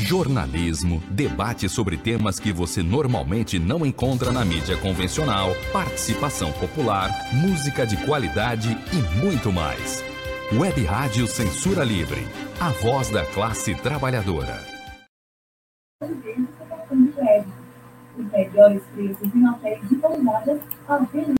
Jornalismo, debate sobre temas que você normalmente não encontra na mídia convencional, participação popular, música de qualidade e muito mais. Web Rádio Censura Livre, a voz da classe trabalhadora. Os melhores preços em hotéis e pousadas à venda.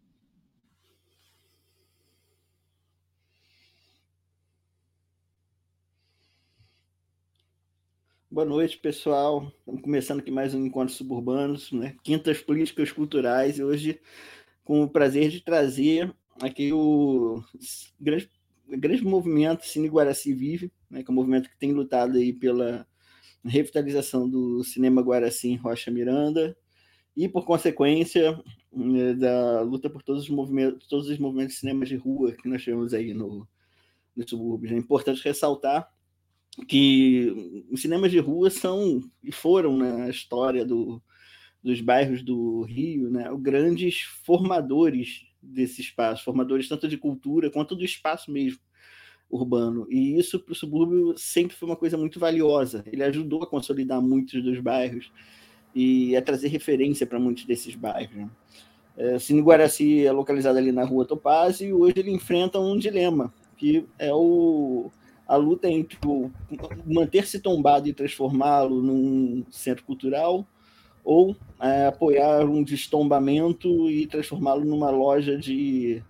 Boa noite, pessoal. Estamos começando aqui mais um Encontros Suburbanos, né? Quintas Políticas Culturais, e hoje com o prazer de trazer aqui o grande movimento Cine Guaraci Vive, né? Que é um movimento que tem lutado aí pela revitalização do cinema Guaraci em Rocha Miranda e, por consequência, da luta por todos os movimentos de cinema de rua que nós temos aí no subúrbio. É importante ressaltar que os cinemas de rua são e foram, né, na história dos bairros do Rio, né, grandes formadores desse espaço, formadores tanto de cultura quanto do espaço mesmo urbano. E isso para o subúrbio sempre foi uma coisa muito valiosa. Ele ajudou a consolidar muitos dos bairros e a trazer referência para muitos desses bairros, né? Cine Guaraci é localizado ali na Rua Topázio e hoje ele enfrenta um dilema, que é a luta entre manter-se tombado e transformá-lo num centro cultural ou apoiar um destombamento e transformá-lo numa loja de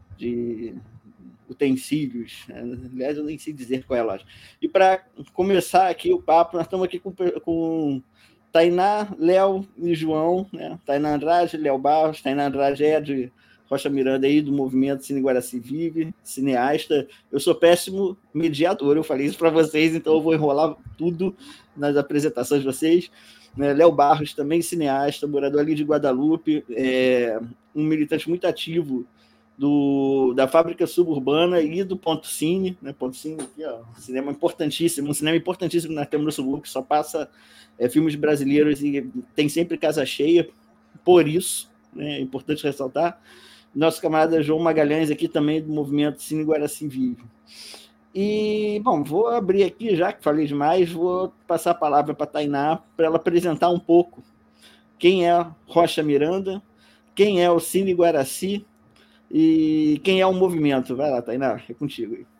utensílios. Aliás, eu nem sei dizer qual é a loja. E para começar aqui o papo, nós estamos aqui com Tainá, Léo e João, né? Tainá Andrade, Léo Barros. Tainá Andrade é de Rocha Miranda, aí, do movimento Cine Guaraci Vive, cineasta. Eu sou péssimo mediador, eu falei isso para vocês, então eu vou enrolar tudo nas apresentações de vocês. Léo Barros, também cineasta, morador ali de Guadalupe, um militante muito ativo da Fábrica Suburbana e do Ponto Cine, né? Ponto Cine aqui, ó, um cinema importantíssimo que nós temos no subúrbio, que só passa filmes brasileiros e tem sempre casa cheia, por isso, né, é importante ressaltar. Nosso camarada João Magalhães aqui também do movimento Cine Guaraci Vive. E, bom, vou abrir aqui, já que falei demais, vou passar a palavra para a Tainá, para ela apresentar um pouco quem é Rocha Miranda, quem é o Cine Guaraci e quem é o movimento. Vai lá, Tainá, é contigo aí.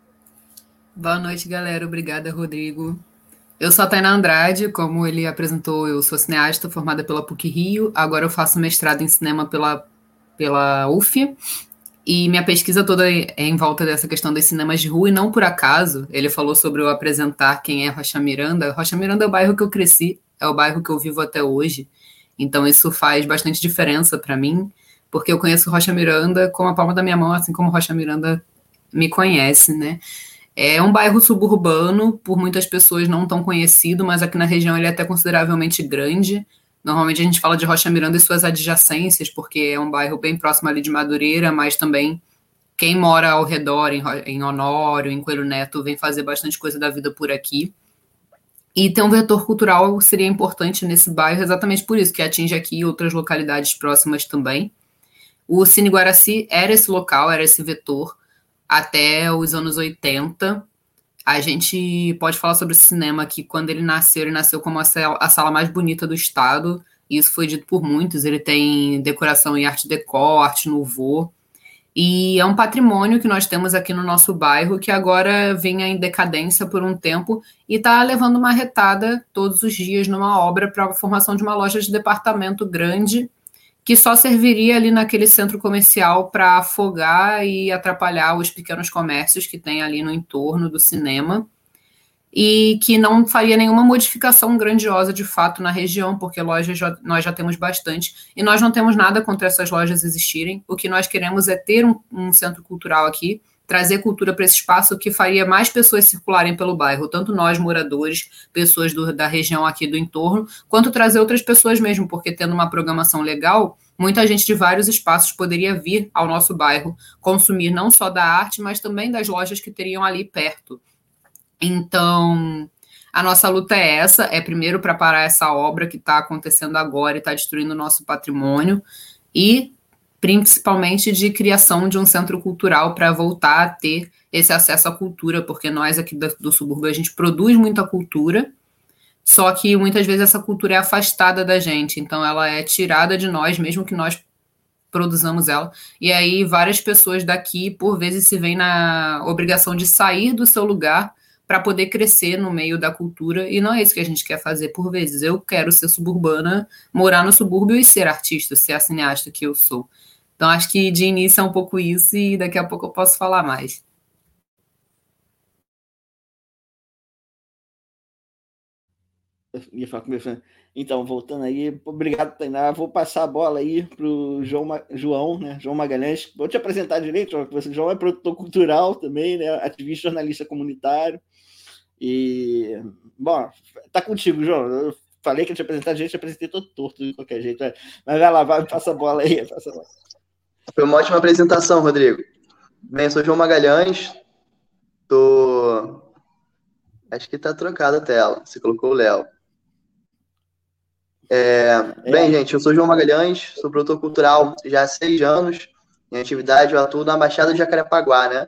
Boa noite, galera. Obrigada, Rodrigo. Eu sou a Tainá Andrade, como ele apresentou, eu sou cineasta formada pela PUC-Rio, agora eu faço mestrado em cinema pela UF, e minha pesquisa toda é em volta dessa questão dos cinemas de rua, e não por acaso, ele falou sobre eu apresentar quem é Rocha Miranda. Rocha Miranda é o bairro que eu cresci, é o bairro que eu vivo até hoje, então isso faz bastante diferença para mim, porque eu conheço Rocha Miranda com a palma da minha mão, assim como Rocha Miranda me conhece, né? É um bairro suburbano, por muitas pessoas não tão conhecido, mas aqui na região ele é até consideravelmente grande. Normalmente a gente fala de Rocha Miranda e suas adjacências, porque é um bairro bem próximo ali de Madureira, mas também quem mora ao redor, em Honório, em Coelho Neto, vem fazer bastante coisa da vida por aqui. E ter um vetor cultural seria importante nesse bairro, exatamente por isso, que atinge aqui outras localidades próximas também. O Cine Guaraci era esse local, era esse vetor, até os anos 80. A gente pode falar sobre o cinema que quando ele nasceu como a sala mais bonita do estado, e isso foi dito por muitos. Ele tem decoração em arte déco, arte nouveau, e é um patrimônio que nós temos aqui no nosso bairro, que agora vinha em decadência por um tempo, e está levando uma retada todos os dias numa obra para a formação de uma loja de departamento grande, que só serviria ali naquele centro comercial para afogar e atrapalhar os pequenos comércios que tem ali no entorno do cinema, e que não faria nenhuma modificação grandiosa de fato na região, porque lojas nós já temos bastante, e nós não temos nada contra essas lojas existirem. O que nós queremos é ter um centro cultural aqui, trazer cultura para esse espaço, que faria mais pessoas circularem pelo bairro, tanto nós, moradores, pessoas da região aqui do entorno, quanto trazer outras pessoas mesmo, porque tendo uma programação legal, muita gente de vários espaços poderia vir ao nosso bairro, consumir não só da arte, mas também das lojas que teriam ali perto. Então, a nossa luta é essa, é primeiro para parar essa obra que está acontecendo agora e está destruindo o nosso patrimônio, e principalmente de criação de um centro cultural para voltar a ter esse acesso à cultura, porque nós aqui do subúrbio, a gente produz muita cultura, só que muitas vezes essa cultura é afastada da gente, então ela é tirada de nós, mesmo que nós produzamos ela. E aí várias pessoas daqui, por vezes, se veem na obrigação de sair do seu lugar para poder crescer no meio da cultura, e não é isso que a gente quer fazer por vezes. Eu quero ser suburbana, morar no subúrbio e ser artista, ser a cineasta que eu sou. Então acho que de início é um pouco isso, e daqui a pouco eu posso falar mais. Ia falar com meu filho. Então, voltando aí, obrigado, Tainá. Vou passar a bola aí para o João, né? João Magalhães. Vou te apresentar direito, João é produtor cultural também, né? Ativista, jornalista comunitário. E, bom, tá contigo, João. Eu falei que eu te apresentar direito, te apresentei todo torto de qualquer jeito. Mas vai lá, passa a bola aí. Passa a bola. Foi uma ótima apresentação, Rodrigo. Bem, eu sou João Magalhães. Acho que tá trocada a tela. Você colocou o Léo. Bem, gente, eu sou João Magalhães, sou produtor cultural já há 6 anos. Em atividade, eu atuo na Baixada de Jacarepaguá, né?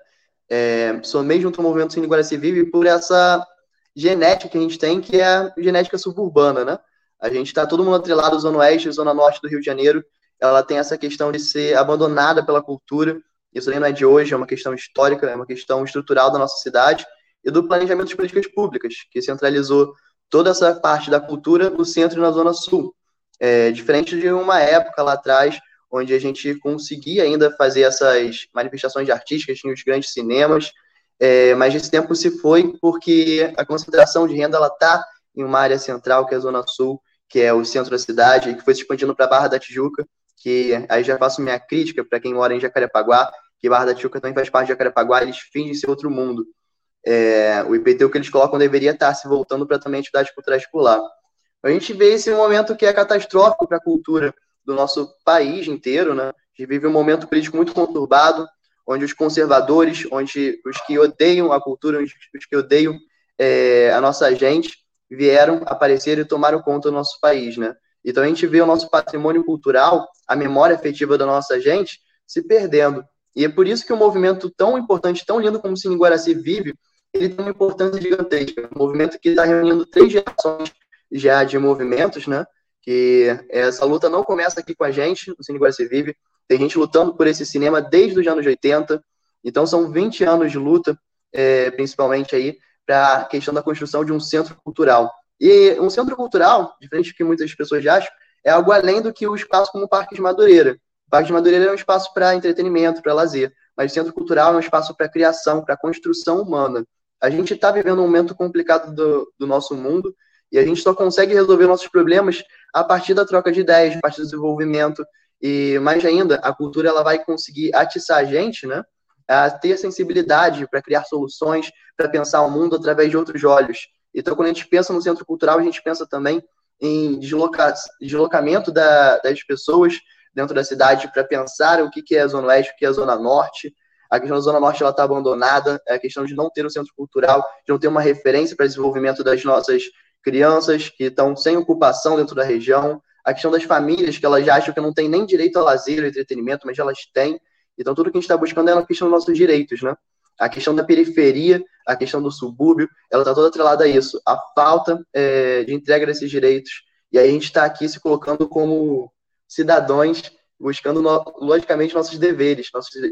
Sou meio junto ao movimento Cine Guaraci Vive por essa genética que a gente tem, que é a genética suburbana, né? A gente está todo mundo atrelado à Zona Oeste e Zona Norte do Rio de Janeiro. Ela tem essa questão de ser abandonada pela cultura. Isso aí não é de hoje, é uma questão histórica, é uma questão estrutural da nossa cidade e do planejamento de políticas públicas, que centralizou toda essa parte da cultura no centro e na Zona Sul. Diferente de uma época lá atrás, onde a gente conseguia ainda fazer essas manifestações artísticas, tinha os grandes cinemas, mas esse tempo se foi porque a concentração de renda está em uma área central, que é a Zona Sul, que é o centro da cidade, que foi se expandindo para a Barra da Tijuca, que aí já faço minha crítica para quem mora em Jacarepaguá, que Barra da Tijuca também faz parte de Jacarepaguá, eles fingem ser outro mundo. O IPTU que eles colocam deveria estar se voltando para também atividades culturais por lá. A gente vê esse momento que é catastrófico para a cultura do nosso país inteiro, né? A gente vive um momento político muito conturbado, onde os conservadores, onde os que odeiam a cultura, os que odeiam a nossa gente, vieram aparecer e tomaram conta do nosso país, né? Então a gente vê o nosso patrimônio cultural, a memória afetiva da nossa gente, se perdendo. E é por isso que um movimento tão importante, tão lindo como o Cine Guaraci Vive, ele tem uma importância gigantesca. Um movimento que está reunindo 3 gerações já de movimentos, né? Que essa luta não começa aqui com a gente, no Cine Guaraci Vive. Tem gente lutando por esse cinema desde os anos 80. Então são 20 anos de luta, principalmente aí, para a questão da construção de um centro cultural. E um centro cultural, diferente do que muitas pessoas acham, é algo além do que o espaço como o Parque de Madureira. O Parque de Madureira é um espaço para entretenimento, para lazer, mas o centro cultural é um espaço para criação, para construção humana. A gente está vivendo um momento complicado do nosso mundo e a gente só consegue resolver nossos problemas a partir da troca de ideias, a partir do desenvolvimento. E mais ainda, a cultura ela vai conseguir atiçar a gente, né, a ter sensibilidade para criar soluções, para pensar o mundo através de outros olhos. Então, quando a gente pensa no centro cultural, a gente pensa também em deslocamento das pessoas dentro da cidade para pensar o que é a Zona Oeste, o que é a Zona Norte. A questão da Zona Norte está abandonada, a questão de não ter um centro cultural, de não ter uma referência para desenvolvimento das nossas crianças que estão sem ocupação dentro da região, a questão das famílias que elas já acham que não têm nem direito a lazer, ao entretenimento, mas elas têm. Então, tudo que a gente está buscando é a questão dos nossos direitos, né? A questão da periferia, a questão do subúrbio, ela está toda atrelada a isso. A falta de entrega desses direitos. E aí a gente está aqui se colocando como cidadãos, buscando, logicamente, nossos deveres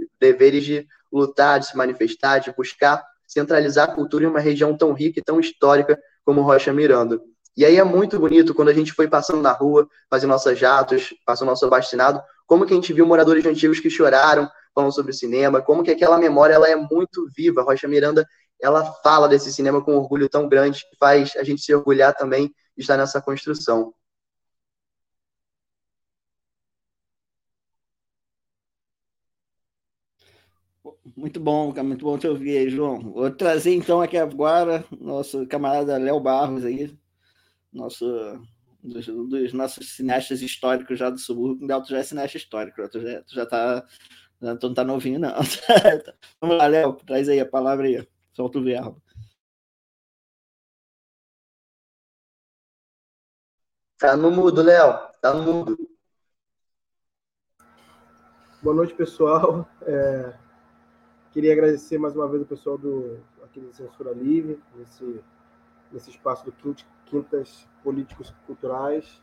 de lutar, de se manifestar, de buscar centralizar a cultura em uma região tão rica e tão histórica como Rocha Miranda. E aí é muito bonito quando a gente foi passando na rua, fazendo nossas jatos, passando nosso abaixo-assinado, como que a gente viu moradores antigos que choraram, falando sobre o cinema, como que aquela memória ela é muito viva. Rocha Miranda, ela fala desse cinema com um orgulho tão grande, que faz a gente se orgulhar também de estar nessa construção. Muito bom te ouvir aí, João. Vou trazer então aqui agora nosso camarada Léo Barros aí, dos nossos cineastas históricos já do subúrbio. Léo, tu já é cineasta histórico, tu já tá, tu não tá novinho, não. Vamos lá, Léo, traz aí a palavra aí, solta o verbo. Tá no mudo, Léo, tá no mudo. Boa noite, pessoal. Queria agradecer mais uma vez o pessoal aqui do Censura Livre, esse nesse espaço do Quintas Políticos Culturais.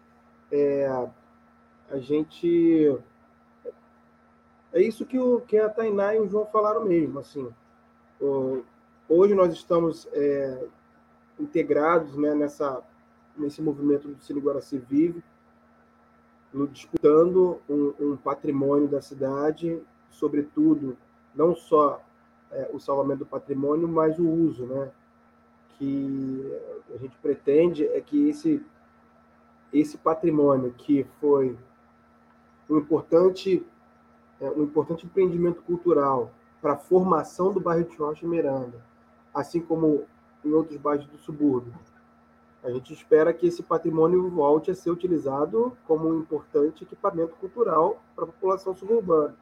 A gente... É isso que a Tainá e o João falaram mesmo. Assim, hoje nós estamos integrados, né, nesse movimento do Cine Guaraci Vive, disputando um patrimônio da cidade, sobretudo, não só o salvamento do patrimônio, mas o uso, né? Que a gente pretende é que esse patrimônio, que foi um importante empreendimento cultural para a formação do bairro de Rocha e Miranda, assim como em outros bairros do subúrbio, a gente espera que esse patrimônio volte a ser utilizado como um importante equipamento cultural para a população suburbana.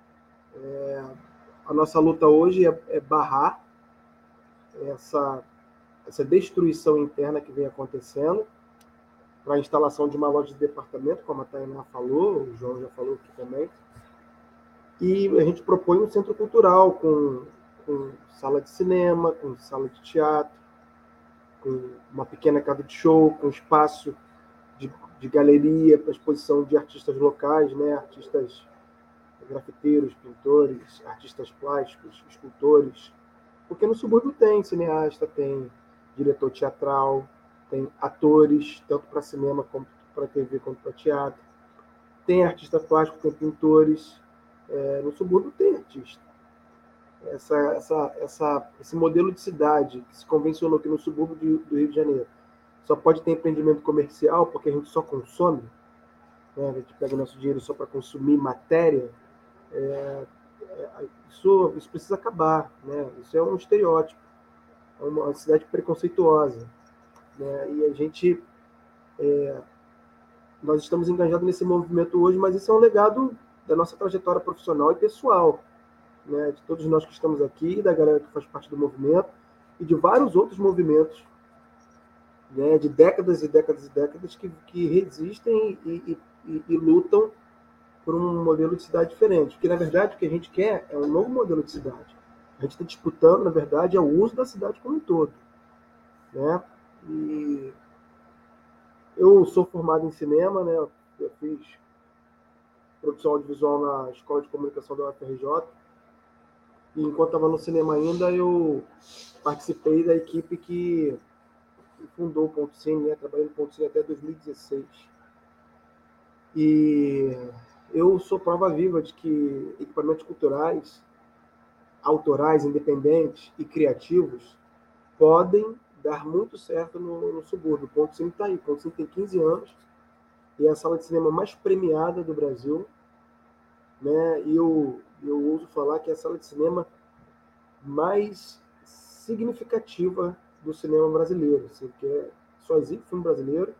A nossa luta hoje é barrar essa destruição interna que vem acontecendo para a instalação de uma loja de departamento, como a Tainá falou, o João já falou aqui também. E a gente propõe um centro cultural com sala de cinema, com sala de teatro, com uma pequena casa de show, com espaço de galeria para exposição de artistas locais, né? Artistas grafiteiros, pintores, artistas plásticos, escultores. Porque no subúrbio tem cineasta, tem diretor teatral, tem atores, tanto para cinema, como para TV, como para teatro. Tem artista plástico, tem pintores. No subúrbio tem artista. Esse modelo de cidade que se convencionou que no subúrbio do Rio de Janeiro só pode ter empreendimento comercial porque a gente só consome, né? A gente pega o nosso dinheiro só para consumir matéria. Isso precisa acabar, né? Isso é um estereótipo, é uma cidade preconceituosa, né? E a gente nós estamos engajados nesse movimento hoje, mas isso é um legado da nossa trajetória profissional e pessoal, né? De todos nós que estamos aqui, da galera que faz parte do movimento e de vários outros movimentos, né? De décadas e décadas e décadas que resistem e lutam por um modelo de cidade diferente. Porque, na verdade, o que a gente quer é um novo modelo de cidade. A gente está disputando, na verdade, é o uso da cidade como um todo, né? E eu sou formado em cinema, né? Eu fiz produção audiovisual na Escola de Comunicação da UFRJ. E enquanto estava no cinema ainda, eu participei da equipe que fundou o Ponto Cine, né? Trabalhei no Ponto Cine até 2016. E eu sou prova viva de que equipamentos culturais, autorais, independentes e criativos podem dar muito certo no subúrbio. O Ponto Cine está aí. O Ponto Cine tem 15 anos e é a sala de cinema mais premiada do Brasil, né? E eu ouso falar que é a sala de cinema mais significativa do cinema brasileiro, assim, que só existe filme brasileiro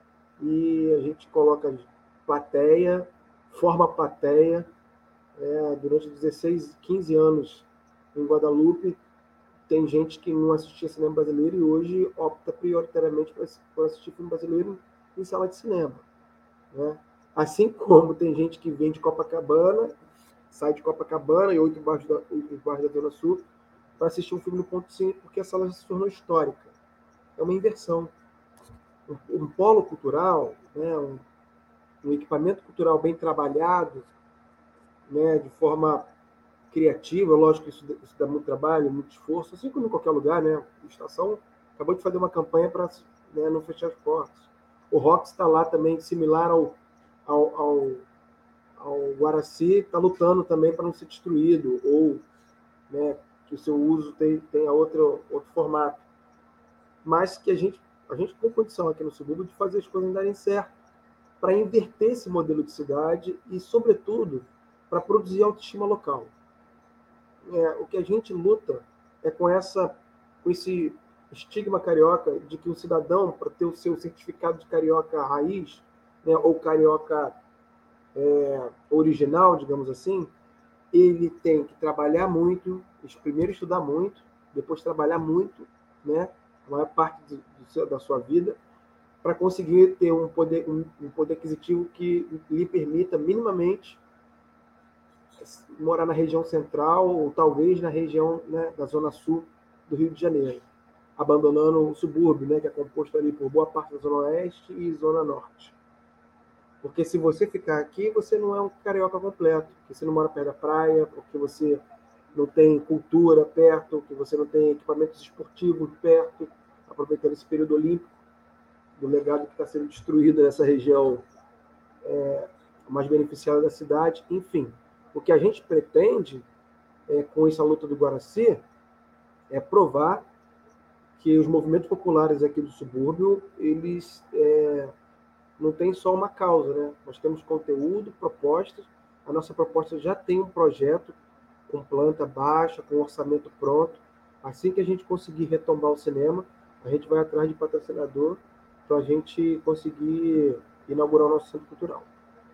e a gente coloca plateia, forma plateia. Durante 16, 15 anos em Guadalupe, tem gente que não assistia cinema brasileiro e hoje opta prioritariamente por assistir filme brasileiro em sala de cinema, né? Assim como tem gente que vem de Copacabana, sai de Copacabana e outros bairros da Zona Sul para assistir um filme no Ponto Cine porque a sala já se tornou histórica. É uma inversão. Um polo cultural, né? Um equipamento cultural bem trabalhado, né? De forma criativa, lógico que isso dá muito trabalho, muito esforço, assim como em qualquer lugar, né? A Estação acabou de fazer uma campanha para, né, não fechar as portas. O Rox está lá também, similar ao Guaraci, está lutando também para não ser destruído, ou, né, que o seu uso tenha outro formato. Mas que a gente tem condição aqui no subúrbio de fazer as coisas darem certo, para inverter esse modelo de cidade e, sobretudo, para produzir autoestima local. O que a gente luta é com esse estigma carioca de que o cidadão, para ter o seu certificado de carioca raiz, né, ou carioca original, digamos assim, ele tem que trabalhar muito, primeiro estudar muito, depois trabalhar muito, né, a maior parte da sua vida, para conseguir ter um poder aquisitivo que lhe permita minimamente morar na região central ou talvez na região, né, da Zona Sul do Rio de Janeiro. abandonando o subúrbio, né, que é composto ali por boa parte da Zona Oeste e Zona Norte. Porque se você ficar aqui, você não é um carioca completo, porque você não mora perto da praia, porque você não tem cultura perto, que você não tem equipamentos esportivos perto, aproveitando esse período olímpico, do legado que está sendo destruído nessa região mais beneficiada da cidade. Enfim, o que a gente pretende com essa luta do Guaraci é provar que os movimentos populares aqui do subúrbio, eles não têm só uma causa, né? Nós temos conteúdo, propostas. A nossa proposta já tem um projeto com planta baixa, com orçamento pronto. Assim que a gente conseguir retombar o cinema, a gente vai atrás de patrocinador para a gente conseguir inaugurar o nosso centro cultural.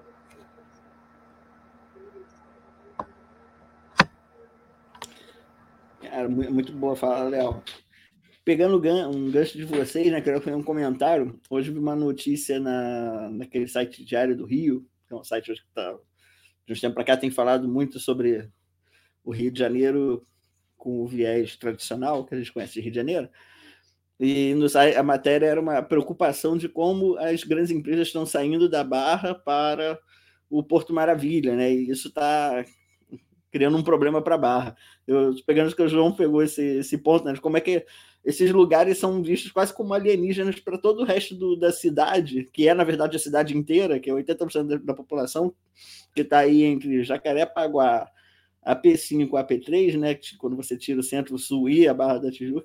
Cara, muito boa fala, Léo. Pegando um gancho de vocês, né, quero fazer um comentário. Hoje vi uma notícia naquele site Diário do Rio, que é um site que está, de uns tempos para cá, tem falado muito sobre o Rio de Janeiro com o viés tradicional, que a gente conhece de Rio de Janeiro. E a matéria era uma preocupação de como as grandes empresas estão saindo da Barra para o Porto Maravilha, né? E isso está criando um problema para a Barra. Pegando que o João pegou esse ponto, né? De como é que esses lugares são vistos quase como alienígenas para todo o resto da cidade, que é, na verdade, a cidade inteira, que é 80% da população, que está aí entre Jacarepaguá, AP5 e AP3, né? Quando você tira o Centro-Sul e a Barra da Tijuca,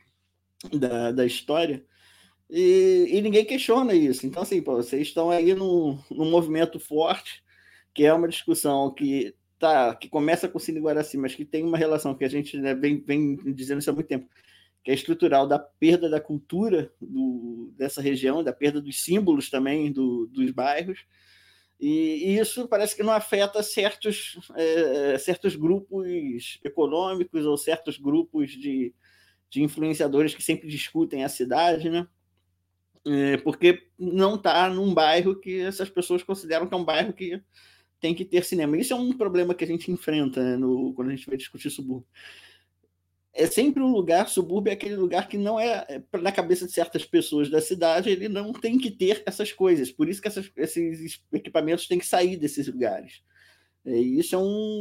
da história, e ninguém questiona isso. Então, assim, vocês estão aí num movimento forte, que é uma discussão que começa com o Cine Guaraci, mas que tem uma relação que a gente, né, vem dizendo isso há muito tempo, que é estrutural, da perda da cultura dessa região, da perda dos símbolos também dos bairros, e isso parece que não afeta certos grupos econômicos ou certos grupos de influenciadores que sempre discutem a cidade, né? Porque não está num bairro que essas pessoas consideram que é um bairro que tem que ter cinema. Isso é um problema que a gente enfrenta, né, quando a gente vai discutir subúrbio. É sempre um lugar, subúrbio é aquele lugar que não na cabeça de certas pessoas da cidade, ele não tem que ter essas coisas. Por isso que esses equipamentos têm que sair desses lugares. Isso é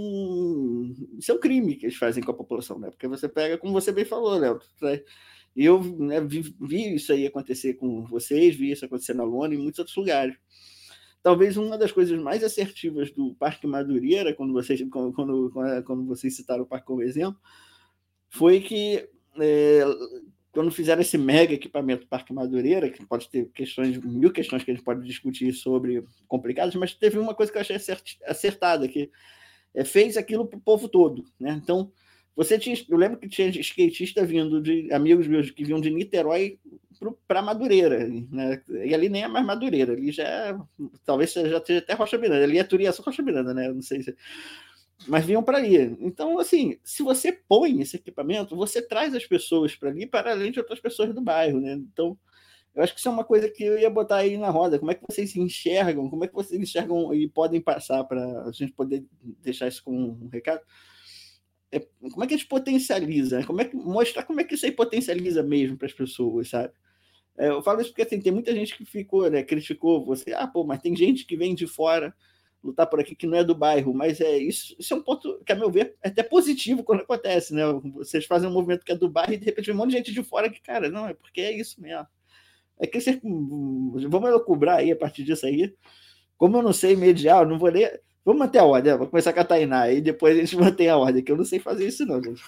um crime que eles fazem com a população, né? Porque você pega, como você bem falou, Léo, eu, né, vi isso aí acontecer com vocês, vi isso acontecer na Lona e em muitos outros lugares. Talvez uma das coisas mais assertivas do Parque Madureira, quando vocês citaram o parque como exemplo, foi que quando fizeram esse mega equipamento Parque Madureira, que pode ter mil questões que a gente pode discutir sobre complicadas, mas teve uma coisa que eu achei acertada, que fez aquilo para o povo todo, né? Então, eu lembro que tinha skatista vindo, de amigos meus que vinham de Niterói para Madureira, né? E ali nem é mais Madureira, ali talvez já esteja até Rocha Miranda, ali é Turiaçu Rocha Miranda, né? Não sei se... Mas vinham para ali. Então, assim, se você põe esse equipamento, você traz as pessoas para ali, para além de outras pessoas do bairro, né? Então, eu acho que isso é uma coisa que eu ia botar aí na roda. Como é que vocês se enxergam? Como é que vocês enxergam e podem passar para a gente poder deixar isso como um recado? Como é que a gente potencializa? Mostrar como é que isso aí potencializa mesmo para as pessoas, sabe? Eu falo isso porque assim, tem muita gente que ficou, né, criticou você. Mas tem gente que vem de fora lutar por aqui que não é do bairro, mas isso é um ponto que, a meu ver, é até positivo quando acontece, né? Vocês fazem um movimento que é do bairro e de repente vem um monte de gente de fora que, cara, não, é porque é isso mesmo. É que vamos elucubrar aí a partir disso aí. Como eu não sei mediar, não vou ler. Vamos manter a ordem, vou começar com a Tainá, e depois a gente mantém a ordem, que eu não sei fazer isso não, gente.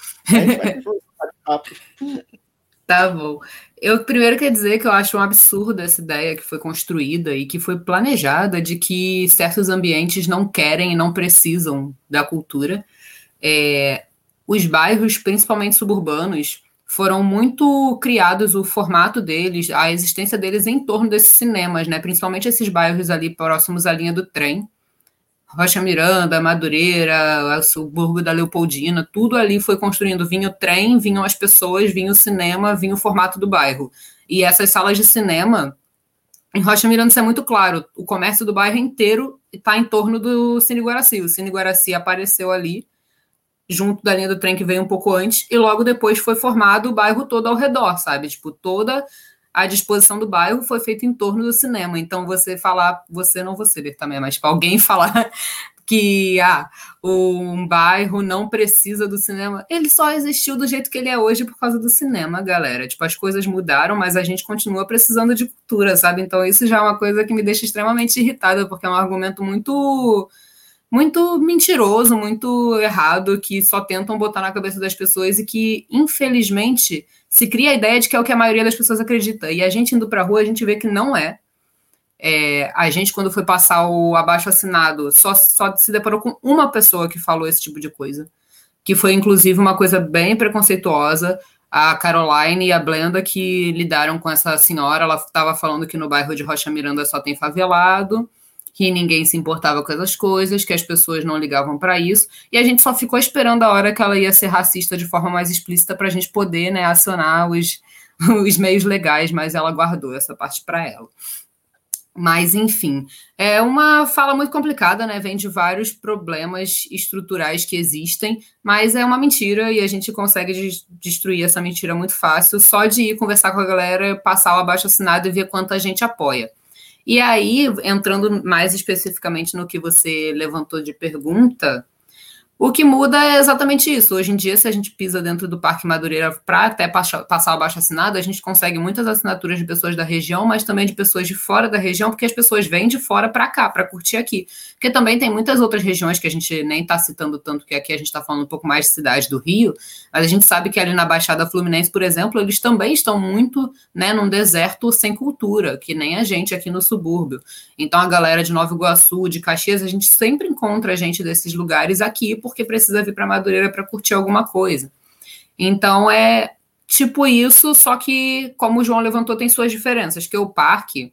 Tá bom. Eu primeiro quero dizer que eu acho um absurdo essa ideia que foi construída e que foi planejada de que certos ambientes não querem e não precisam da cultura. Os bairros, principalmente suburbanos, foram muito criados, o formato deles, a existência deles em torno desses cinemas, né? Principalmente esses bairros ali próximos à linha do trem. Rocha Miranda, Madureira, o subúrbio da Leopoldina, tudo ali foi construindo. Vinha o trem, vinham as pessoas, vinha o cinema, vinha o formato do bairro. E essas salas de cinema, em Rocha Miranda isso é muito claro, o comércio do bairro inteiro está em torno do Cine Guaraci. O Cine Guaraci apareceu ali junto da linha do trem que veio um pouco antes, e logo depois foi formado o bairro todo ao redor, sabe? Tipo, toda a disposição do bairro foi feita em torno do cinema. Então, você falar, você não você ler também, mas para alguém falar que um bairro não precisa do cinema, ele só existiu do jeito que ele é hoje por causa do cinema, galera. Tipo, as coisas mudaram, mas a gente continua precisando de cultura, sabe? Então, isso já é uma coisa que me deixa extremamente irritada, porque é um argumento muito mentiroso, muito errado, que só tentam botar na cabeça das pessoas e que, infelizmente, se cria a ideia de que é o que a maioria das pessoas acredita. E a gente indo pra rua, a gente vê que não é. A gente, quando foi passar o abaixo-assinado, só se deparou com uma pessoa que falou esse tipo de coisa. Que foi, inclusive, uma coisa bem preconceituosa. A Caroline e a Blenda que lidaram com essa senhora. Ela estava falando que no bairro de Rocha Miranda só tem favelado, que ninguém se importava com essas coisas, que as pessoas não ligavam para isso, e a gente só ficou esperando a hora que ela ia ser racista de forma mais explícita para a gente poder, né, acionar os meios legais, mas ela guardou essa parte para ela. Mas, enfim, é uma fala muito complicada, né? Vem de vários problemas estruturais que existem, mas é uma mentira e a gente consegue destruir essa mentira muito fácil só de ir conversar com a galera, passar o abaixo-assinado e ver quanta gente apoia. E aí, entrando mais especificamente no que você levantou de pergunta, o que muda é exatamente isso. Hoje em dia, se a gente pisa dentro do Parque Madureira para até passar o abaixo-assinado, a gente consegue muitas assinaturas de pessoas da região, mas também de pessoas de fora da região, porque as pessoas vêm de fora para cá, para curtir aqui. Porque também tem muitas outras regiões que a gente nem está citando tanto, que aqui a gente está falando um pouco mais de cidade do Rio, mas a gente sabe que ali na Baixada Fluminense, por exemplo, eles também estão muito, né, num deserto sem cultura, que nem a gente aqui no subúrbio. Então, a galera de Nova Iguaçu, de Caxias, a gente sempre encontra gente desses lugares aqui, porque precisa vir para Madureira para curtir alguma coisa. Então, é tipo isso, só que, como o João levantou, tem suas diferenças, que o parque,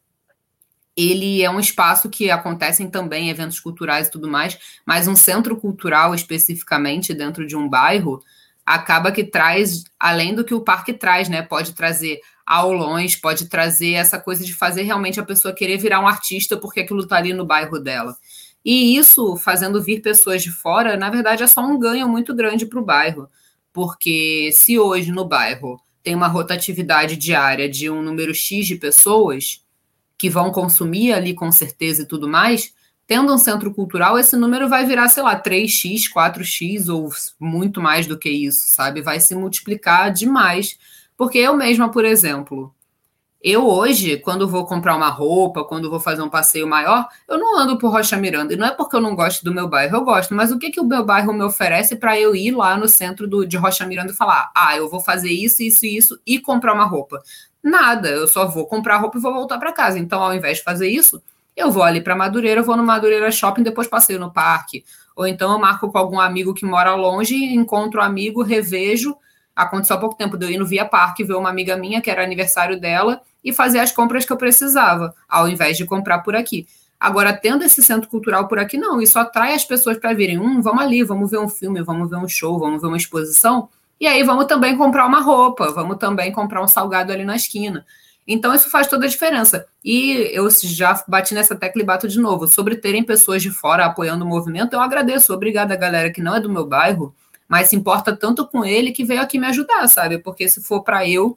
ele é um espaço que acontecem também eventos culturais e tudo mais, mas um centro cultural, especificamente, dentro de um bairro, acaba que traz, além do que o parque traz, né? Pode trazer aulões, pode trazer essa coisa de fazer realmente a pessoa querer virar um artista porque aquilo está ali no bairro dela. E isso, fazendo vir pessoas de fora, na verdade é só um ganho muito grande para o bairro. Porque se hoje no bairro tem uma rotatividade diária de um número X de pessoas que vão consumir ali com certeza e tudo mais, tendo um centro cultural, esse número vai virar, sei lá, 3x, 4x ou muito mais do que isso, sabe? Vai se multiplicar demais. Porque eu mesma, por exemplo, eu hoje, quando vou comprar uma roupa, quando vou fazer um passeio maior, eu não ando por Rocha Miranda. E não é porque eu não gosto do meu bairro, eu gosto. Mas o que o meu bairro me oferece para eu ir lá no centro de Rocha Miranda e falar, eu vou fazer isso, isso e isso e comprar uma roupa? Nada, eu só vou comprar roupa e vou voltar para casa. Então, ao invés de fazer isso, eu vou ali para Madureira, eu vou no Madureira Shopping, depois passeio no parque. Ou então eu marco com algum amigo que mora longe, encontro o amigo, revejo. Aconteceu há pouco tempo de eu ir no Via Parque ver uma amiga minha, que era aniversário dela, e fazer as compras que eu precisava, ao invés de comprar por aqui. Agora, tendo esse centro cultural por aqui, não, isso atrai as pessoas para virem, vamos ali, vamos ver um filme, vamos ver um show, vamos ver uma exposição, e aí vamos também comprar uma roupa, vamos também comprar um salgado ali na esquina. Então, isso faz toda a diferença. E eu já bati nessa tecla e bato de novo. Sobre terem pessoas de fora apoiando o movimento, eu agradeço. Obrigada, galera, que não é do meu bairro, mas se importa tanto com ele que veio aqui me ajudar, sabe? Porque se for para eu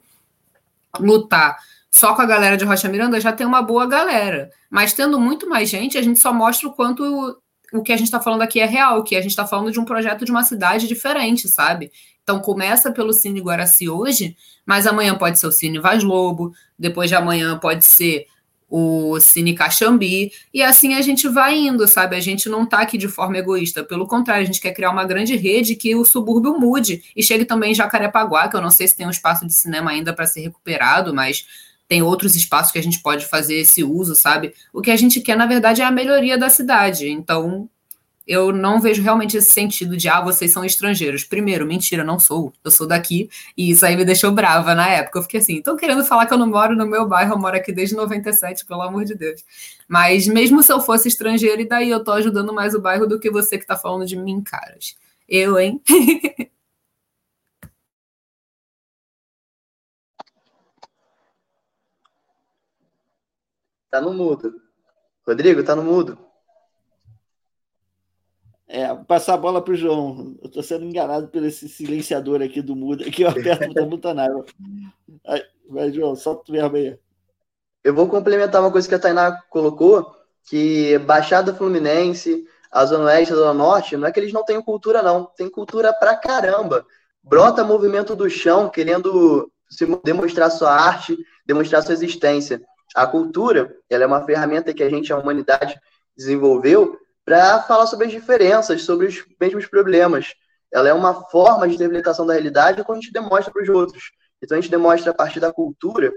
lutar só com a galera de Rocha Miranda, já tem uma boa galera. Mas tendo muito mais gente, a gente só mostra o quanto o que a gente está falando aqui é real, que a gente está falando de um projeto de uma cidade diferente, sabe? Então começa pelo Cine Guaraci hoje, mas amanhã pode ser o Cine Vaz Lobo, depois de amanhã pode ser o Cine Caxambi, e assim a gente vai indo, sabe? A gente não está aqui de forma egoísta, pelo contrário, a gente quer criar uma grande rede que o subúrbio mude, e chegue também em Jacarepaguá, que eu não sei se tem um espaço de cinema ainda para ser recuperado, mas tem outros espaços que a gente pode fazer esse uso, sabe? O que a gente quer, na verdade, é a melhoria da cidade, então eu não vejo realmente esse sentido de, vocês são estrangeiros. Primeiro, mentira, não sou. Eu sou daqui, e isso aí me deixou brava na época. Eu fiquei assim, estão querendo falar que eu não moro no meu bairro, eu moro aqui desde 97, pelo amor de Deus. Mas mesmo se eu fosse estrangeiro, e daí eu tô ajudando mais o bairro do que você que tá falando de mim, caras. Eu, hein? Tá no mudo. Rodrigo, tá no mudo. Passar a bola para o João. Eu estou sendo enganado por esse silenciador aqui do mudo, que eu aperto o botão na água. Vai, João, solta o verbo aí. Eu vou complementar uma coisa que a Tainá colocou, que Baixada Fluminense, a Zona Oeste, a Zona Norte, não é que eles não tenham cultura, não. Tem cultura pra caramba. Brota movimento do chão, querendo demonstrar sua arte, demonstrar sua existência. A cultura, ela é uma ferramenta que a humanidade, desenvolveu para falar sobre as diferenças, sobre os mesmos problemas. Ela é uma forma de interpretação da realidade quando a gente demonstra para os outros. Então, a gente demonstra a partir da cultura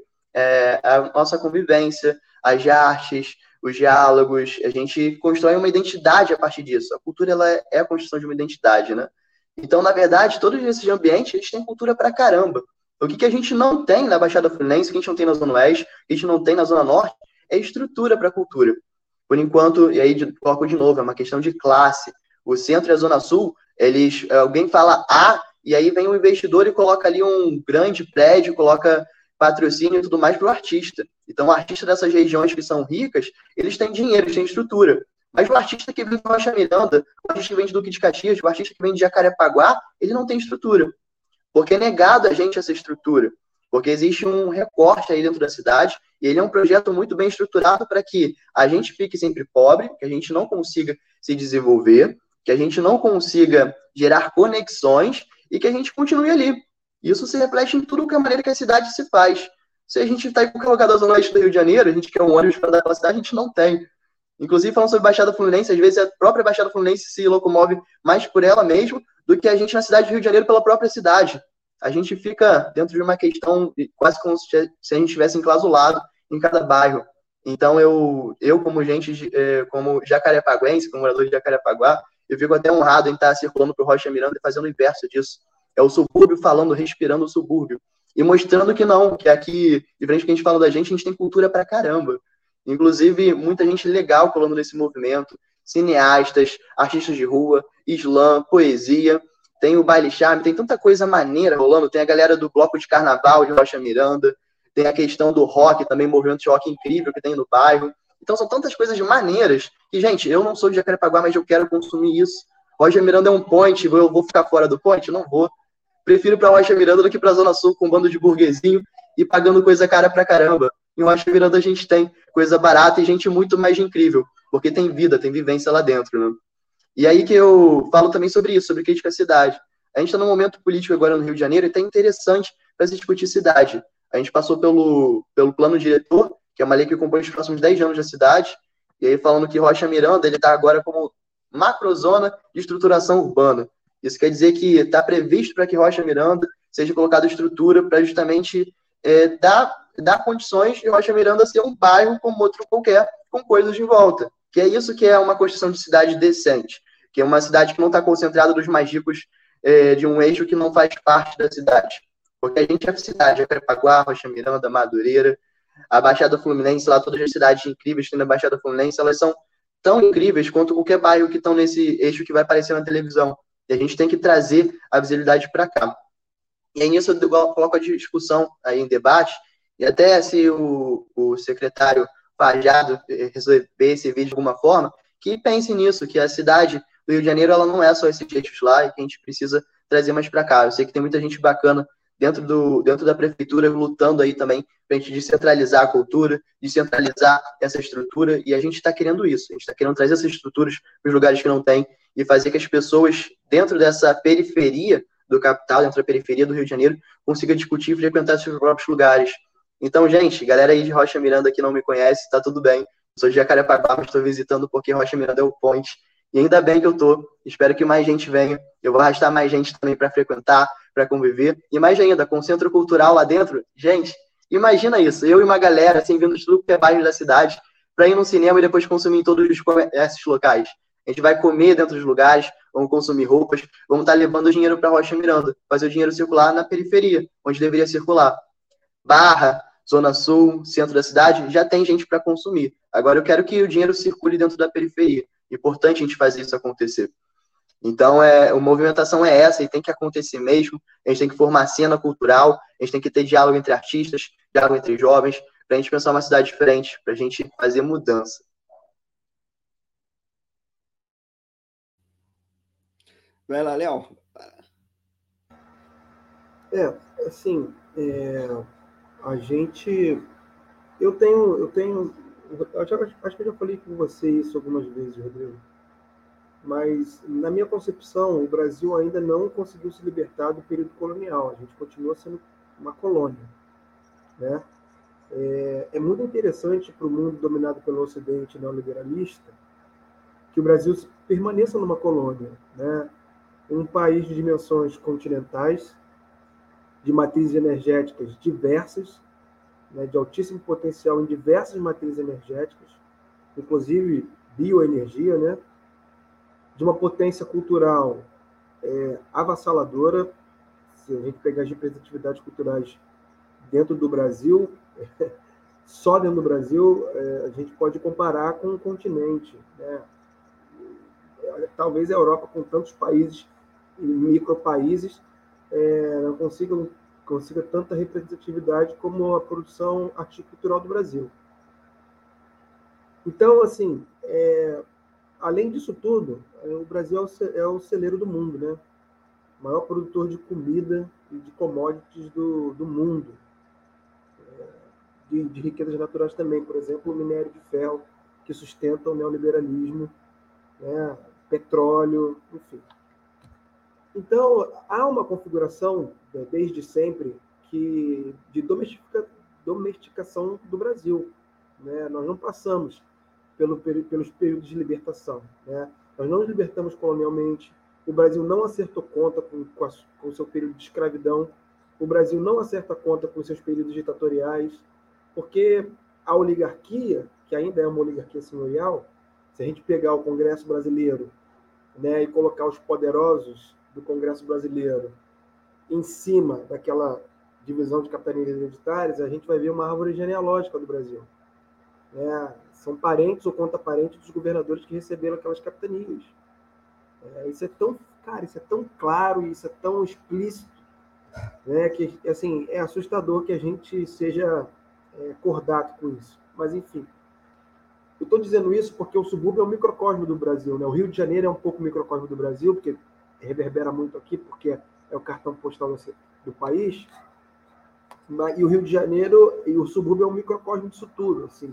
a nossa convivência, as artes, os diálogos. A gente constrói uma identidade a partir disso. A cultura, ela é a construção de uma identidade, né? Então, na verdade, todos esses ambientes, eles têm cultura pra caramba. O que a gente não tem na Baixada Fluminense, o que a gente não tem na Zona Oeste, o que a gente não tem na Zona Norte, é estrutura para cultura. Por enquanto, e aí coloco de novo, é uma questão de classe. O Centro e a Zona Sul, alguém fala A, e aí vem um investidor e coloca ali um grande prédio, coloca patrocínio e tudo mais para o artista. Então, o artista dessas regiões que são ricas, eles têm dinheiro, eles têm estrutura. Mas o artista que vem de Rocha Miranda, o artista que vem de Duque de Caxias, o artista que vem de Jacarepaguá, ele não tem estrutura. Porque é negado a gente essa estrutura. Porque existe um recorte aí dentro da cidade, e ele é um projeto muito bem estruturado para que a gente fique sempre pobre, que a gente não consiga se desenvolver, que a gente não consiga gerar conexões e que a gente continue ali. Isso se reflete em tudo que a maneira que a cidade se faz. Se a gente está em qualquer lugar da Zona Oeste do Rio de Janeiro, a gente quer um ônibus para dar pela cidade, a gente não tem. Inclusive, falando sobre Baixada Fluminense, às vezes a própria Baixada Fluminense se locomove mais por ela mesma do que a gente na cidade do Rio de Janeiro pela própria cidade. A gente fica dentro de uma questão quase como se a gente estivesse enclausulado em cada bairro. Então, eu como como jacarepaguense, como morador de Jacarepaguá, eu fico até honrado em estar circulando por Rocha Miranda e fazendo o inverso disso. É o subúrbio falando, respirando o subúrbio. E mostrando que não, que aqui, diferente do que a gente fala da gente tem cultura pra caramba. Inclusive, muita gente legal colando nesse movimento, cineastas, artistas de rua, slam, poesia, tem o baile charme, tem tanta coisa maneira rolando, tem a galera do bloco de carnaval de Rocha Miranda, tem a questão do rock, também movimento de rock incrível que tem no bairro. Então são tantas coisas maneiras que, gente, eu não sou de Jacarepaguá, mas eu quero consumir isso. Rocha Miranda é um point, eu vou ficar fora do point? Não vou. Prefiro para Rocha Miranda do que para Zona Sul com um bando de burguesinho e pagando coisa cara pra caramba. Em Rocha Miranda a gente tem coisa barata e gente muito mais incrível, porque tem vida, tem vivência lá dentro, né? E aí que eu falo também sobre isso, sobre crítica à cidade. A gente está num momento político agora no Rio de Janeiro e está interessante para se discutir cidade. A gente passou pelo plano diretor, que é uma lei que compõe os próximos 10 anos da cidade, e aí falando que Rocha Miranda ele está agora como macrozona de estruturação urbana. Isso quer dizer que está previsto para que Rocha Miranda seja colocada estrutura para justamente dar condições de Rocha Miranda ser um bairro como outro qualquer, com coisas de volta. Que é isso que é uma construção de cidade decente, que é uma cidade que não está concentrada dos mais ricos de um eixo que não faz parte da cidade. Porque a gente é a cidade, Jacarepaguá, Rocha Miranda, Madureira, a Baixada Fluminense, lá todas as cidades incríveis que tem na Baixada Fluminense, elas são tão incríveis quanto qualquer bairro que estão nesse eixo que vai aparecer na televisão. E a gente tem que trazer a visibilidade para cá. E aí nisso eu coloco a discussão aí em debate, e até se o secretário Pajado resolver esse vídeo de alguma forma, que pense nisso, que a cidade do Rio de Janeiro ela não é só esses eixos lá, e que a gente precisa trazer mais para cá. Eu sei que tem muita gente bacana dentro da prefeitura lutando aí também para a gente descentralizar a cultura, descentralizar essa estrutura, e a gente está querendo isso, a gente está querendo trazer essas estruturas para os lugares que não tem, e fazer que as pessoas dentro dessa periferia do capital, dentro da periferia do Rio de Janeiro, consigam discutir e frequentar seus próprios lugares. Então, gente, galera aí de Rocha Miranda que não me conhece, tá tudo bem. Eu sou de Jacarepaguá, mas estou visitando porque Rocha Miranda é o point. E ainda bem que eu tô. Espero que mais gente venha. Eu vou arrastar mais gente também para frequentar, para conviver. E mais ainda, com o centro cultural lá dentro. Gente, imagina isso. Eu e uma galera, assim, vindo de tudo que é bairro da cidade, para ir no cinema e depois consumir em todos esses locais. A gente vai comer dentro dos lugares, vamos consumir roupas, vamos estar levando dinheiro para Rocha Miranda, fazer o dinheiro circular na periferia, onde deveria circular. Barra, Zona Sul, centro da cidade, já tem gente para consumir. Agora eu quero que o dinheiro circule dentro da periferia. Importante a gente fazer isso acontecer. Então, a movimentação é essa, e tem que acontecer mesmo. A gente tem que formar cena cultural, a gente tem que ter diálogo entre artistas, diálogo entre jovens, para a gente pensar uma cidade diferente, para a gente fazer mudança. Vai lá, Léo. Assim, a gente... Eu tenho... Acho que eu já falei com você isso algumas vezes, Rodrigo. Mas, na minha concepção, o Brasil ainda não conseguiu se libertar do período colonial. A gente continua sendo uma colônia, né? É muito interessante para o mundo dominado pelo Ocidente neoliberalista que o Brasil permaneça numa colônia, né? Um país de dimensões continentais, de matrizes energéticas diversas, né? De altíssimo potencial em diversas matrizes energéticas, inclusive bioenergia, né? De uma potência cultural avassaladora. Se a gente pegar as representatividades culturais dentro do Brasil, só dentro do Brasil, a gente pode comparar com um continente, né? Talvez a Europa, com tantos países e micropaíses, não consiga tanta representatividade como a produção artístico-cultural do Brasil. Então, assim, além disso tudo, o Brasil é o celeiro do mundo, né? O maior produtor de comida e de commodities do mundo. De riquezas naturais também, por exemplo, o minério de ferro, que sustenta o neoliberalismo, né? Petróleo, enfim. Então, há uma configuração, desde sempre, de domesticação do Brasil, né? Nós não passamos pelos períodos de libertação, né? Nós não nos libertamos colonialmente, o Brasil não acertou conta com o seu período de escravidão, o Brasil não acerta conta com os seus períodos ditatoriais, porque a oligarquia, que ainda é uma oligarquia senhorial, se a gente pegar o Congresso brasileiro, né, e colocar os poderosos do Congresso brasileiro em cima daquela divisão de capitanias hereditárias, a gente vai ver uma árvore genealógica do Brasil. São parentes ou contaparentes dos governadores que receberam aquelas capitanias. Isso é tão claro, isso é tão explícito, né, que assim, é assustador que a gente seja cordato com isso. Mas, enfim, eu estou dizendo isso porque o subúrbio é um microcosmo do Brasil, né? O Rio de Janeiro é um pouco microcosmo do Brasil, porque reverbera muito aqui, porque é o cartão postal do país. E o Rio de Janeiro e o subúrbio é um microcosmo disso tudo. Assim.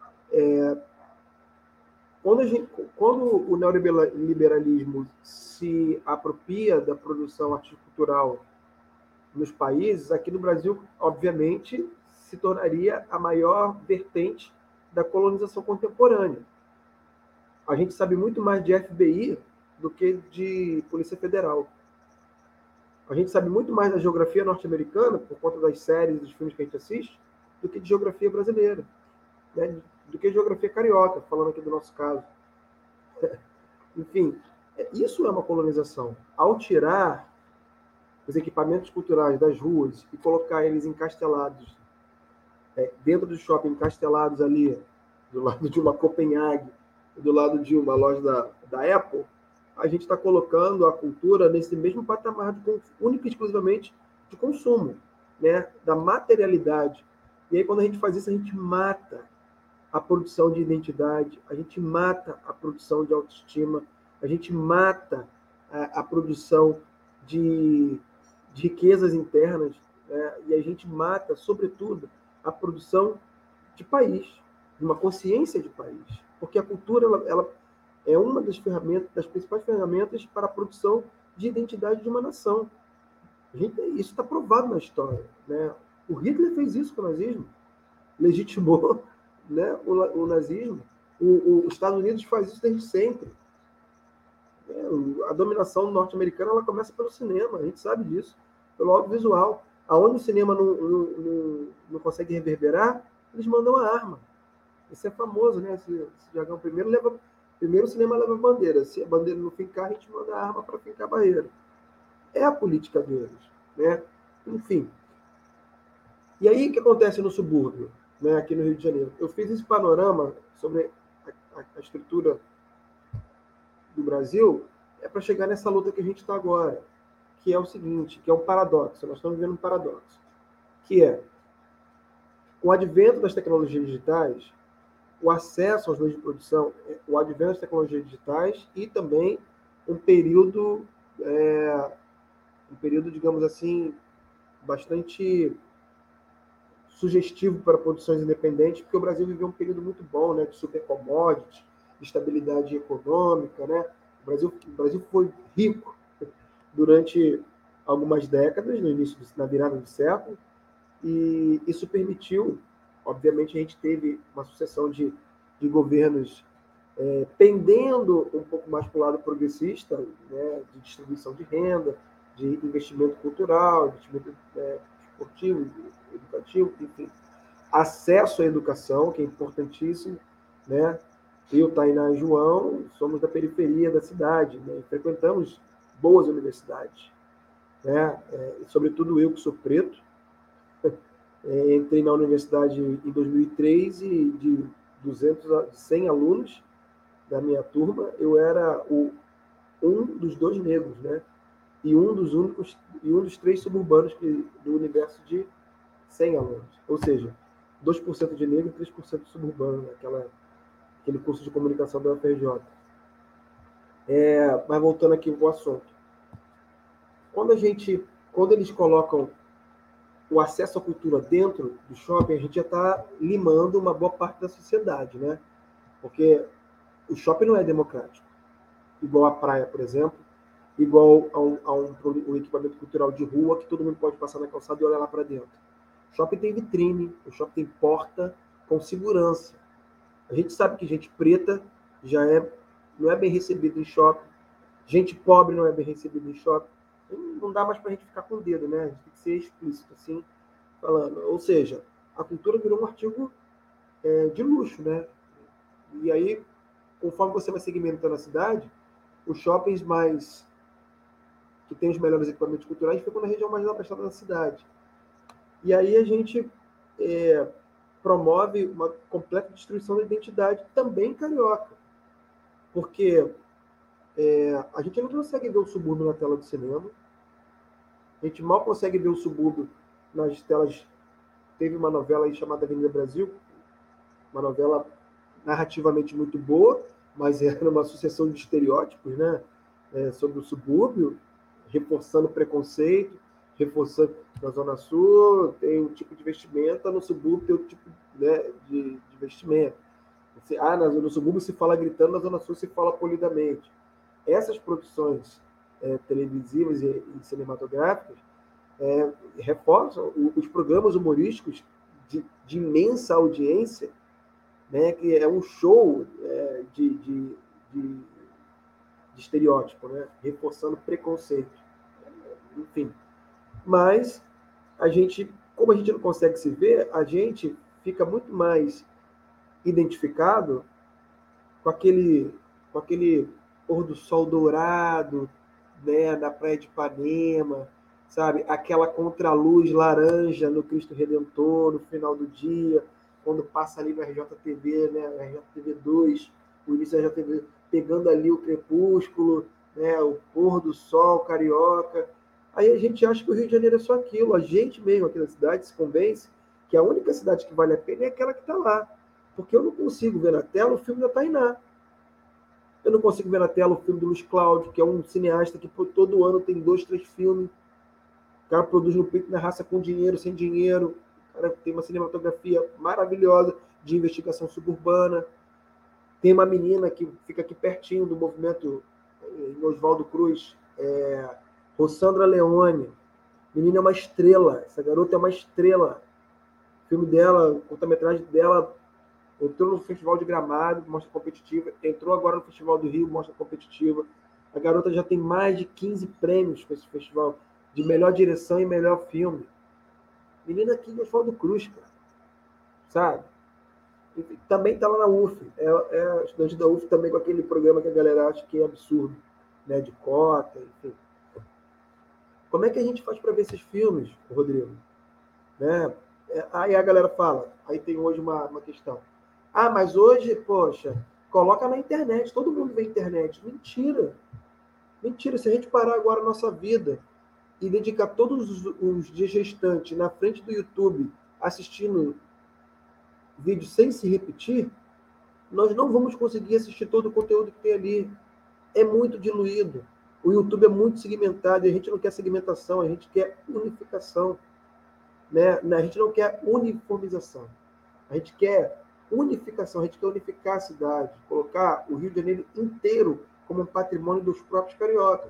Quando o neoliberalismo se apropria da produção artístico-cultural nos países, aqui no Brasil, obviamente, se tornaria a maior vertente da colonização contemporânea. A gente sabe muito mais de FBI do que de Polícia Federal. A gente sabe muito mais da geografia norte-americana, por conta das séries e dos filmes que a gente assiste, do que de geografia brasileira, né? Do que geografia carioca, falando aqui do nosso caso. Enfim, isso é uma colonização. Ao tirar os equipamentos culturais das ruas e colocar eles encastelados dentro do shopping, encastelados ali do lado de uma Copenhague, do lado de uma loja da Apple, a gente está colocando a cultura nesse mesmo patamar único e exclusivamente de consumo, né? Da materialidade. E aí, quando a gente faz isso, a gente mata a produção de identidade, a gente mata a produção de autoestima, a gente mata a produção de riquezas internas, né? E a gente mata, sobretudo, a produção de país, de uma consciência de país. Porque a cultura ela é uma das principais ferramentas para a produção de identidade de uma nação. Isso está provado na história, né? O Hitler fez isso com o nazismo, legitimou, né, o nazismo. Os Estados Unidos faz isso desde sempre. A dominação norte-americana ela começa pelo cinema, a gente sabe disso, pelo audiovisual. Aonde o cinema não consegue reverberar, eles mandam a arma. Isso é famoso, né? Esse jargão. Primeiro o cinema leva a bandeira. Se a bandeira não fincar, a gente manda a arma para fincar a barreira. É a política deles, né? Enfim. E aí, o que acontece no subúrbio, né, aqui no Rio de Janeiro? Eu fiz esse panorama sobre a estrutura do Brasil para chegar nessa luta que a gente está agora, que é o seguinte, que é um paradoxo. Nós estamos vivendo um paradoxo, que é, com o advento das tecnologias digitais, o acesso aos meios de produção, o advento das tecnologias digitais e também um período um período, digamos assim, bastante sugestivo para produções independentes, porque o Brasil viveu um período muito bom, né, de super commodity, de estabilidade econômica, né? O Brasil foi rico durante algumas décadas, na virada do século, e isso permitiu, obviamente, a gente teve uma sucessão de governos pendendo um pouco mais para o lado progressista, né, de distribuição de renda, de investimento cultural, investimento esportivo, educativo, enfim, acesso à educação, que é importantíssimo, né? Eu, Tainá e João, somos da periferia da cidade, né? Frequentamos boas universidades, né? Sobretudo eu, que sou preto, entrei na universidade em 2003 e de 100 alunos da minha turma, eu era um dos 2 negros, né? E um dos 3 suburbanos do universo de 100 alunos. Ou seja, 2% de negro e 3% de suburbano, aquele curso de comunicação da UFRJ. Mas voltando aqui ao assunto. Quando eles colocam o acesso à cultura dentro do shopping, a gente já está limando uma boa parte da sociedade, né? Porque o shopping não é democrático. Igual a praia, por exemplo, igual a um equipamento cultural de rua que todo mundo pode passar na calçada e olhar lá para dentro. O shopping tem vitrine, o shopping tem porta com segurança. A gente sabe que gente preta não é bem recebida em shopping, gente pobre não é bem recebida em shopping. Não dá mais para a gente ficar com o dedo, né? A gente tem que ser explícito, assim, falando. Ou seja, a cultura virou um artigo de luxo, né? E aí, conforme você vai segmentando a cidade, os shoppings que têm os melhores equipamentos culturais ficam na região mais afastada da cidade. E aí a gente promove uma completa destruição da identidade também carioca. Porque a gente não consegue ver o subúrbio na tela do cinema. A gente mal consegue ver o subúrbio nas telas. Teve uma novela aí chamada Avenida Brasil, uma novela narrativamente muito boa, mas era uma sucessão de estereótipos, né? Sobre o subúrbio, reforçando preconceito, reforçando na Zona Sul, tem um tipo de vestimenta, no subúrbio tem outro tipo, né, de vestimenta. No subúrbio se fala gritando, na Zona Sul se fala polidamente. Essas produções televisivas e cinematográficas reforçam os programas humorísticos de imensa audiência, né, que é um show de estereótipo, né, reforçando preconceito. Enfim. Mas como a gente não consegue se ver, a gente fica muito mais identificado com aquele pôr do sol dourado, né, na praia de Ipanema, sabe? Aquela contraluz laranja no Cristo Redentor no final do dia, quando passa ali no RJTV, né, RJTV 2, o início da RJTV, pegando ali o crepúsculo, né, o pôr do sol carioca. Aí a gente acha que o Rio de Janeiro é só aquilo. A gente mesmo aqui na cidade se convence que a única cidade que vale a pena é aquela que está lá. Porque eu não consigo ver na tela o filme da Tainá. Eu não consigo ver na tela o filme do Luiz Cláudio, que é um cineasta que todo ano tem 2, 3 filmes. O cara produz no peito na raça com dinheiro, sem dinheiro. O cara tem uma cinematografia maravilhosa de investigação suburbana. Tem uma menina que fica aqui pertinho do movimento em Oswaldo Cruz, Rossandra Leone. A menina é uma estrela. Essa garota é uma estrela. O filme dela, o curta-metragem dela, entrou no Festival de Gramado, mostra competitiva. Entrou agora no Festival do Rio, mostra competitiva. A garota já tem mais de 15 prêmios com esse festival, de melhor direção e melhor filme. Menina aqui de Oswaldo Cruz, cara. Sabe? E também está lá na UF. É estudante da UF também com aquele programa que a galera acha que é absurdo, né? De cota, enfim. Como é que a gente faz para ver esses filmes, Rodrigo? Né? Aí a galera fala, aí tem hoje uma questão. Mas hoje, poxa, coloca na internet, todo mundo vê internet. Mentira. Mentira, se a gente parar agora a nossa vida e dedicar todos os dias restantes na frente do YouTube assistindo vídeo sem se repetir, nós não vamos conseguir assistir todo o conteúdo que tem ali. É muito diluído. O YouTube é muito segmentado e a gente não quer segmentação, a gente quer unificação. Né? A gente não quer uniformização. A gente quer unificação, a gente quer unificar a cidade, colocar o Rio de Janeiro inteiro como um patrimônio dos próprios cariocas.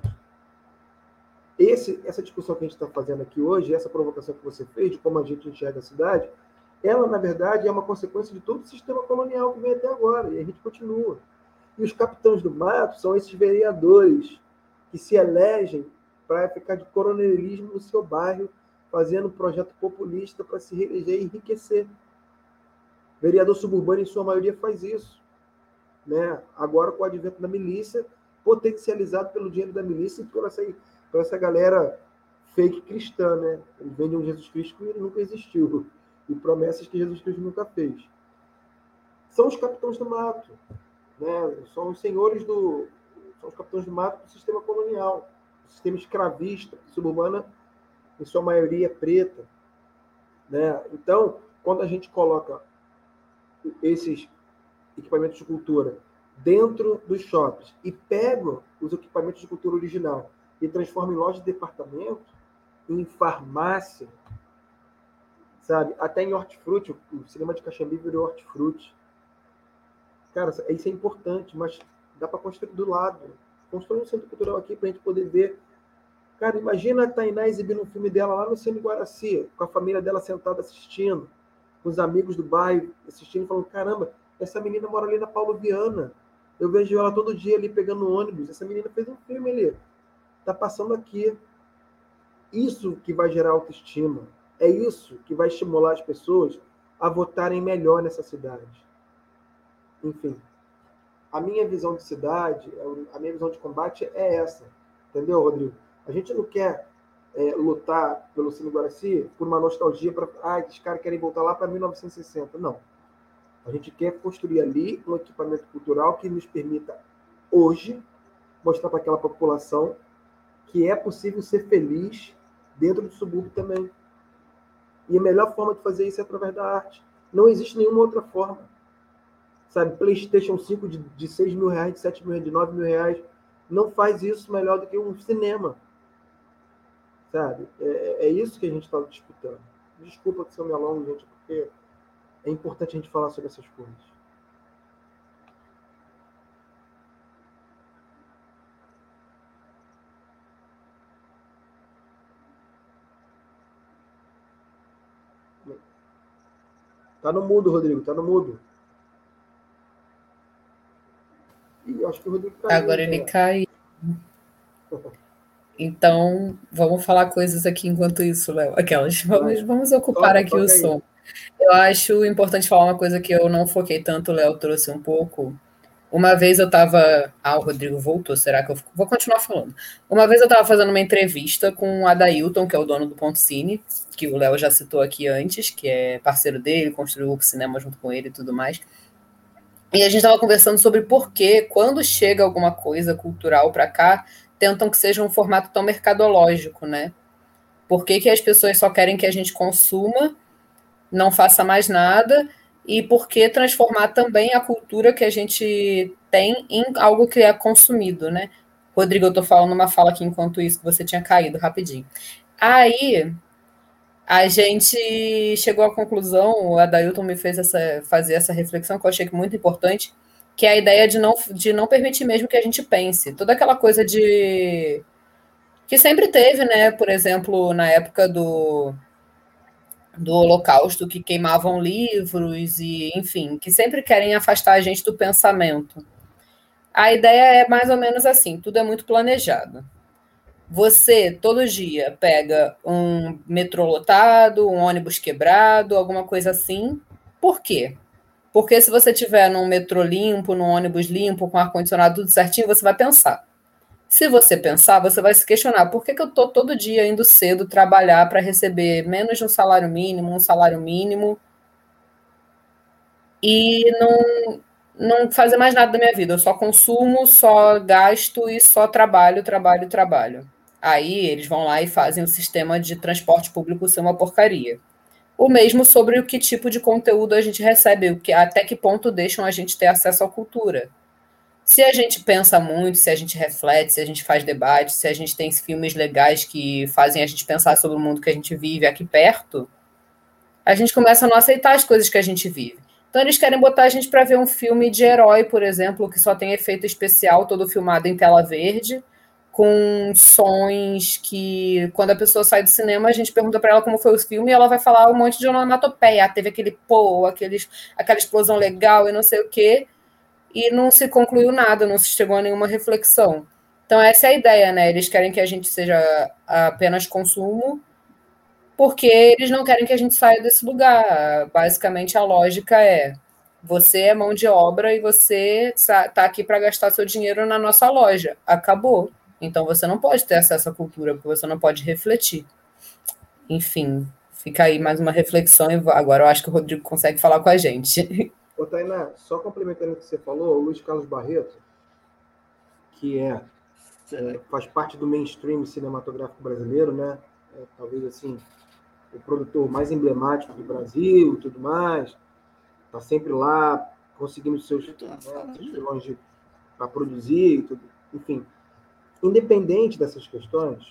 Essa discussão que a gente está fazendo aqui hoje, essa provocação que você fez de como a gente enxerga a cidade, ela, na verdade, é uma consequência de todo o sistema colonial que vem até agora, e a gente continua. E os capitães do mato são esses vereadores que se elegem para ficar de coronelismo no seu bairro, fazendo um projeto populista para se reeleger e enriquecer. O vereador suburbano, em sua maioria, faz isso. Né? Agora, com o advento da milícia, potencializado pelo dinheiro da milícia e por essa galera fake cristã. Né? Eles vendem um Jesus Cristo que nunca existiu e promessas que Jesus Cristo nunca fez. São os capitães do mato. Né? São os senhores são os capitães do mato do sistema colonial, do sistema escravista, suburbana, em sua maioria preta. Né? Então, quando a gente coloca esses equipamentos de cultura dentro dos shoppings e pega os equipamentos de cultura original e transforma em loja de departamento, em farmácia, sabe? Até em hortifruti, o cinema de Caxambi virou hortifruti. Cara, isso é importante, mas dá para construir do lado. Construir um centro cultural aqui para a gente poder ver. Cara, imagina a Tainá exibindo um filme dela lá no Cine Guaraci, com a família dela sentada assistindo, com os amigos do bairro assistindo e falando, caramba, essa menina mora ali na Paulo Viana. Eu vejo ela todo dia ali pegando ônibus. Essa menina fez um filme ali. Está passando aqui. Isso que vai gerar autoestima. É isso que vai estimular as pessoas a votarem melhor nessa cidade. Enfim, a minha visão de cidade, a minha visão de combate é essa. Entendeu, Rodrigo? A gente não quer lutar pelo Cine Guaraci por uma nostalgia para... esses caras querem voltar lá para 1960. Não. A gente quer construir ali um equipamento cultural que nos permita, hoje, mostrar para aquela população que é possível ser feliz dentro do subúrbio também. E a melhor forma de fazer isso é através da arte. Não existe nenhuma outra forma. Sabe, PlayStation 5 de 6 mil reais, de 7 mil reais, de 9 mil reais, não faz isso melhor do que um cinema. Sabe? É isso que a gente está disputando. Desculpa que se eu me alongo, gente, porque é importante a gente falar sobre essas coisas. Tá no mudo, Rodrigo, tá no mudo. Ih, acho que o Rodrigo caiu. Agora ele caiu. Então, vamos falar coisas aqui enquanto isso, Léo. Vamos ocupar aqui o som. Eu acho importante falar uma coisa que eu não foquei tanto, o Léo trouxe um pouco. Uma vez eu estava... o Rodrigo voltou, será que eu vou continuar falando? Uma vez eu estava fazendo uma entrevista com o Adailton, que é o dono do Ponto Cine, que o Léo já citou aqui antes, que é parceiro dele, construiu o cinema junto com ele e tudo mais. E a gente estava conversando sobre por que, quando chega alguma coisa cultural para cá, tentam que seja um formato tão mercadológico, né? Por que as pessoas só querem que a gente consuma, não faça mais nada, e por que transformar também a cultura que a gente tem em algo que é consumido, né? Rodrigo, eu estou falando uma fala aqui enquanto isso, que você tinha caído rapidinho. Aí, a gente chegou à conclusão, o Adailton me fez fazer essa reflexão, que eu achei muito importante, que é a ideia de não permitir mesmo que a gente pense. Toda aquela coisa que sempre teve, né? Por exemplo, na época do Holocausto, que queimavam livros e, enfim, que sempre querem afastar a gente do pensamento. A ideia é mais ou menos assim, tudo é muito planejado. Você, todo dia, pega um metrô lotado, um ônibus quebrado, alguma coisa assim. Por quê? Porque se você estiver num metrô limpo, num ônibus limpo, com ar-condicionado, tudo certinho, você vai pensar. Se você pensar, você vai se questionar, por que eu estou todo dia indo cedo trabalhar para receber menos de um salário mínimo, e não fazer mais nada da minha vida? Eu só consumo, só gasto e só trabalho. Aí eles vão lá e fazem o sistema de transporte público ser uma porcaria. O mesmo sobre o que tipo de conteúdo a gente recebe, até que ponto deixam a gente ter acesso à cultura. Se a gente pensa muito, se a gente reflete, se a gente faz debate, se a gente tem filmes legais que fazem a gente pensar sobre o mundo que a gente vive aqui perto, a gente começa a não aceitar as coisas que a gente vive. Então eles querem botar a gente para ver um filme de herói, por exemplo, que só tem efeito especial, todo filmado em tela verde, com sons que, quando a pessoa sai do cinema, a gente pergunta para ela como foi o filme e ela vai falar um monte de onomatopeia. Teve aquele aquela explosão legal e não sei o quê, e não se concluiu nada, não se chegou a nenhuma reflexão. Então essa é a ideia, né? Eles querem que a gente seja apenas consumo, porque eles não querem que a gente saia desse lugar. Basicamente a lógica é: você é mão de obra e você está aqui para gastar seu dinheiro na nossa loja. Acabou. Então você não pode ter acesso à cultura, porque você não pode refletir. Enfim, fica aí mais uma reflexão. E agora eu acho que o Rodrigo consegue falar com a gente. Ô, Tainá, só complementando o que você falou, o Luiz Carlos Barreto, que faz parte do mainstream cinematográfico brasileiro, né? Talvez assim, o produtor mais emblemático do Brasil e tudo mais, está sempre lá conseguindo seus filões para produzir, tudo. Enfim, independente dessas questões,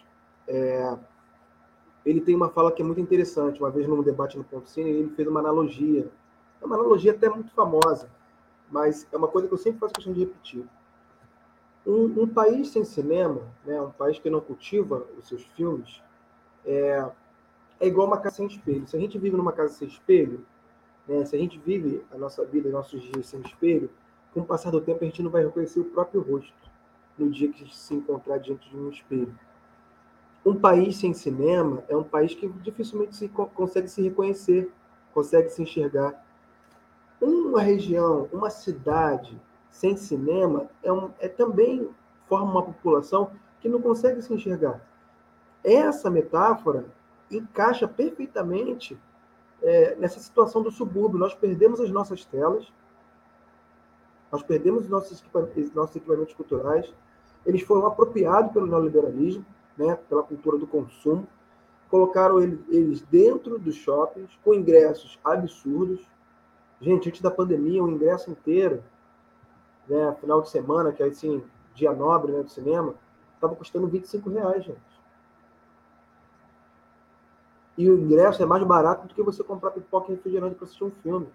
ele tem uma fala que é muito interessante. Uma vez num debate no Ponto Cine, ele fez uma analogia. É uma analogia até muito famosa, mas é uma coisa que eu sempre faço questão de repetir. Um país sem cinema, né, um país que não cultiva os seus filmes, é igual uma casa sem espelho. Se a gente vive numa casa sem espelho, né, se a gente vive a nossa vida, nossos dias sem espelho, com o passar do tempo a gente não vai reconhecer o próprio rosto no dia que a gente se encontrar diante de um espelho. Um país sem cinema é um país que dificilmente consegue se reconhecer, consegue se enxergar. Uma região, uma cidade sem cinema também forma uma população que não consegue se enxergar. Essa metáfora encaixa perfeitamente nessa situação do subúrbio. Nós perdemos as nossas telas, nós perdemos os nossos equipamentos culturais, eles foram apropriados pelo neoliberalismo, né, pela cultura do consumo, colocaram eles dentro dos shoppings, com ingressos absurdos. Gente, antes da pandemia, um ingresso inteiro, né, final de semana, que é assim, dia nobre, né, do cinema, estava custando R$25, gente. E o ingresso é mais barato do que você comprar pipoca e refrigerante para assistir um filme.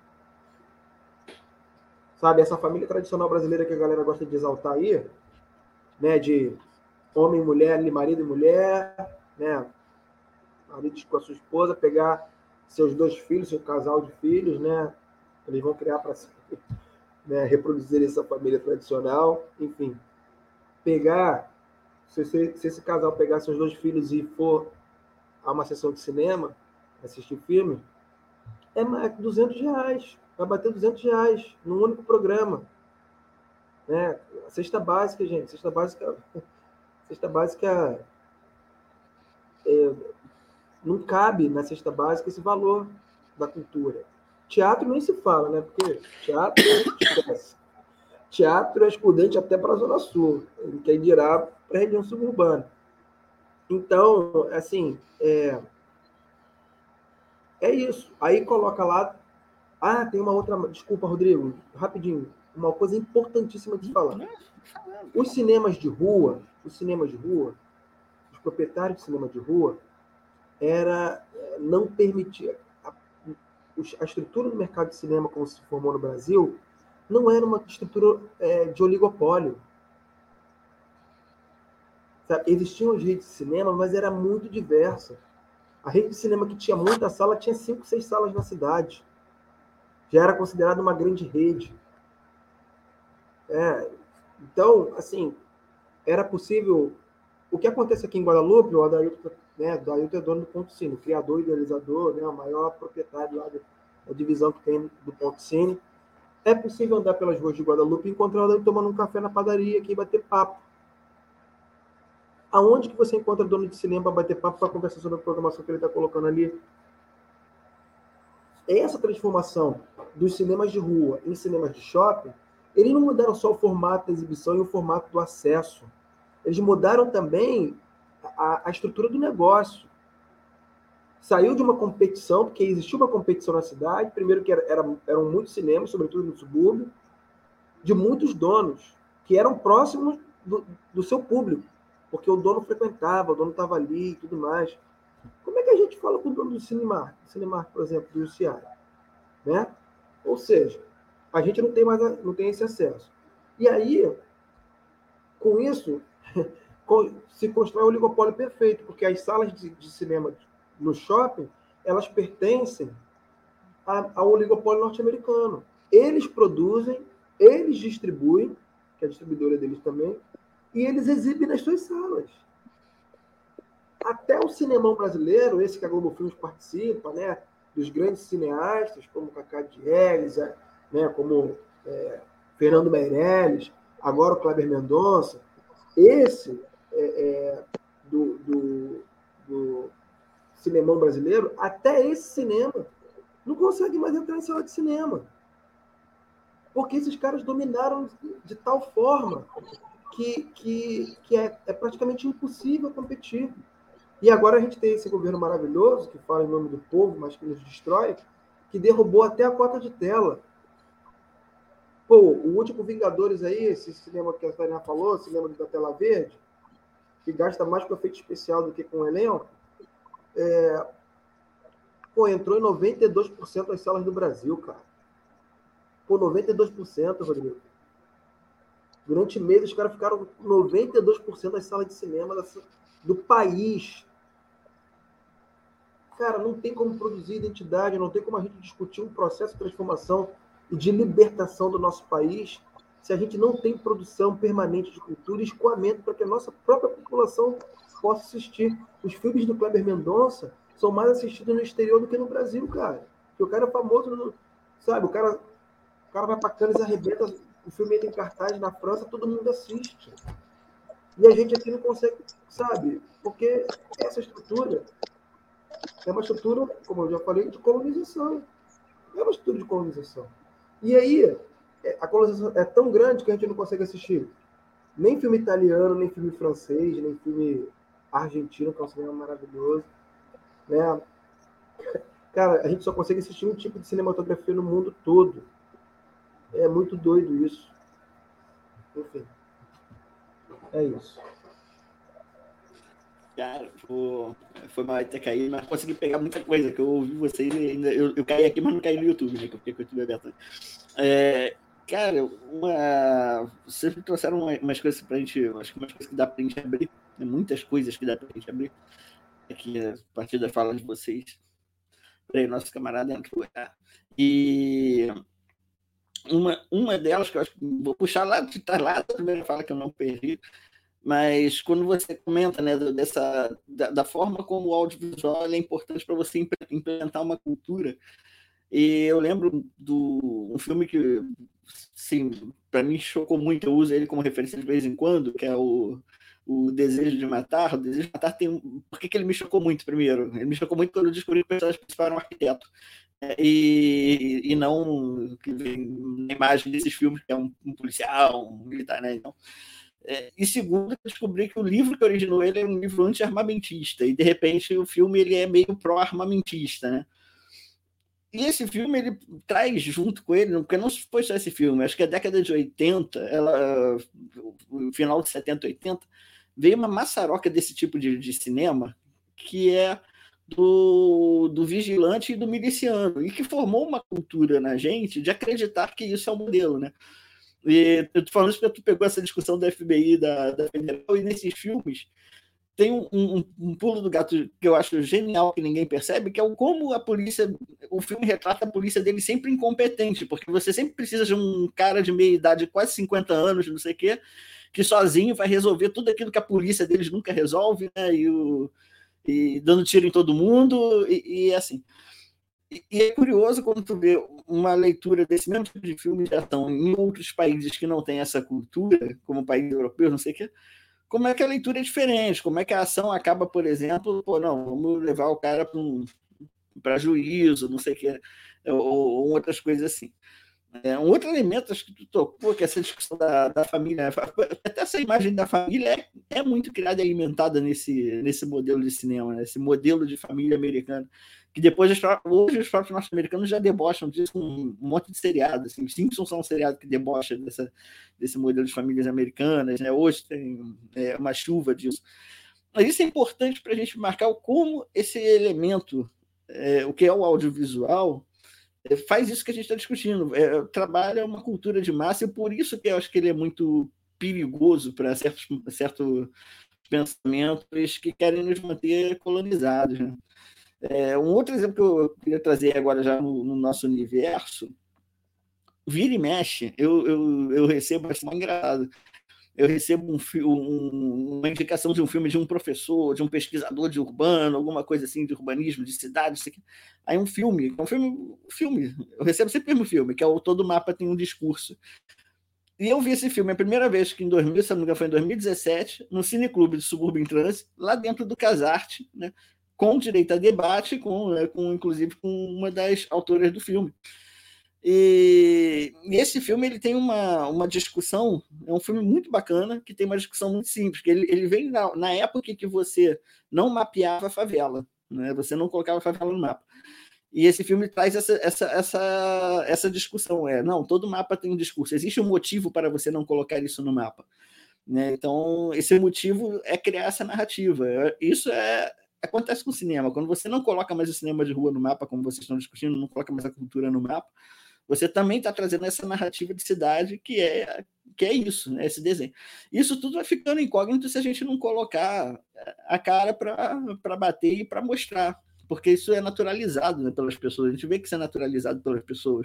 Sabe, essa família tradicional brasileira que a galera gosta de exaltar aí, né, de homem e mulher, marido e mulher, né, marido com a sua esposa, pegar seus 2 filhos, seu casal de filhos, né, eles vão criar para né, reproduzir essa família tradicional, enfim. Se esse casal pegar seus 2 filhos e for a uma sessão de cinema, assistir filme, é R$200. Vai bater R$200 num único programa. Né? A cesta básica, gente. Cesta básica não cabe na cesta básica esse valor da cultura. Teatro nem se fala, né? Porque teatro esquece. Teatro é excludente até para a Zona Sul, quem dirá para a região suburbana. Então, assim, é isso. Aí coloca lá... tem uma outra... Desculpa, Rodrigo, rapidinho. Uma coisa importantíssima de falar. Os cinemas de rua, os proprietários de cinema de rua, não permitia... A estrutura do mercado de cinema, como se formou no Brasil, não era uma estrutura de oligopólio. Sabe? Existiam as redes de cinema, mas era muito diversa. A rede de cinema que tinha muita sala tinha 5, 6 salas na cidade. Já era considerada uma grande rede. Então, assim, era possível... O que acontece aqui em Guadalupe, o Adailton é dono do Ponto Cine, criador e idealizador, né, o maior proprietário lá da divisão que tem do Ponto Cine. É possível andar pelas ruas de Guadalupe e encontrar o Adailton tomando um café na padaria aqui e bater papo. Aonde que você encontra dono de cinema para bater papo, para conversar sobre a programação que ele está colocando ali? Essa transformação dos cinemas de rua em cinemas de shopping, eles não mudaram só o formato da exibição e o formato do acesso. Eles mudaram também a estrutura do negócio. Saiu de uma competição, porque existia uma competição na cidade, primeiro que eram muitos cinemas, sobretudo no subúrbio, de muitos donos que eram próximos do seu público, porque o dono frequentava, o dono estava ali e tudo mais. Como é que a gente fala com o dono do Cinemark, por exemplo, do UCI? Né? Ou seja, a gente não tem esse acesso. E aí, com isso, se constrói o oligopólio perfeito, porque as salas de cinema no shopping, elas pertencem ao oligopólio norte-americano. Eles produzem, eles distribuem, que é a distribuidora deles também, e eles exibem nas suas salas. Até o cinemão brasileiro, esse que a Globo Filmes participa, né, dos grandes cineastas, como Cacá Diegues, né, como Fernando Meirelles, agora o Kleber Mendonça, esse do cinemão brasileiro, até esse cinema não consegue mais entrar em sala de cinema. Porque esses caras dominaram de tal forma que é praticamente impossível competir. E agora a gente tem esse governo maravilhoso, que fala em nome do povo, mas que nos destrói, que derrubou até a cota de tela. Pô, o último Vingadores aí, esse cinema que a Tânia falou, cinema da tela verde, que gasta mais com efeito especial do que com o elenco, entrou em 92% das salas do Brasil, cara. Pô, 92%, Rodrigo. Durante meses, os caras ficaram 92% das salas de cinema do país. Cara, não tem como produzir identidade, não tem como a gente discutir um processo de transformação e de libertação do nosso país se a gente não tem produção permanente de cultura e escoamento para que a nossa própria população possa assistir. Os filmes do Kleber Mendonça são mais assistidos no exterior do que no Brasil, cara. Porque o cara é famoso, sabe? O cara vai para Cannes e arrebenta, o filme entra em cartaz na França, todo mundo assiste. E a gente aqui não consegue, sabe? Porque essa estrutura é uma estrutura, como eu já falei, de colonização. É uma estrutura de colonização. E aí, a colonização é tão grande que a gente não consegue assistir nem filme italiano, nem filme francês, nem filme argentino, que é um cinema maravilhoso. Né? Cara, a gente só consegue assistir um tipo de cinematografia no mundo todo. É muito doido isso. Enfim. É isso. Cara, foi mal ter caído, mas consegui pegar muita coisa, que eu ouvi vocês e ainda. Eu caí aqui, mas não caí no YouTube, né? Que eu fiquei com o YouTube aberto. Cara, vocês me trouxeram umas coisas pra gente. Acho que umas coisas que dá pra gente abrir. Né? Muitas coisas que dá pra gente abrir. Aqui, a partir das falas de vocês. Peraí, nosso camarada entrou. E uma delas, que eu acho que vou puxar lá de trás, lá da primeira fala que eu não perdi. Mas quando você comenta, né, da forma como o audiovisual é importante para você implementar uma cultura, e eu lembro um filme que, sim, para mim chocou muito, eu uso ele como referência de vez em quando, que é o Desejo de Matar. O Desejo de Matar por que ele me chocou muito, primeiro? Ele me chocou muito quando eu descobri que o personagem principal era um arquiteto. E não que vem na imagem desses filmes, que é um policial, um militar, né? Então, e segundo, eu descobri que o livro que originou ele é um livro anti-armamentista, e de repente o filme ele é meio pró-armamentista, né? E esse filme ele traz junto com ele, porque não foi só esse filme, acho que a década de 80, o final de 70, 80, veio uma maçaroca desse tipo de cinema, que é do vigilante e do miliciano, e que formou uma cultura na gente de acreditar que isso é o modelo, né? E eu tô falando isso porque tu pegou essa discussão da FBI, da Federal, e nesses filmes tem um pulo do gato que eu acho genial, que ninguém percebe, que é como a polícia, o filme retrata a polícia dele sempre incompetente, porque você sempre precisa de um cara de meia idade, quase 50 anos, não sei o quê, que sozinho vai resolver tudo aquilo que a polícia deles nunca resolve, né? E dando tiro em todo mundo, e assim. E é curioso quando tu vê uma leitura desse mesmo tipo de filme de ação em outros países que não têm essa cultura, como países europeus, não sei o quê, como é que a leitura é diferente, como é que a ação acaba, por exemplo, não, vamos levar o cara para juízo, não sei o quê, ou outras coisas assim. Um outro elemento, acho que tu tocou, que essa discussão da família, até essa imagem da família é muito criada e alimentada nesse modelo de cinema, né? Esse modelo de família americana, que depois, hoje, os próprios norte-americanos já debocham disso com um monte de seriado. Assim, os Simpsons são um seriado que debocha desse modelo de famílias americanas, né? Hoje tem uma chuva disso. Mas isso é importante para a gente marcar como esse elemento, o que é o audiovisual, faz isso que a gente está discutindo. Trabalha uma cultura de massa, e por isso que eu acho que ele é muito perigoso para certos pensamentos que querem nos manter colonizados, né? Um outro exemplo que eu queria trazer agora já no nosso universo, vira e mexe, eu recebo, acho mais engraçado, eu recebo uma indicação de um filme de um professor, de um pesquisador de urbano, alguma coisa assim, de urbanismo, de cidade, isso aqui. Aí um filme, eu recebo sempre o mesmo filme, que é o Todo Mapa Tem um Discurso. E eu vi esse filme a primeira vez, que em 2000, se não me engano, foi em 2017, no Cineclube de Subúrbio em Trânsito, lá dentro do Casarte, né, com direito a debate, inclusive com uma das autoras do filme. E esse filme ele tem uma discussão, é um filme muito bacana, que tem uma discussão muito simples, que ele vem na época que você não mapeava a favela, né? Você não colocava a favela no mapa. E esse filme traz essa discussão. Não, todo mapa tem um discurso, existe um motivo para você não colocar isso no mapa, né? Então, esse motivo é criar essa narrativa. Isso acontece com o cinema. Quando você não coloca mais o cinema de rua no mapa, como vocês estão discutindo, não coloca mais a cultura no mapa, você também está trazendo essa narrativa de cidade que é isso, né? Esse desenho. Isso tudo vai ficando incógnito se a gente não colocar a cara para bater e para mostrar, porque isso é naturalizado, né, pelas pessoas. A gente vê que isso é naturalizado pelas pessoas.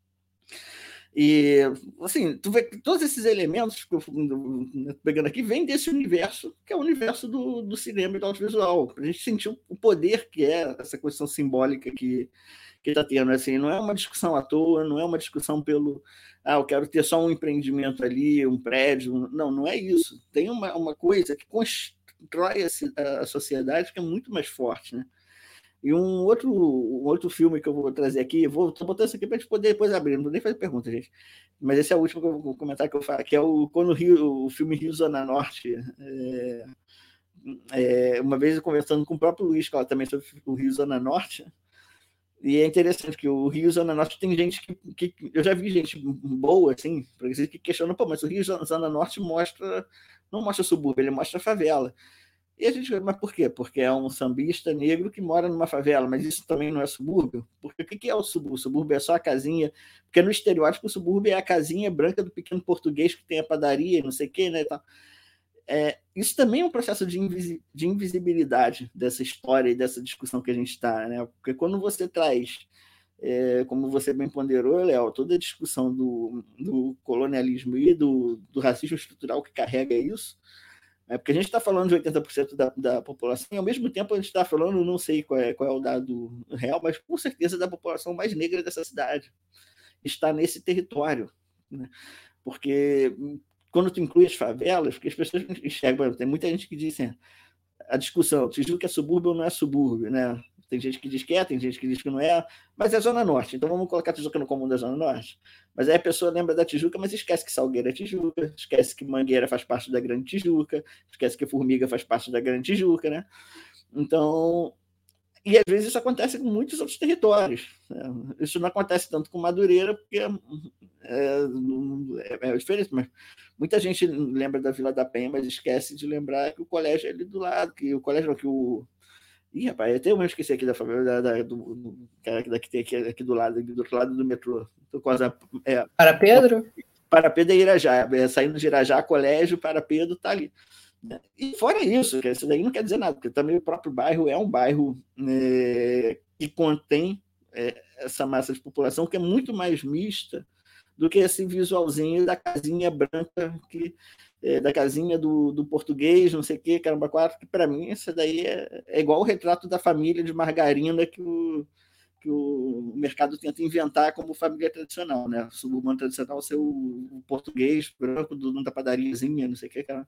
E, assim, tu vê que todos esses elementos que eu estou pegando aqui vêm desse universo, que é o universo do cinema e do audiovisual. A gente sentiu o poder que é essa questão simbólica que está tendo. Assim, não é uma discussão à toa, não é uma discussão pelo eu quero ter só um empreendimento ali, um prédio. Não é isso. Tem uma coisa que constrói a sociedade que é muito mais forte, né? E um outro filme que eu vou trazer aqui, estou botando isso aqui para a gente poder depois abrir, não vou nem fazer pergunta, gente. Mas esse é o último que eu vou comentar, que eu falo, que é o filme Rio Zona Norte. Uma vez eu conversando com o próprio Luiz, também sobre o Rio Zona Norte, e é interessante que o Rio Zona Norte tem gente que eu já vi gente boa, assim, que questiona, mas o Rio Zona Norte não mostra subúrbio, ele mostra favela. E a gente, mas por quê? Porque é um sambista negro que mora numa favela, mas isso também não é subúrbio? Porque o que é o subúrbio? O subúrbio é só a casinha, porque no estereótipo o subúrbio é a casinha branca do pequeno português que tem a padaria, não sei o quê, né? Então, isso também é um processo de invisibilidade dessa história e dessa discussão que a gente está, né? Porque quando você traz, como você bem ponderou, Léo, toda a discussão do colonialismo e do racismo estrutural que carrega isso, porque a gente está falando de 80% da população, e ao mesmo tempo a gente está falando, não sei qual é o dado real, mas com certeza da população mais negra dessa cidade está nesse território, né? Porque quando tu inclui as favelas, porque as pessoas enxergam, tem muita gente que diz assim, a discussão, Tijuca é subúrbio ou não é subúrbio, né? Tem gente que diz que tem gente que diz que não é, mas é Zona Norte, então vamos colocar a Tijuca no comum da Zona Norte. Mas aí a pessoa lembra da Tijuca, mas esquece que Salgueiro é Tijuca, esquece que Mangueira faz parte da Grande Tijuca, esquece que Formiga faz parte da Grande Tijuca, né? Então, e às vezes isso acontece com muitos outros territórios, né? Isso não acontece tanto com Madureira, porque é diferente, mas muita gente lembra da Vila da Penha, mas esquece de lembrar que o colégio é ali do lado, que o colégio não, que o... Ih, rapaz, até eu mesmo esqueci aqui da favela, do cara que tem aqui do lado, do outro lado do metrô. Para Pedro? Para Pedro é Irajá, saindo de Irajá, colégio, para Pedro está ali. E fora isso, isso daí não quer dizer nada, porque também o próprio bairro é um bairro que contém essa massa de população que é muito mais mista do que esse visualzinho da casinha branca, da casinha do português, não sei o quê, caramba, quatro, que para mim isso daí é igual o retrato da família de margarina que o mercado tenta inventar como família tradicional, né? O suburbano tradicional ser o português branco do dono da padariazinha, não sei o quê, cara.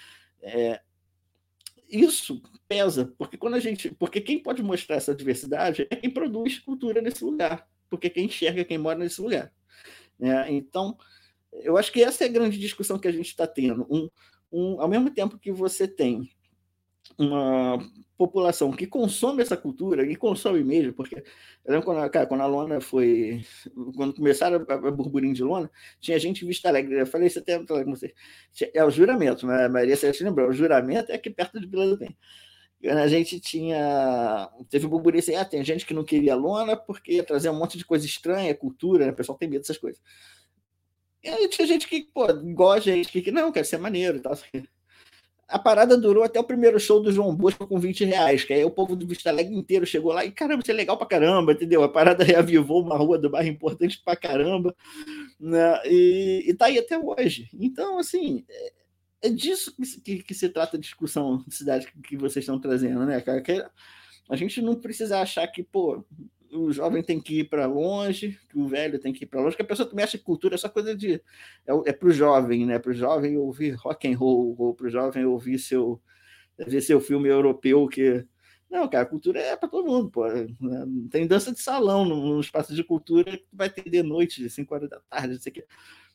Isso pesa, porque quem pode mostrar essa diversidade é quem produz cultura nesse lugar, porque quem enxerga quem mora nesse lugar. né? Então, eu acho que essa é a grande discussão que a gente está tendo. Ao mesmo tempo que você tem uma população que consome essa cultura, e consome mesmo, porque eu lembro quando a lona foi... Quando começaram a burburinho de lona, tinha gente em Vista Alegre. Eu falei, você tem você. É o juramento, né? A Maria Celeste lembrou. O juramento é aqui perto de Vila do Bem. A gente teve burburinho assim, tem gente que não queria lona porque ia trazer um monte de coisa estranha, cultura, né? O pessoal tem medo dessas coisas. E aí tinha gente que, igual a gente, que não, quer ser maneiro e tal. A parada durou até o primeiro show do João Bosco com R$20, que aí o povo do Vista Alegre inteiro chegou lá e, caramba, isso é legal pra caramba, entendeu? A parada reavivou uma rua do bairro importante pra caramba, né? E tá aí até hoje. Então, assim, é disso que se trata a discussão de cidade que vocês estão trazendo, né, cara? Que a gente não precisa achar que, o jovem tem que ir para longe, que o velho tem que ir para longe, que a pessoa também acha que cultura é só coisa de... É para o jovem, né? Para o jovem ouvir rock and roll, ou para o jovem ouvir ver seu filme europeu, que... Não, cara, cultura é para todo mundo, Tem dança de salão no espaço de cultura que vai ter de noite, 5 horas da tarde, não sei o quê.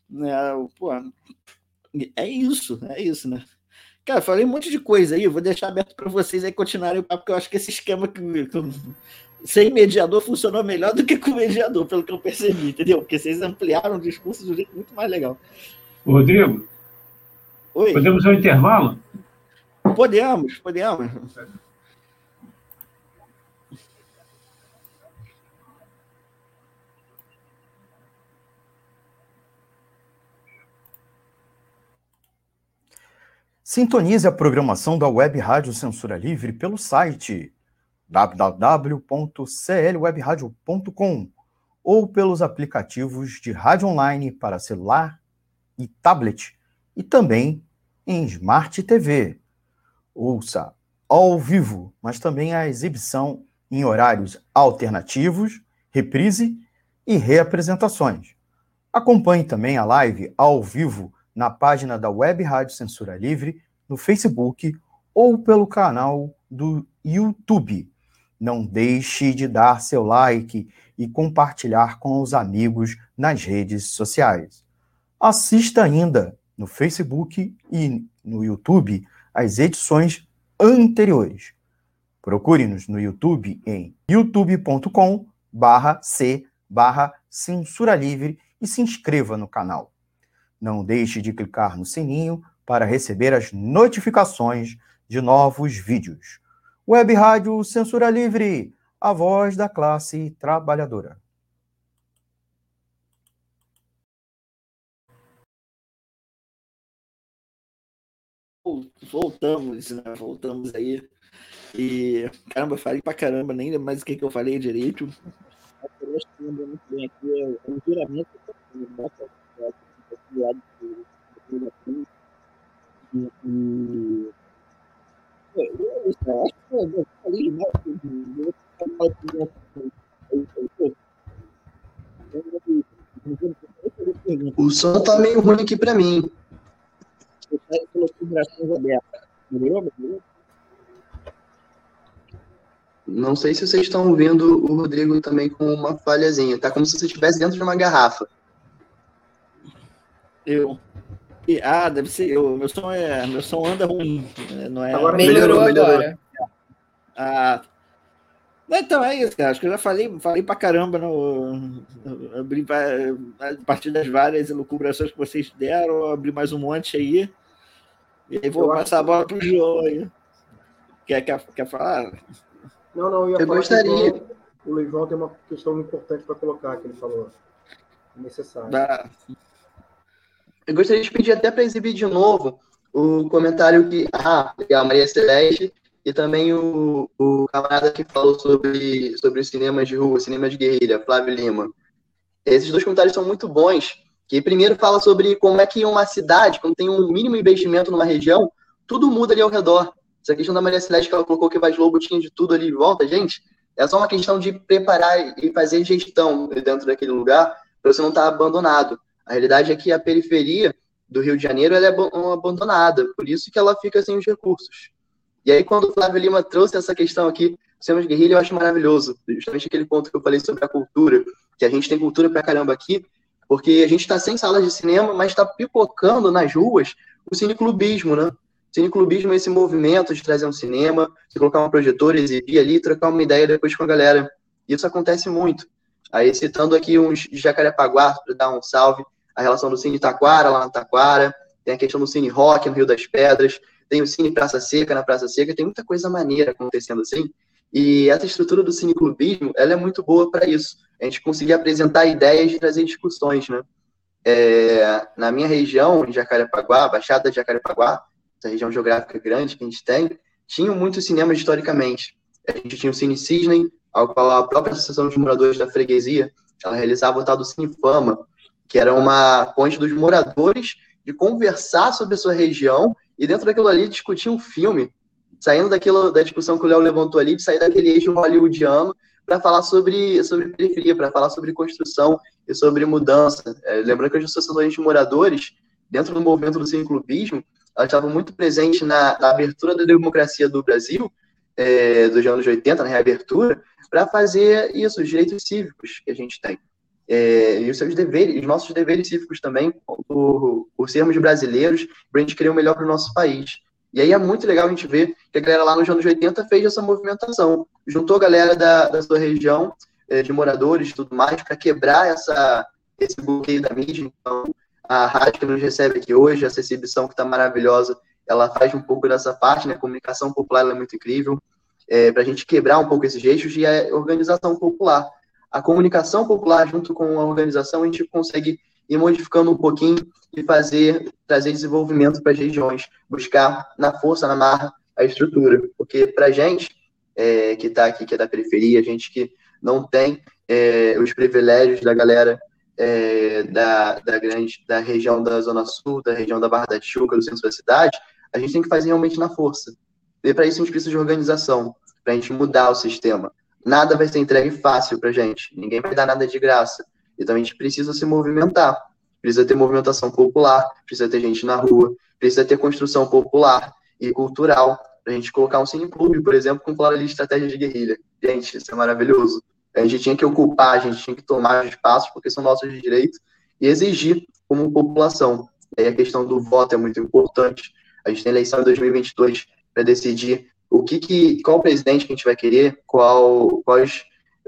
É isso, né? Cara, falei um monte de coisa aí, eu vou deixar aberto para vocês aí continuarem o papo, porque eu acho que esse esquema sem mediador funcionou melhor do que com mediador, pelo que eu percebi, entendeu? Porque vocês ampliaram o discurso de um jeito muito mais legal. Rodrigo? Oi? Podemos ir ao intervalo? Podemos. Sintonize a programação da Web Rádio Censura Livre pelo site www.clwebradio.com ou pelos aplicativos de rádio online para celular e tablet e também em Smart TV. Ouça ao vivo, mas também a exibição em horários alternativos, reprise e reapresentações. Acompanhe também a live ao vivo na página da Web Rádio Censura Livre, no Facebook ou pelo canal do YouTube. Não deixe de dar seu like e compartilhar com os amigos nas redes sociais. Assista ainda no Facebook e no YouTube as edições anteriores. Procure-nos no YouTube em youtube.com/c/Censura Livre e se inscreva no canal. Não deixe de clicar no sininho para receber as notificações de novos vídeos. Web Rádio Censura Livre, a voz da classe trabalhadora. Voltamos aí. E, caramba, falei pra caramba, nem lembro mais o que eu falei direito. Eu acho que lembro muito bem aqui, é um juramento O som tá meio ruim aqui pra mim. Não sei se vocês estão vendo o Rodrigo também com uma falhazinha. Tá como se você estivesse dentro de uma garrafa. Deve ser eu. Meu som anda ruim. Não é... Agora melhorou agora. Então é isso, cara. Acho que eu já falei pra caramba a partir das várias elucubrações que vocês deram, abri mais um monte aí. E aí vou passar a bola pro João aí. Quer falar? Não, eu gostaria. O Leivão tem uma questão importante para colocar, que ele falou. Necessário. Eu gostaria de pedir até para exibir de novo o comentário que a Maria Celeste e também o camarada que falou sobre os cinemas de rua, cinema de guerrilha, Flávio Lima. Esses dois comentários são muito bons, que primeiro fala sobre como é que uma cidade, quando tem um mínimo investimento numa região, tudo muda ali ao redor. Essa questão da Maria Celeste que ela colocou que Vaz Lobo tinha de tudo ali em volta, gente, é só uma questão de preparar e fazer gestão dentro daquele lugar para você não estar abandonado. A realidade é que a periferia do Rio de Janeiro ela é abandonada, por isso que ela fica sem os recursos. E aí, quando o Flávio Lima trouxe essa questão aqui, cinema de guerrilha, eu acho maravilhoso. Justamente aquele ponto que eu falei sobre a cultura, que a gente tem cultura pra caramba aqui, Porque a gente está sem salas de cinema, mas está pipocando nas ruas o cineclubismo, né? Cineclubismo é esse movimento de trazer um cinema, de colocar um projetor, exibir ali, trocar uma ideia depois com a galera. Isso acontece muito. Aí, citando aqui uns de Jacarepaguá, para dar um salve, a relação do Cine Taquara, lá na Taquara, tem a questão do Cine Rock no Rio das Pedras, tem o Cine Praça Seca na Praça Seca, tem muita coisa maneira acontecendo assim. E essa estrutura do cineclubismo, ela é muito boa para isso. A gente conseguir apresentar ideias e trazer discussões, né? Na minha região, em Jacarepaguá, Baixada de Jacarepaguá, essa região geográfica grande que a gente tem, tinham muitos cinemas historicamente. A gente tinha o Cine Cisne, ao qual a própria Associação dos Moradores da Freguesia, ela realizava o tal do Cine Fama, que era uma ponte dos moradores de conversar sobre a sua região e dentro daquilo ali discutir um filme, saindo da discussão que o Léo levantou ali, de sair daquele eixo hollywoodiano para falar sobre periferia, para falar sobre construção e sobre mudança. Lembrando que as associações de moradores, dentro do movimento do cineclubismo, elas estavam muito presentes na abertura da democracia do Brasil, dos anos 80, na reabertura, para fazer isso, os direitos cívicos que a gente tem. E os seus deveres, os nossos deveres cívicos também, por sermos brasileiros, para a gente querer o melhor para o nosso país. E aí é muito legal a gente ver que a galera lá nos anos 80 fez essa movimentação, juntou a galera da sua região, de moradores e tudo mais, para quebrar esse bloqueio da mídia. Então, a rádio que nos recebe aqui hoje, essa exibição que está maravilhosa, ela faz um pouco dessa parte, né? A comunicação popular ela é muito incrível, para a gente quebrar um pouco esses eixos e a organização popular. A comunicação popular junto com a organização, a gente consegue ir modificando um pouquinho e trazer desenvolvimento para as regiões, buscar na força, na marra, a estrutura. Porque para a gente que está aqui, que é da periferia, a gente que não tem os privilégios da galera da região da Zona Sul, da região da Barra da Tijuca, do centro da cidade, a gente tem que fazer realmente na força. E para isso a gente precisa de organização, para a gente mudar o sistema. Nada vai ser entregue fácil para a gente, ninguém vai dar nada de graça. Então a gente precisa se movimentar, precisa ter movimentação popular, precisa ter gente na rua, precisa ter construção popular e cultural, para a gente colocar um cineclube, por exemplo, com plano de estratégia de guerrilha. Gente, isso é maravilhoso. A gente tinha que ocupar, a gente tinha que tomar os espaços, porque são nossos direitos, e exigir como população. E aí a questão do voto é muito importante. A gente tem eleição em 2022 para decidir qual presidente que a gente vai querer, quais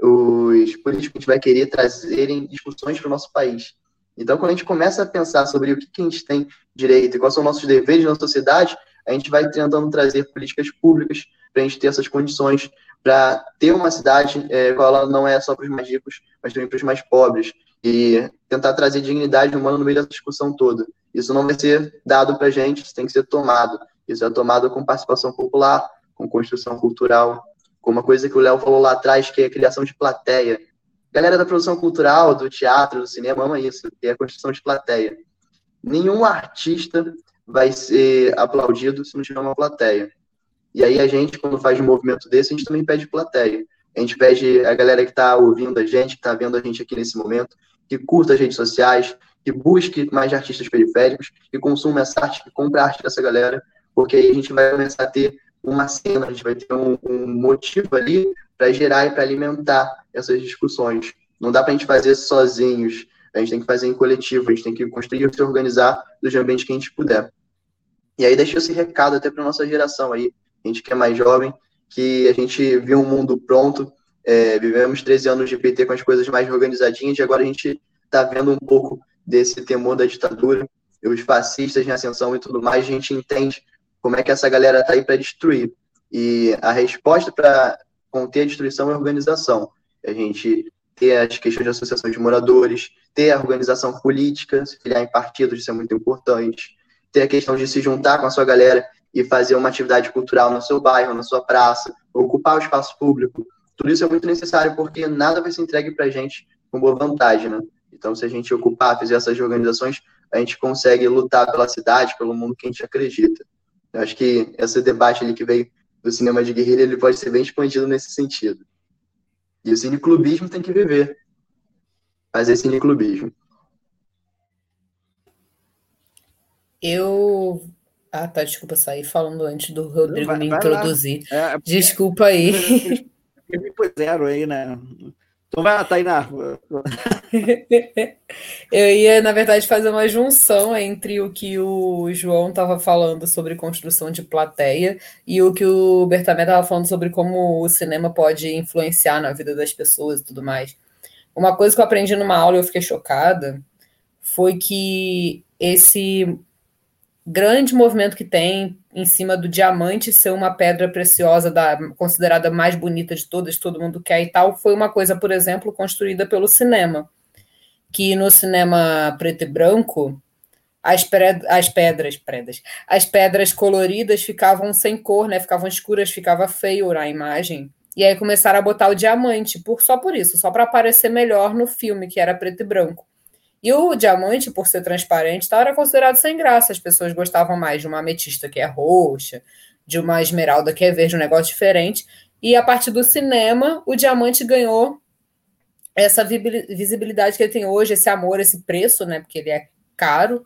os políticos que a gente vai querer trazerem discussões para o nosso país. Então, quando a gente começa a pensar sobre o que a gente tem direito e quais são nossos deveres na sociedade, a gente vai tentando trazer políticas públicas para a gente ter essas condições, para ter uma cidade qual ela não é só para os mais ricos, mas também para os mais pobres, e tentar trazer dignidade humana no meio dessa discussão toda. Isso não vai ser dado para a gente, isso tem que ser tomado. Isso é tomado com participação popular, com construção cultural, com uma coisa que o Léo falou lá atrás, que é a criação de plateia. A galera da produção cultural, do teatro, do cinema, ama isso, que é a construção de plateia. Nenhum artista vai ser aplaudido se não tiver uma plateia. E aí a gente, quando faz um movimento desse, a gente também pede plateia. A gente pede a galera que está ouvindo a gente, que está vendo a gente aqui nesse momento, que curta as redes sociais, que busque mais artistas periféricos, que consuma essa arte, que compre a arte dessa galera, porque aí a gente vai começar a ter uma cena, a gente vai ter um motivo ali para gerar e para alimentar essas discussões. Não dá para a gente fazer sozinhos, a gente tem que fazer em coletivo, a gente tem que construir e se organizar dos ambientes que a gente puder. E aí deixa esse recado até para nossa geração aí, a gente que é mais jovem, que a gente viu um mundo pronto, vivemos 13 anos de PT com as coisas mais organizadinhas, e agora a gente está vendo um pouco desse temor da ditadura, os fascistas em ascensão e tudo mais, a gente entende como é que essa galera está aí para destruir. E a resposta para conter a destruição é a organização. A gente ter as questões de associações de moradores, ter a organização política, se filiar em partidos, isso é muito importante. Ter a questão de se juntar com a sua galera e fazer uma atividade cultural no seu bairro, na sua praça, ocupar o espaço público. Tudo isso é muito necessário, porque nada vai ser entregue para a gente com boa vantagem, né? Então, se a gente ocupar, fizer essas organizações, a gente consegue lutar pela cidade, pelo mundo que a gente acredita. Eu acho que esse debate ali que veio do cinema de guerrilha, ele pode ser bem expandido nesse sentido. E o cineclubismo tem que viver. Fazer cineclubismo. Tá, desculpa, sair falando antes do Rodrigo me vai introduzir. lá. Desculpa aí. Me puseram aí, né? Então vai lá, Tainá. Eu ia, na verdade, fazer uma junção entre o que o João estava falando sobre construção de plateia e o que o Bertamé estava falando sobre como o cinema pode influenciar na vida das pessoas e tudo mais. Uma coisa que eu aprendi numa aula e eu fiquei chocada foi que esse grande movimento que tem em cima do diamante ser uma pedra preciosa, considerada mais bonita de todas, todo mundo quer e tal, foi uma coisa, por exemplo, construída pelo cinema. Que no cinema preto e branco, as pedras coloridas ficavam sem cor, né? Ficavam escuras, ficava feio na imagem. E aí começaram a botar o diamante, só por isso, só para aparecer melhor no filme, que era preto e branco. E o diamante, por ser transparente, era considerado sem graça. As pessoas gostavam mais de uma ametista que é roxa, de uma esmeralda que é verde, um negócio diferente. E a partir do cinema, o diamante ganhou essa visibilidade que ele tem hoje, esse amor, esse preço, né? Porque ele é caro.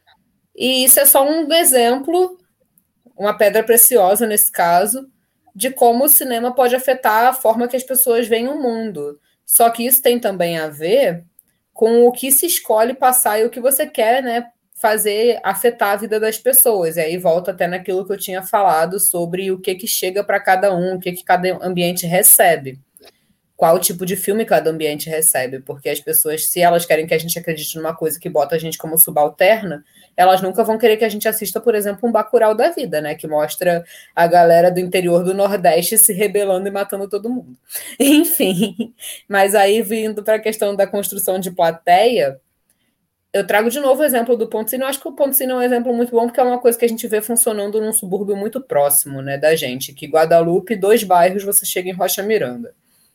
E isso é só um exemplo, uma pedra preciosa nesse caso, de como o cinema pode afetar a forma que as pessoas veem o mundo. Só que isso tem também a ver com o que se escolhe passar e o que você quer, né, fazer afetar a vida das pessoas. E aí volta até naquilo que eu tinha falado sobre o que chega para cada um, o que cada ambiente recebe. Qual tipo de filme cada ambiente recebe, porque as pessoas, se elas querem que a gente acredite numa coisa que bota a gente como subalterna, elas nunca vão querer que a gente assista, por exemplo, um Bacurau da vida, né, que mostra a galera do interior do Nordeste se rebelando e matando todo mundo. Enfim, mas aí vindo para a questão da construção de plateia, eu trago de novo o exemplo do Ponto Cine. Eu acho que o Ponto Cine é um exemplo muito bom, porque é uma coisa que a gente vê funcionando num subúrbio muito próximo, né, da gente, que Guadalupe, 2 bairros, você chega em Rocha Miranda.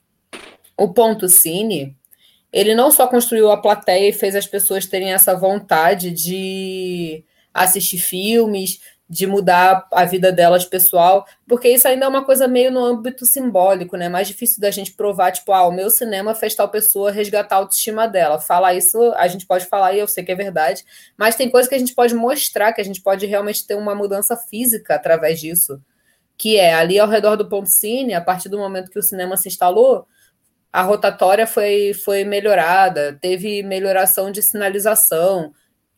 O Ponto Cine, ele não só construiu a plateia e fez as pessoas terem essa vontade de assistir filmes, de mudar a vida delas pessoal, porque isso ainda é uma coisa meio no âmbito simbólico, né? Mais difícil da gente provar, tipo, o meu cinema fez tal pessoa resgatar a autoestima dela. Falar isso, a gente pode falar e eu sei que é verdade, mas tem coisa que a gente pode mostrar, que a gente pode realmente ter uma mudança física através disso, que é ali ao redor do Ponto Cine, a partir do momento que o cinema se instalou, a rotatória foi melhorada, teve melhoração de sinalização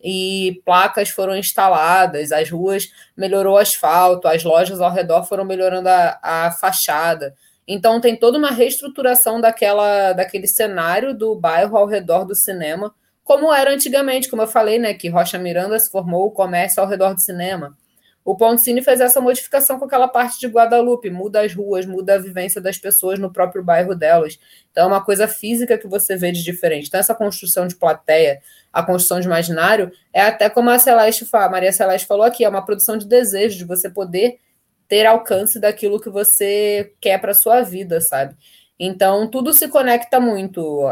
e placas foram instaladas, as ruas melhorou o asfalto, as lojas ao redor foram melhorando a fachada. Então tem toda uma reestruturação daquele cenário do bairro ao redor do cinema, como era antigamente, como eu falei, né, que Rocha Miranda se formou o comércio ao redor do cinema. O Ponto Cine fez essa modificação com aquela parte de Guadalupe, muda as ruas, muda a vivência das pessoas no próprio bairro delas. Então é uma coisa física que você vê de diferente. Então essa construção de plateia, a construção de imaginário, é até como a Maria Celeste falou aqui, é uma produção de desejo, de você poder ter alcance daquilo que você quer para a sua vida, sabe? Então tudo se conecta muito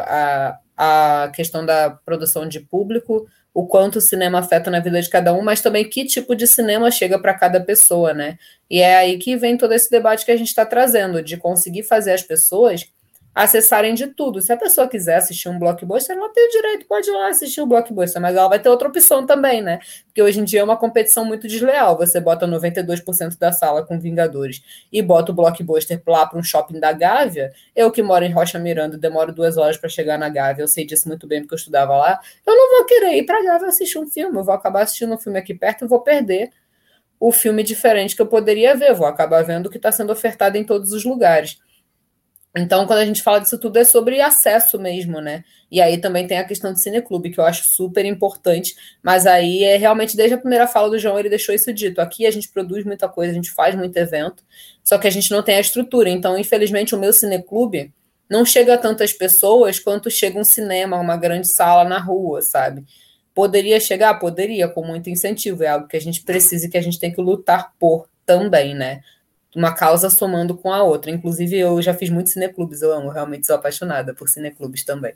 à questão da produção de público, o quanto o cinema afeta na vida de cada um, mas também que tipo de cinema chega para cada pessoa, né? E é aí que vem todo esse debate que a gente está trazendo, de conseguir fazer as pessoas acessarem de tudo. Se a pessoa quiser assistir um blockbuster, ela tem o direito, pode ir lá assistir o blockbuster, mas ela vai ter outra opção também, né? Porque hoje em dia é uma competição muito desleal. Você bota 92% da sala com Vingadores e bota o blockbuster lá para um shopping da Gávea. Eu que moro em Rocha Miranda e demoro 2 horas para chegar na Gávea, eu sei disso muito bem porque eu estudava lá, eu não vou querer ir para a Gávea assistir um filme, eu vou acabar assistindo um filme aqui perto e vou perder o filme diferente que eu poderia ver, eu vou acabar vendo o que está sendo ofertado em todos os lugares. Então, quando a gente fala disso tudo, é sobre acesso mesmo, né? E aí também tem a questão do cineclube, que eu acho super importante, mas aí é realmente, desde a primeira fala do João, ele deixou isso dito. Aqui a gente produz muita coisa, a gente faz muito evento, só que a gente não tem a estrutura. Então, infelizmente, o meu cineclube não chega a tantas pessoas quanto chega um cinema, uma grande sala na rua, sabe? Poderia chegar? Poderia, com muito incentivo. É algo que a gente precisa e que a gente tem que lutar por também, né? Uma causa somando com a outra. Inclusive, eu já fiz muitos cineclubes, eu amo, realmente sou apaixonada por cineclubes também.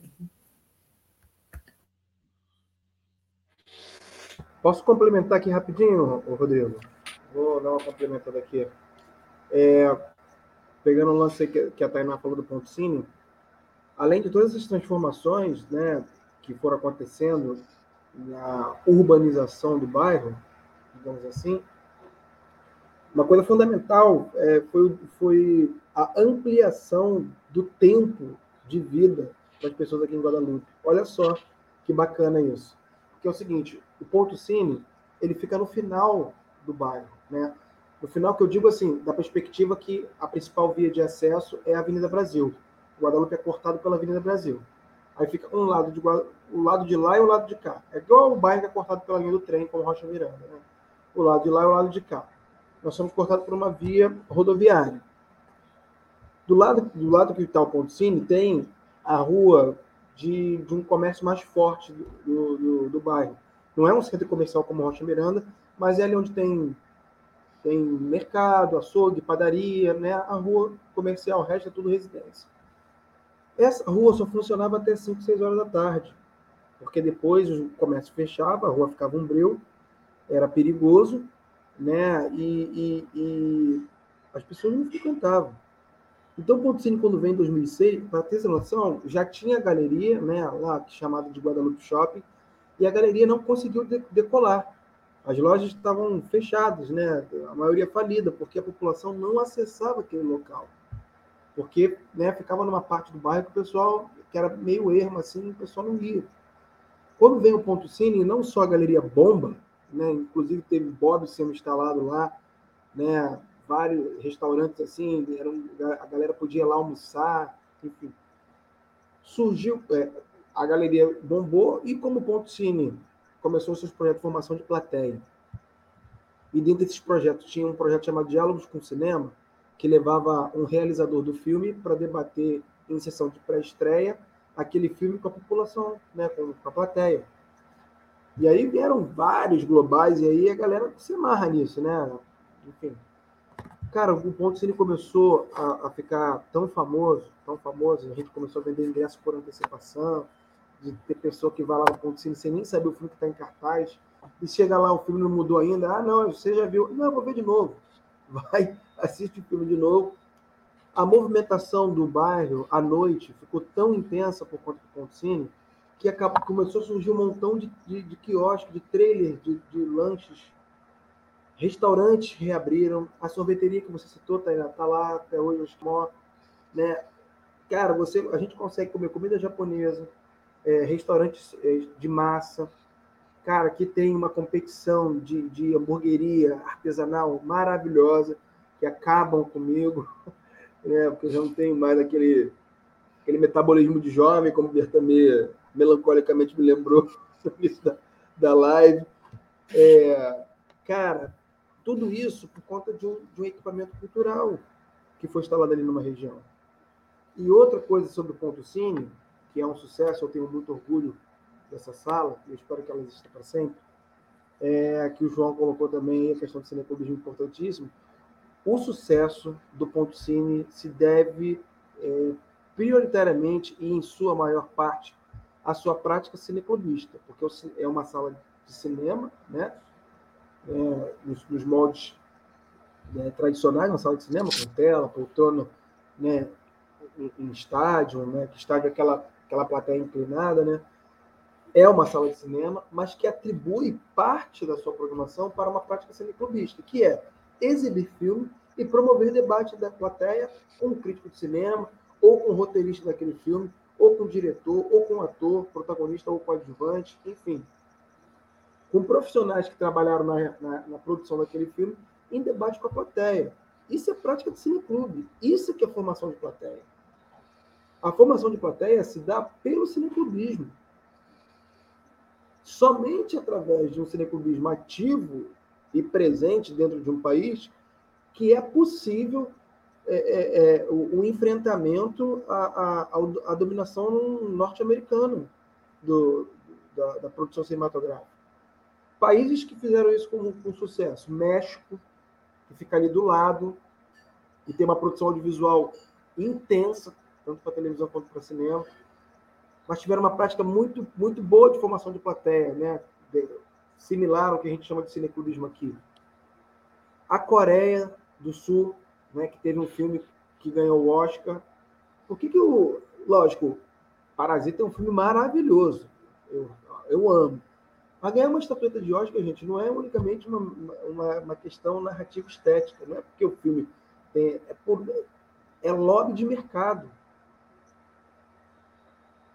Posso complementar aqui rapidinho, Rodrigo? Vou dar uma complementada aqui. Pegando o lance que a Tainá falou do Ponto Cine, além de todas essas transformações, né, que foram acontecendo na urbanização do bairro, digamos assim, uma coisa fundamental foi a ampliação do tempo de vida das pessoas aqui em Guadalupe. Olha só que bacana isso. Porque é o seguinte, o Ponto Cine, ele fica no final do bairro, né? No final, que eu digo assim, da perspectiva que a principal via de acesso é a Avenida Brasil. O Guadalupe é cortado pela Avenida Brasil. Aí fica o lado de lá e o lado de cá. É igual o bairro que é cortado pela linha do trem, como Rocha Miranda, né? O lado de lá e o lado de cá. Nós somos cortados por uma via rodoviária. Do lado que está o Ponto Cine, tem a rua de um comércio mais forte do bairro. Não é um centro comercial como Rocha Miranda, mas é ali onde tem mercado, açougue, padaria, né? A rua comercial, o resto é tudo residência. Essa rua só funcionava até 5, 6 horas da tarde, porque depois o comércio fechava, a rua ficava um breu, era perigoso, né? E as pessoas não frequentavam. Então, o Ponto Cine, quando vem em 2006, para ter essa noção, já tinha a galeria, né, lá chamada de Guadalupe Shopping, e a galeria não conseguiu decolar. As lojas estavam fechadas, né, a maioria falida, porque a população não acessava aquele local. Porque, né, ficava numa parte do bairro que o pessoal, que era meio ermo, assim, o pessoal não ia. Quando vem o Ponto Cine, não só a galeria bomba, né, inclusive teve Bob sendo instalado lá, né, vários restaurantes assim, a galera podia ir lá almoçar, enfim. Surgiu, a galeria bombou, e como o Ponto Cine começou seus projetos de formação de plateia. E dentro desses projetos tinha um projeto chamado Diálogos com Cinema, que levava um realizador do filme para debater em sessão de pré-estreia aquele filme com a população, né, com a plateia. E aí vieram vários globais, e aí a galera se amarra nisso, né? Enfim. Cara, o Ponto Cine começou a ficar tão famoso, a gente começou a vender ingresso por antecipação, de ter pessoa que vai lá no Ponto Cine sem nem saber o filme que está em cartaz, e chega lá, o filme não mudou ainda, não, você já viu, não, eu vou ver de novo. Vai, assiste o filme de novo. A movimentação do bairro à noite ficou tão intensa por conta do Ponto Cine, que começou a surgir um montão de quiosques, de trailers, de lanches. Restaurantes reabriram, a sorveteria que você citou tá lá até hoje, né? Cara, a gente consegue comer comida japonesa, restaurantes de massa, cara, que tem uma competição de hamburgueria artesanal maravilhosa, que acabam comigo, né? Porque eu já não tenho mais aquele metabolismo de jovem, como o Bertamê melancolicamente me lembrou no início da live. Cara, tudo isso por conta de um equipamento cultural que foi instalado ali numa região. E outra coisa sobre o Ponto Cine, que é um sucesso, eu tenho muito orgulho dessa sala, e eu espero que ela exista para sempre, que o João colocou também, a questão do cineclubismo importantíssimo. O sucesso do Ponto Cine se deve prioritariamente e em sua maior parte à sua prática cineclubista, porque é uma sala de cinema, né? Nos moldes tradicionais, uma sala de cinema, com tela, poltrona, né, em estádio, né, que estádio é aquela plateia inclinada, né, é uma sala de cinema, mas que atribui parte da sua programação para uma prática cineclubista, que é exibir filme e promover debate da plateia com o crítico de cinema, ou com o roteirista daquele filme, ou com o diretor, ou com o ator, protagonista ou coadjuvante, enfim, com profissionais que trabalharam na produção daquele filme, em debate com a plateia. Isso é prática de cineclube. Isso que é formação de plateia. A formação de plateia se dá pelo cineclubismo. Somente através de um cineclubismo ativo e presente dentro de um país que é possível o enfrentamento à dominação norte-americana da produção cinematográfica. Países que fizeram isso com sucesso. México, que fica ali do lado, e tem uma produção audiovisual intensa, tanto para televisão quanto para cinema, mas tiveram uma prática muito, muito boa de formação de plateia, né? Similar ao que a gente chama de cineclubismo aqui. A Coreia do Sul, né, que teve um filme que ganhou o Oscar. Lógico, Parasita é um filme maravilhoso. Eu amo. Mas ganhar uma estatueta de Oscar, gente, não é unicamente uma questão narrativa estética. Não é porque o filme é lobby de mercado.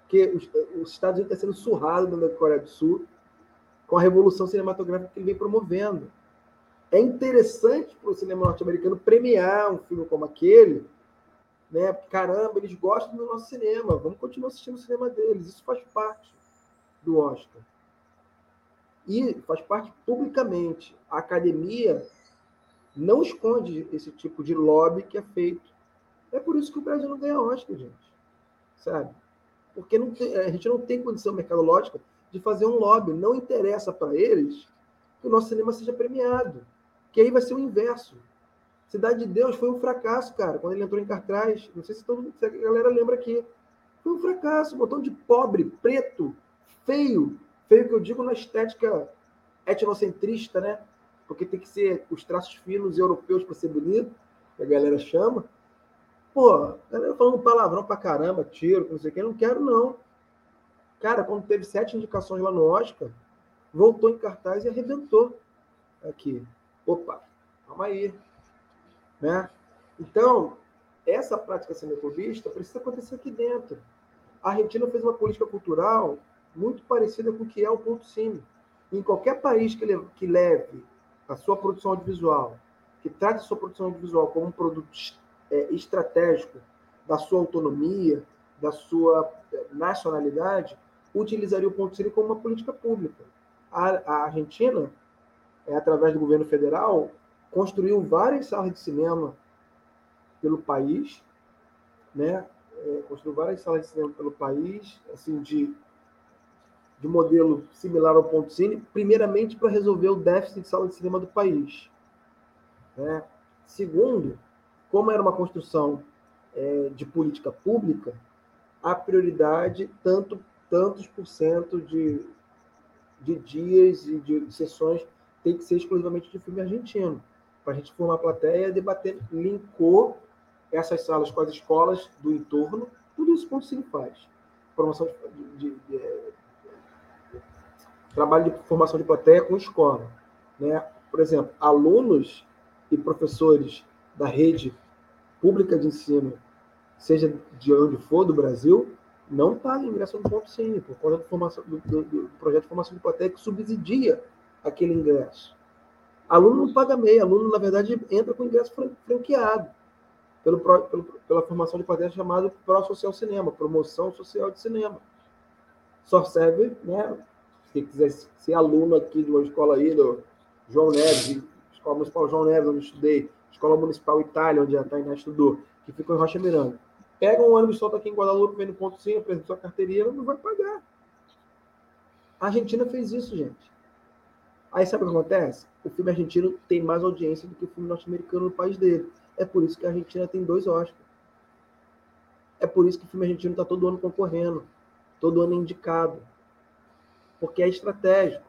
Porque os Estados Unidos estão sendo surrados da Coreia do Sul com a revolução cinematográfica que ele vem promovendo. É interessante para o cinema norte-americano premiar um filme como aquele, né? Caramba, eles gostam do nosso cinema, vamos continuar assistindo o cinema deles. Isso faz parte do Oscar. E faz parte publicamente. A academia não esconde esse tipo de lobby que é feito. É por isso que o Brasil não ganha Oscar, gente. Sabe? Porque a gente não tem condição mercadológica de fazer um lobby. Não interessa para eles que o nosso cinema seja premiado. Que aí vai ser o inverso. Cidade de Deus foi um fracasso, cara, quando ele entrou em cartaz. Não sei se a galera lembra aqui. Foi um fracasso. Um montão de pobre, preto, feio. Feio que eu digo na estética etnocentrista, né? Porque tem que ser os traços finos europeus para ser bonito, que a galera chama. Pô, a galera falando palavrão pra caramba, tiro, não sei o que, eu não quero, não. Cara, quando teve 7 indicações lá no Oscar, voltou em cartaz e arrebentou aqui. Opa, calma aí. Né? Então, essa prática xenofobista precisa acontecer aqui dentro. A Argentina fez uma política cultural muito parecida com o que é o Ponto Cine. Em qualquer país que leve a sua produção audiovisual, que trate a sua produção audiovisual como um produto estratégico da sua autonomia, da sua nacionalidade, utilizaria o Ponto Cine como uma política pública. A Argentina, através do governo federal, construiu várias salas de cinema pelo país, né? Construiu várias salas de cinema pelo país, assim, de modelo similar ao Ponto Cine, primeiramente para resolver o déficit de salas de cinema do país. Né? Segundo, como era uma construção de política pública, a prioridade, tantos por cento de dias e de sessões tem que ser exclusivamente de filme argentino, para a gente formar a plateia, debater, linkou essas salas com as escolas do entorno, tudo isso o Ponto Cine faz. Promoção trabalho de formação de plateia com escola. Né? Por exemplo, alunos e professores da rede pública de ensino, seja de onde for do Brasil, não pagam ingresso no Ponto Cine, por causa do projeto de formação de plateia que subsidia aquele ingresso. Aluno não paga meia, aluno, na verdade, entra com ingresso franqueado pela formação de plateia chamada Pró-Social Cinema, Promoção Social de Cinema. Só serve, né? Se quiser ser aluno aqui de uma escola aí, do João Neves, Escola Municipal João Neves, onde eu estudei, Escola Municipal Itália, onde a Tainá estudou, que fica em Rocha Miranda. Pega um ônibus, solta aqui em Guadalupe, vem no Ponto Cine, apresenta sua carteirinha, não vai pagar. A Argentina fez isso, gente. Aí sabe o que acontece? O filme argentino tem mais audiência do que o filme norte-americano no país dele. É por isso que a Argentina tem 2 Oscars. É por isso que o filme argentino está todo ano concorrendo, todo ano indicado. Porque é estratégico.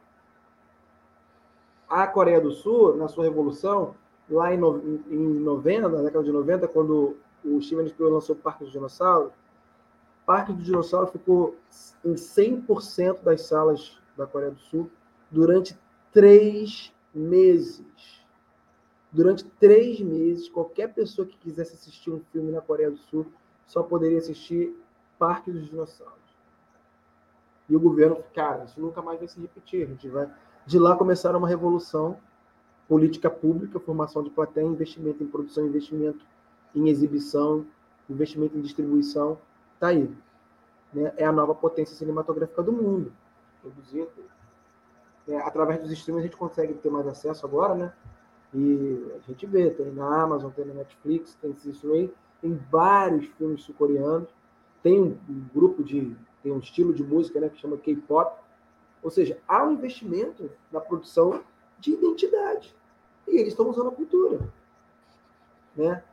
A Coreia do Sul, na sua revolução, lá em 90, na década de 90, quando o Steven Spielberg lançou Parque do Dinossauro, Parque do Dinossauro ficou em 100% das salas da Coreia do Sul durante 3 meses. Durante 3 meses, qualquer pessoa que quisesse assistir um filme na Coreia do Sul só poderia assistir Parque dos Dinossauros. E o governo, cara, isso nunca mais vai se repetir. A gente vai... De lá começaram uma revolução, política pública, formação de plateia, investimento em produção, investimento em exibição, investimento em distribuição. Tá aí. Né? É a nova potência cinematográfica do mundo. Produzido. Através dos streams a gente consegue ter mais acesso agora, né? E a gente vê, tem na Amazon, tem na Netflix, tem isso aí, tem vários filmes sul-coreanos, tem um grupo tem um estilo de música, né, que chama K-pop, ou seja, há um investimento na produção de identidade, e eles estão usando a cultura, né?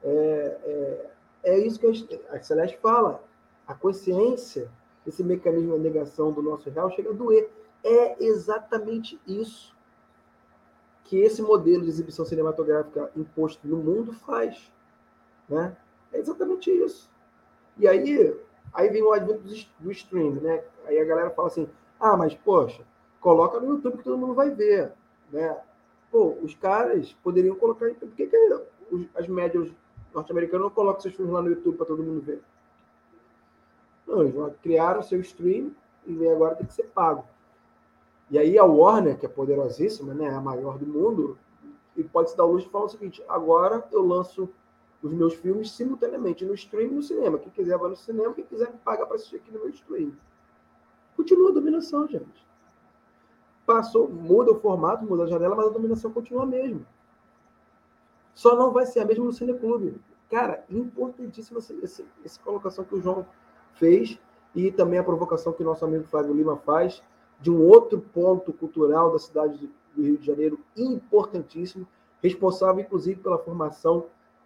É isso que a Celeste fala, a consciência, esse mecanismo de negação do nosso real chega a doer, é exatamente isso que esse modelo de exibição cinematográfica imposto no mundo faz. Né? É exatamente isso. E aí vem o advento do stream, né? Aí a galera fala assim, mas, poxa, coloca no YouTube que todo mundo vai ver. Né? Pô, os caras poderiam colocar... Por que as médias norte-americanas não colocam seus filmes lá no YouTube para todo mundo ver? Não, eles criaram seu stream e agora tem que ser pago. E aí a Warner, que é poderosíssima, né, a maior do mundo, e pode se dar o luxo de falar o seguinte: agora eu lanço os meus filmes simultaneamente no stream e no cinema. Quem quiser vai no cinema, quem quiser paga para assistir aqui no meu stream. Continua a dominação, gente. Muda o formato, muda a janela, mas a dominação continua a mesma. Só não vai ser a mesma no Cineclube. Cara, importantíssima essa colocação que o João fez e também a provocação que o nosso amigo Flávio Lima faz de um outro ponto cultural da cidade do Rio de Janeiro importantíssimo, responsável, inclusive, pela formação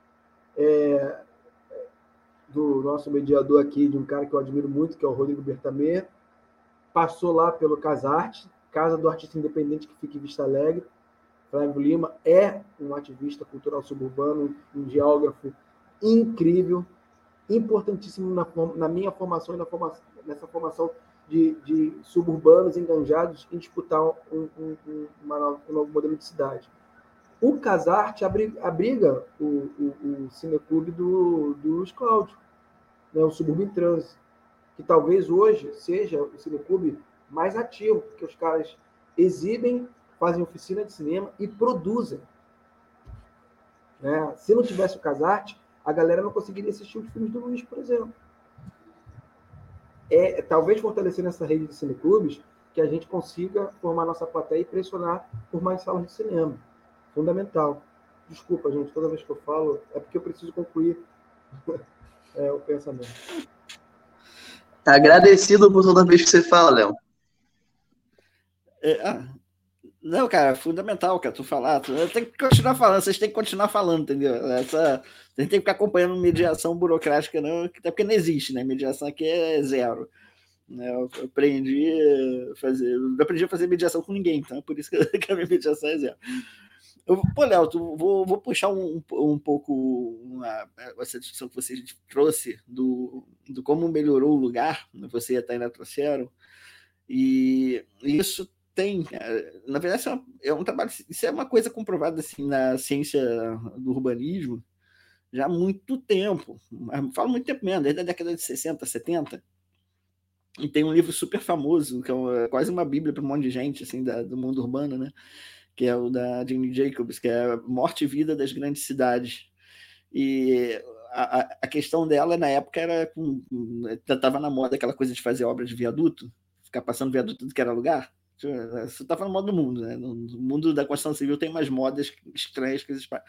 do nosso mediador aqui, de um cara que eu admiro muito, que é o Rodrigo Bertamer. Passou lá pelo Casarte, Casa do Artista Independente, que fica em Vista Alegre. Flávio Lima é um ativista cultural suburbano, um geógrafo incrível, importantíssimo na minha formação e nessa formação de suburbanos enganjados em disputar um novo modelo de cidade. O Casarte abriga o cineclube dos Cláudio, né, o Subúrbio em Trânsito, que talvez hoje seja o cineclube mais ativo, porque os caras exibem, fazem oficina de cinema e produzem. Né? Se não tivesse o Casarte, a galera não conseguiria assistir os filmes do Luiz, por exemplo. Talvez fortalecendo essa rede de cineclubes que a gente consiga formar nossa plateia e pressionar por mais salas de cinema. Fundamental. Desculpa, gente, toda vez que eu falo, é porque eu preciso concluir o pensamento. Agradecido por toda vez que você fala, Léo. Não, cara, fundamental, cara, tu falar. Tem que continuar falando, vocês têm que continuar falando, entendeu? Vocês têm que ficar acompanhando mediação burocrática, não, até porque não existe, né? Mediação aqui é zero. Eu aprendi a fazer mediação com ninguém, então é por isso que a minha mediação é zero. Pô, Léo, vou puxar um pouco essa discussão que vocês trouxe do como melhorou o lugar, você e a Tainá trouxeram, e isso tem, na verdade, é um trabalho, isso é uma coisa comprovada assim, na ciência do urbanismo já há muito tempo, falo muito tempo mesmo, desde a década de 60, 70, e tem um livro super famoso, que é quase uma bíblia para um monte de gente assim, do mundo urbano, né? Que é o da Jane Jacobs, que é Morte e Vida das Grandes Cidades. E a questão dela, na época, estava na moda aquela coisa de fazer obra de viaduto, ficar passando viaduto tudo que era lugar. Isso estava na moda do mundo, né? No mundo da construção civil tem umas modas estranhas que eles fazem.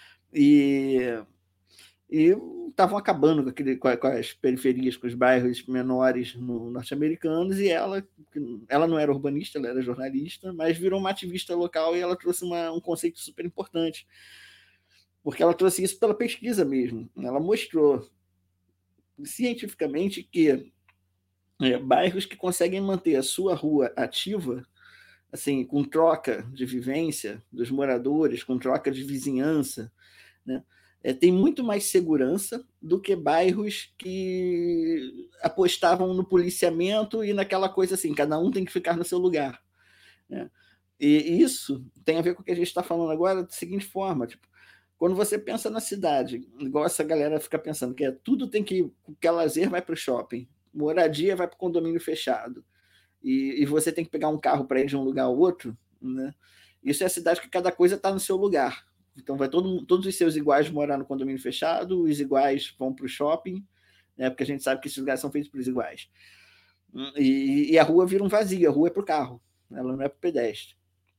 E estavam acabando com as periferias, com os bairros menores norte-americanos, e ela não era urbanista, ela era jornalista, mas virou uma ativista local e ela trouxe um conceito super importante, porque ela trouxe isso pela pesquisa mesmo. Ela mostrou cientificamente que bairros que conseguem manter a sua rua ativa, assim, com troca de vivência dos moradores, com troca de vizinhança, né? Tem muito mais segurança do que bairros que apostavam no policiamento e naquela coisa assim, cada um tem que ficar no seu lugar, né? E isso tem a ver com o que a gente está falando agora da seguinte forma, tipo, quando você pensa na cidade, igual essa galera fica pensando que tudo tem que lazer vai para o shopping, moradia vai para o condomínio fechado, e você tem que pegar um carro para ir de um lugar ao outro, né? Isso é a cidade que cada coisa está no seu lugar. Então, vai todos os seus iguais morar no condomínio fechado, os iguais vão para o shopping, né, porque a gente sabe que esses lugares são feitos para os iguais. E a rua vira um vazio, a rua é para o carro, ela não é para o pedestre.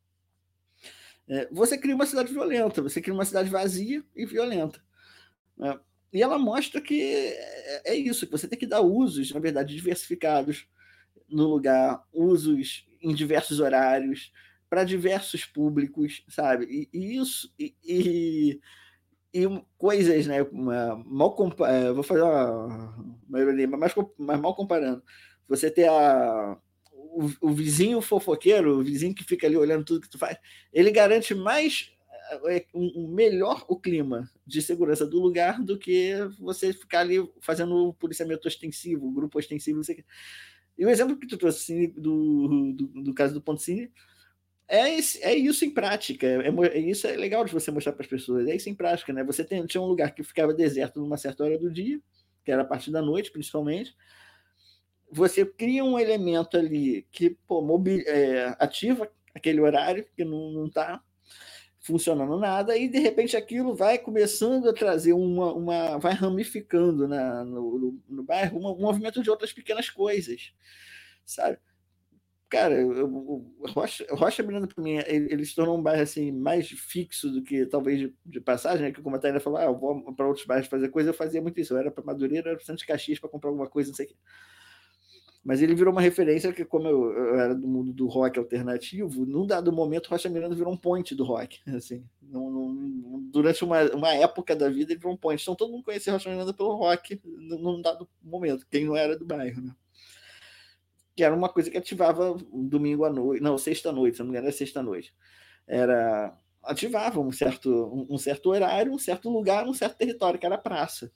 Você cria uma cidade violenta, você cria uma cidade vazia e violenta. Né? E ela mostra que é isso, que você tem que dar usos, na verdade, diversificados no lugar, usos em diversos horários, para diversos públicos, sabe? E isso e coisas, né? Vou fazer uma ironia, mas mal comparando. Você ter o vizinho fofoqueiro, o vizinho que fica ali olhando tudo que tu faz, ele garante mais melhor o clima de segurança do lugar do que você ficar ali fazendo o policiamento ostensivo, o grupo ostensivo. E o exemplo que tu trouxe do caso do Ponto Cine é isso em prática. Isso é legal de você mostrar para as pessoas. É isso em prática, né? Você tinha um lugar que ficava deserto numa certa hora do dia, que era a partir da noite, principalmente, você cria um elemento ali que ativa aquele horário que não está funcionando nada, e de repente aquilo vai começando a trazer vai ramificando no bairro um movimento de outras pequenas coisas, sabe? Cara, Rocha Miranda, para mim, ele se tornou um bairro assim, mais fixo do que talvez de passagem, né? Que como a Thaíra falou, eu vou para outros bairros fazer coisa, eu fazia muito isso. Eu era para Madureira, era para Santos Caxias para comprar alguma coisa, não sei o quê. Mas ele virou uma referência que, como eu era do mundo do rock alternativo, num dado momento, Rocha Miranda virou um point do rock. Assim, durante uma época da vida, ele virou um point. Então, todo mundo conhecia Rocha Miranda pelo rock num dado momento, quem não era do bairro, né? Que era uma coisa que ativava domingo à noite, não, sexta-noite, se não me engano, era sexta-noite. Ativava um certo horário, um certo lugar, um certo território, que era a praça.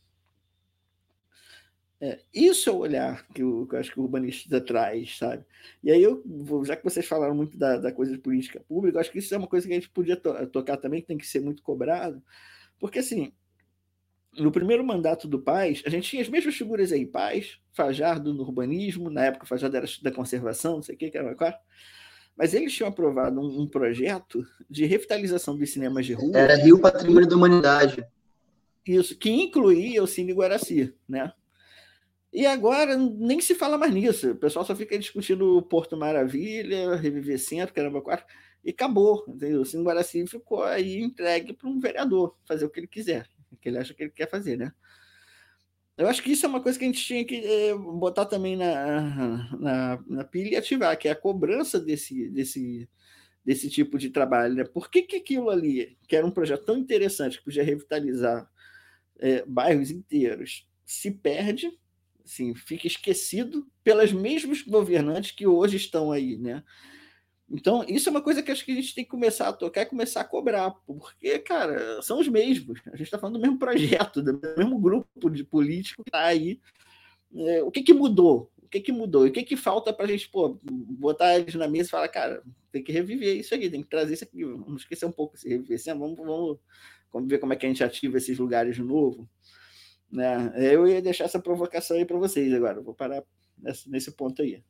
Isso é o olhar que eu acho que o urbanista traz, sabe? E aí, já que vocês falaram muito da coisa de política pública, eu acho que isso é uma coisa que a gente podia tocar também, que tem que ser muito cobrado, porque, assim, no primeiro mandato do Paes, a gente tinha as mesmas figuras aí, Paes, Fajardo no urbanismo, na época o Fajardo era da conservação, não sei o que era qual. Mas eles tinham aprovado um projeto de revitalização dos cinemas de rua. Era Rio Patrimônio da Humanidade. Isso, que incluía o Cine Guaraci, né? E agora nem se fala mais nisso. O pessoal só fica discutindo o Porto Maravilha, Reviver Centro, Caramba 4, e acabou. Entendeu? O Cine Guaraci ficou aí entregue para um vereador fazer o que ele quiser, o que ele acha que ele quer fazer, né? Eu acho que isso é uma coisa que a gente tinha que botar também na pilha e ativar, que é a cobrança desse tipo de trabalho, né? Por que aquilo ali, que era um projeto tão interessante, que podia revitalizar bairros inteiros, se perde, assim, fica esquecido pelas mesmas governantes que hoje estão aí, né? Então, isso é uma coisa que acho que a gente tem que começar a tocar e começar a cobrar, porque, cara, são os mesmos. A gente está falando do mesmo projeto, do mesmo grupo de político que está aí. O que mudou? O que mudou? E o que falta para a gente botar eles na mesa e falar, cara, tem que reviver isso aqui, tem que trazer isso aqui. Vamos esquecer um pouco esse reviver. Vamos ver como é que a gente ativa esses lugares de novo. Né? Eu ia deixar essa provocação aí para vocês agora. Eu vou parar nesse ponto aí.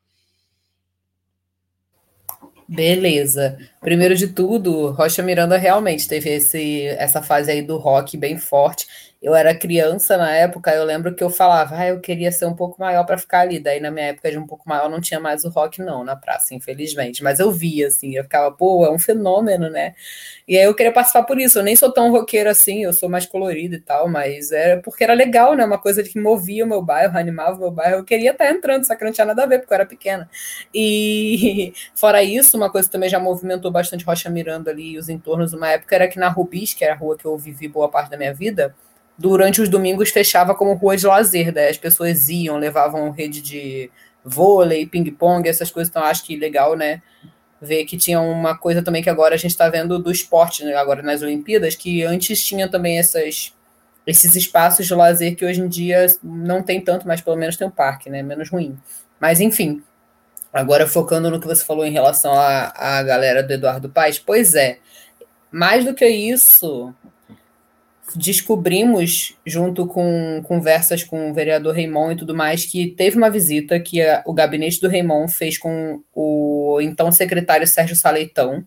Beleza. Primeiro de tudo, Rocha Miranda realmente teve essa fase aí do rock bem forte. Eu era criança na época, eu lembro que eu falava, eu queria ser um pouco maior para ficar ali. Daí na minha época de um pouco maior não tinha mais o rock não na praça, infelizmente. Mas eu via, assim, eu ficava, é um fenômeno, né? E aí eu queria participar por isso. Eu nem sou tão roqueira assim, eu sou mais colorida e tal, mas era porque era legal, né? Uma coisa que movia o meu bairro, animava o meu bairro. Eu queria estar entrando, só que não tinha nada a ver, porque eu era pequena. E fora isso, uma coisa que também já movimentou bastante Rocha Miranda ali e os entornos uma época era que na Rubis, que era a rua que eu vivi boa parte da minha vida, durante os domingos fechava como rua de lazer, daí as pessoas iam, levavam rede de vôlei, ping-pong, essas coisas, então acho que legal, né, ver que tinha uma coisa também que agora a gente está vendo do esporte, né, agora nas Olimpíadas, que antes tinha também esses espaços de lazer que hoje em dia não tem tanto, mas pelo menos tem um parque, né, menos ruim. Mas enfim, agora focando no que você falou em relação à galera do Eduardo Paes, pois é, mais do que isso, descobrimos, junto com conversas com o vereador Raimon e tudo mais, que teve uma visita que o gabinete do Raimon fez com o então secretário Sérgio Saleitão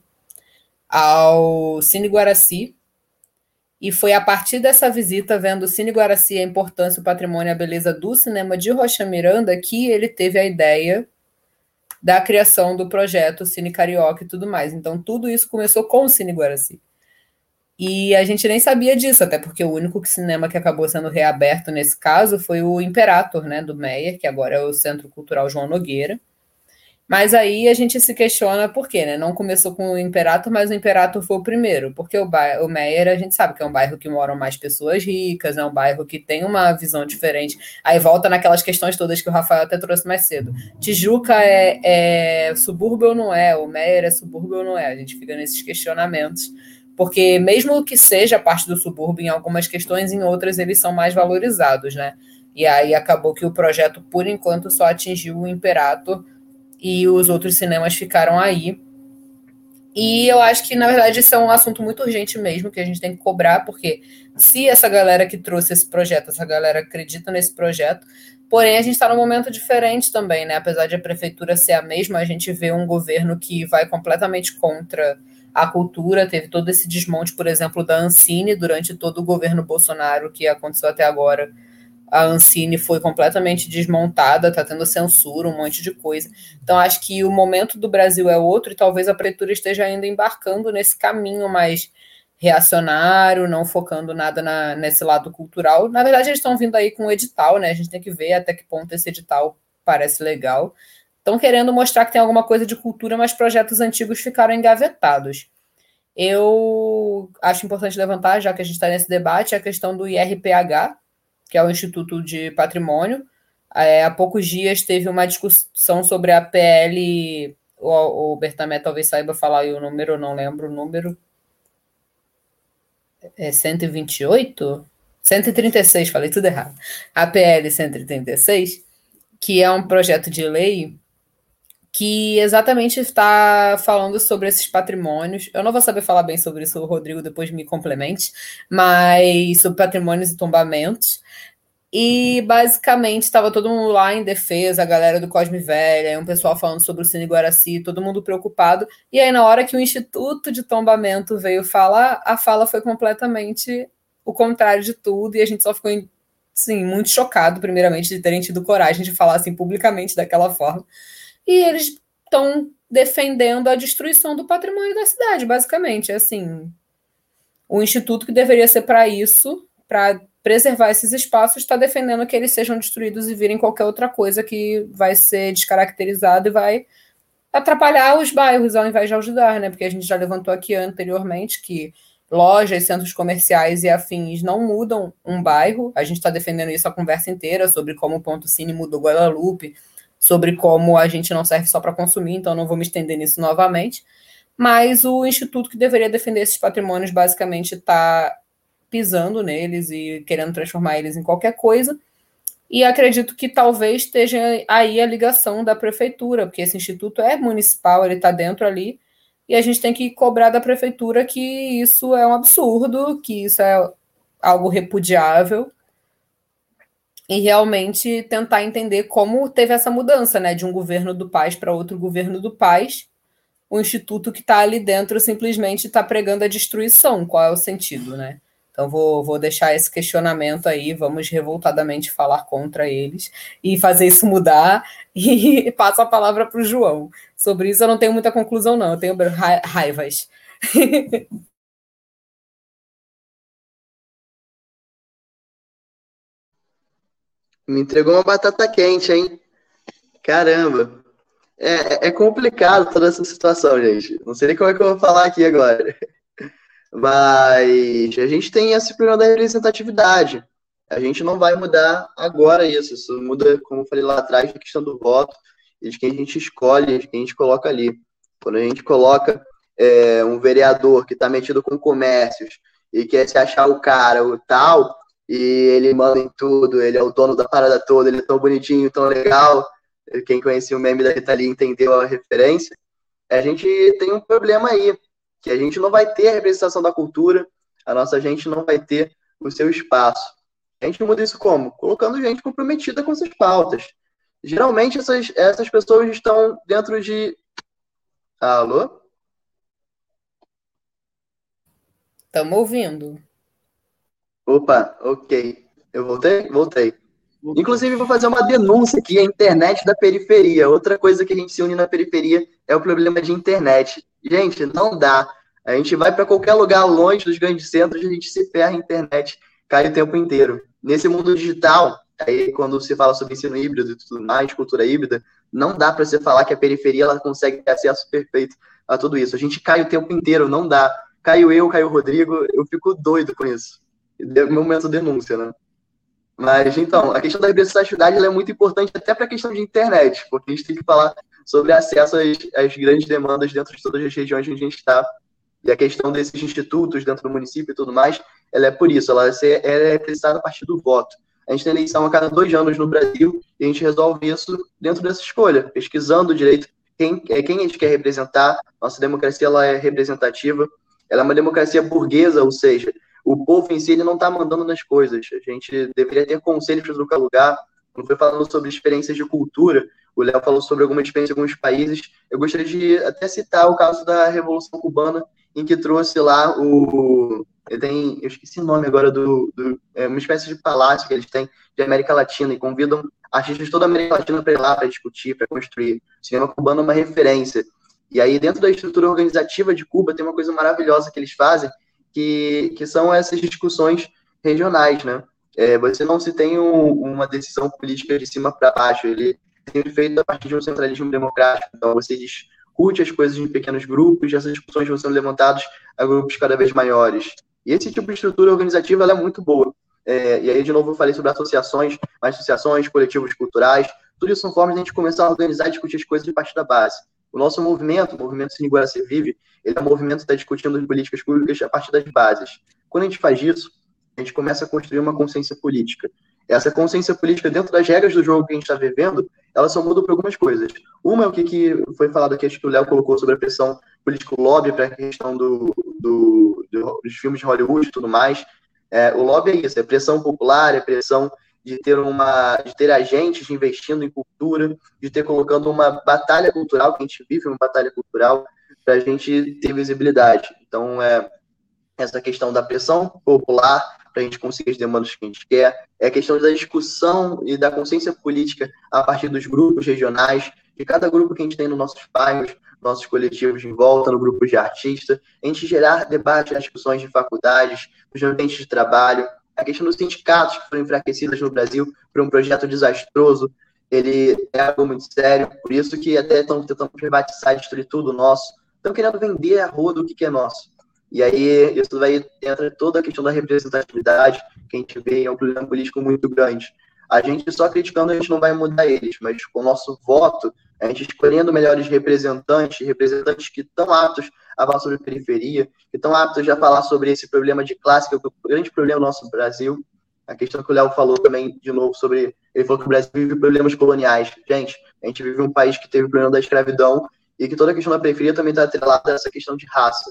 ao Cine Guaraci, e foi a partir dessa visita, vendo o Cine Guaraci, a importância, o patrimônio e a beleza do cinema de Rocha Miranda, que ele teve a ideia da criação do projeto Cine Carioca e tudo mais. Então, tudo isso começou com o Cine Guaraci. E a gente nem sabia disso, até porque o único cinema que acabou sendo reaberto nesse caso foi o Imperator, né, do Meyer, que agora é o Centro Cultural João Nogueira. Mas aí a gente se questiona por quê, né? Não começou com o Imperator, mas o Imperator foi o primeiro, porque o Meyer, a gente sabe que é um bairro que moram mais pessoas ricas, é um bairro que tem uma visão diferente. Aí volta naquelas questões todas que o Rafael até trouxe mais cedo. Tijuca é subúrbio ou não é? O Meyer é subúrbio ou não é? A gente fica nesses questionamentos. Porque mesmo que seja parte do subúrbio em algumas questões, em outras eles são mais valorizados, né? E aí acabou que o projeto, por enquanto, só atingiu o Imperator e os outros cinemas ficaram aí. E eu acho que, na verdade, isso é um assunto muito urgente mesmo, que a gente tem que cobrar, porque se essa galera que trouxe esse projeto, essa galera acredita nesse projeto, Porém, a gente está num momento diferente também, né? Apesar de a prefeitura ser a mesma, a gente vê um governo que vai completamente contra a cultura. Teve todo esse desmonte, por exemplo, da Ancine durante todo o governo Bolsonaro que aconteceu até agora. A Ancine foi completamente desmontada, está tendo censura, um monte de coisa. Então, acho que o momento do Brasil é outro e talvez a prefeitura esteja ainda embarcando nesse caminho mais reacionário, não focando nada nesse lado cultural. Na verdade, eles estão vindo aí com um edital, né? A gente tem que ver até que ponto esse edital parece legal. Estão querendo mostrar que tem alguma coisa de cultura, mas projetos antigos ficaram engavetados. Eu acho importante levantar, já que a gente está nesse debate, a questão do IRPH, que é o Instituto de Patrimônio. Há poucos dias teve uma discussão sobre a PL, o Bertamé talvez saiba falar aí o número, eu não lembro o número. É 128? 136, falei tudo errado. A PL 136, que é um projeto de lei que exatamente está falando sobre esses patrimônios. Eu não vou saber falar bem sobre isso, o Rodrigo depois me complemente, mas sobre patrimônios e tombamentos. E, basicamente, estava todo mundo lá em defesa, a galera do Cosme Velha, um pessoal falando sobre o Cine Guaraci, todo mundo preocupado. E aí, na hora que o Instituto de Tombamento veio falar, a fala foi completamente o contrário de tudo, e a gente só ficou, assim, muito chocado, primeiramente, de terem tido coragem de falar assim publicamente daquela forma. E eles estão defendendo a destruição do patrimônio da cidade, basicamente. Assim, o Instituto que deveria ser para isso, para preservar esses espaços, está defendendo que eles sejam destruídos e virem qualquer outra coisa que vai ser descaracterizado e vai atrapalhar os bairros ao invés de ajudar, né? Porque a gente já levantou aqui anteriormente que lojas, centros comerciais e afins não mudam um bairro. A gente está defendendo isso a conversa inteira sobre como o Ponto Cine mudou Guadalupe, sobre como a gente não serve só para consumir, então não vou me estender nisso novamente. Mas o Instituto que deveria defender esses patrimônios basicamente está pisando neles e querendo transformar eles em qualquer coisa. E acredito que talvez esteja aí a ligação da prefeitura, porque esse instituto é municipal, ele está dentro ali, e a gente tem que cobrar da prefeitura que isso é um absurdo, que isso é algo repudiável, e realmente tentar entender como teve essa mudança, né, de um governo do Paz para outro governo do Paz. O instituto que está ali dentro simplesmente está pregando a destruição. Qual é o sentido, né? Então, vou deixar esse questionamento aí, vamos revoltadamente falar contra eles e fazer isso mudar, e passo a palavra para o João. Sobre isso eu não tenho muita conclusão, não, eu tenho raivas. Me entregou uma batata quente, hein? Caramba. É complicado toda essa situação, gente. Não sei nem como é que eu vou falar aqui agora. Mas a gente tem esse problema da representatividade. A gente não vai mudar agora isso. Isso muda, como eu falei lá atrás, a questão do voto e de quem a gente escolhe, de quem a gente coloca ali. Quando a gente coloca um vereador que está metido com comércios e quer se achar o cara, o tal, e ele manda em tudo, ele é o dono da parada toda, ele é tão bonitinho, tão legal. Quem conhecia o meme da Rita Lee entendeu a referência. A gente tem um problema aí, que a gente não vai ter a representação da cultura, a nossa gente não vai ter o seu espaço. A gente muda isso como? Colocando gente comprometida com essas pautas. Geralmente essas pessoas estão dentro de... Alô? Estamos ouvindo. Opa, ok. Eu voltei? Voltei. Inclusive, vou fazer uma denúncia aqui, a internet da periferia. Outra coisa que a gente se une na periferia é o problema de internet. Gente, não dá. A gente vai para qualquer lugar longe dos grandes centros e a gente se ferra a internet, cai o tempo inteiro. Nesse mundo digital, aí quando se fala sobre ensino híbrido e tudo mais, cultura híbrida, não dá para você falar que a periferia ela consegue ter acesso perfeito a tudo isso. A gente cai o tempo inteiro, não dá. Caiu eu, caiu o Rodrigo, eu fico doido com isso. É momento de denúncia, né? Mas, então, a questão da representatividade ela é muito importante até para a questão de internet, porque a gente tem que falar sobre acesso às grandes demandas dentro de todas as regiões onde a gente está. E a questão desses institutos dentro do município e tudo mais, ela é por isso, ela é representada a partir do voto. A gente tem eleição a cada 2 anos no Brasil e a gente resolve isso dentro dessa escolha, pesquisando direito quem a gente quer representar. Nossa democracia ela é representativa, ela é uma democracia burguesa, ou seja, o povo em si ele não está mandando nas coisas. A gente deveria ter conselhos para trocar lugar, quando foi falando sobre experiências de cultura, o Léo falou sobre alguma experiência em alguns países. Eu gostaria de até citar o caso da Revolução Cubana, em que trouxe lá eu esqueci o nome agora uma espécie de palácio que eles têm de América Latina e convidam artistas de toda a América Latina para ir lá para discutir, para construir. O cinema cubano é uma referência. E aí, dentro da estrutura organizativa de Cuba, tem uma coisa maravilhosa que eles fazem, que são essas discussões regionais, né? Você não se tem uma decisão política de cima para baixo, ele é sempre feito a partir de um centralismo democrático. Então, você discute as coisas em pequenos grupos, e essas discussões vão sendo levantadas a grupos cada vez maiores. E esse tipo de estrutura organizativa ela é muito boa. E aí, de novo, eu falei sobre associações, coletivos culturais, tudo isso são formas de a gente começar a organizar e discutir as coisas a partir da base. O nosso movimento, o Movimento Cine Guaraci Vive, ele é um movimento que está discutindo as políticas públicas a partir das bases. Quando a gente faz isso, a gente começa a construir uma consciência política. Essa consciência política, dentro das regras do jogo que a gente está vivendo, ela só muda por algumas coisas. Uma é o que foi falado aqui, acho que o Léo colocou sobre a pressão político-lobby para a questão dos filmes de Hollywood e tudo mais. O lobby é isso, é pressão popular, é pressão de ter agentes investindo em cultura, de ter colocando uma batalha cultural, que a gente vive uma batalha cultural, para a gente ter visibilidade. Então, essa questão da pressão popular, para a gente conseguir as demandas que a gente quer, é a questão da discussão e da consciência política a partir dos grupos regionais, de cada grupo que a gente tem nos nossos bairros, nossos coletivos em volta, no grupo de artistas, a gente gerar debate nas discussões de faculdades, nos ambientes de trabalho, a questão dos sindicatos que foram enfraquecidos no Brasil por um projeto desastroso, ele é algo muito sério, por isso que até estão tentando privatizar e destruir tudo nosso, estão querendo vender a roda o que é nosso. E aí, isso vai entra toda a questão da representatividade, que a gente vê é um problema político muito grande. A gente só criticando, a gente não vai mudar eles, mas com o nosso voto, a gente escolhendo melhores representantes que estão aptos a falar sobre periferia, que estão aptos a falar sobre esse problema de classe, que é o grande problema do nosso Brasil. A questão que o Léo falou também, de novo, ele falou que o Brasil vive problemas coloniais. Gente, a gente vive um país que teve o problema da escravidão e que toda a questão da periferia também está atrelada a essa questão de raça.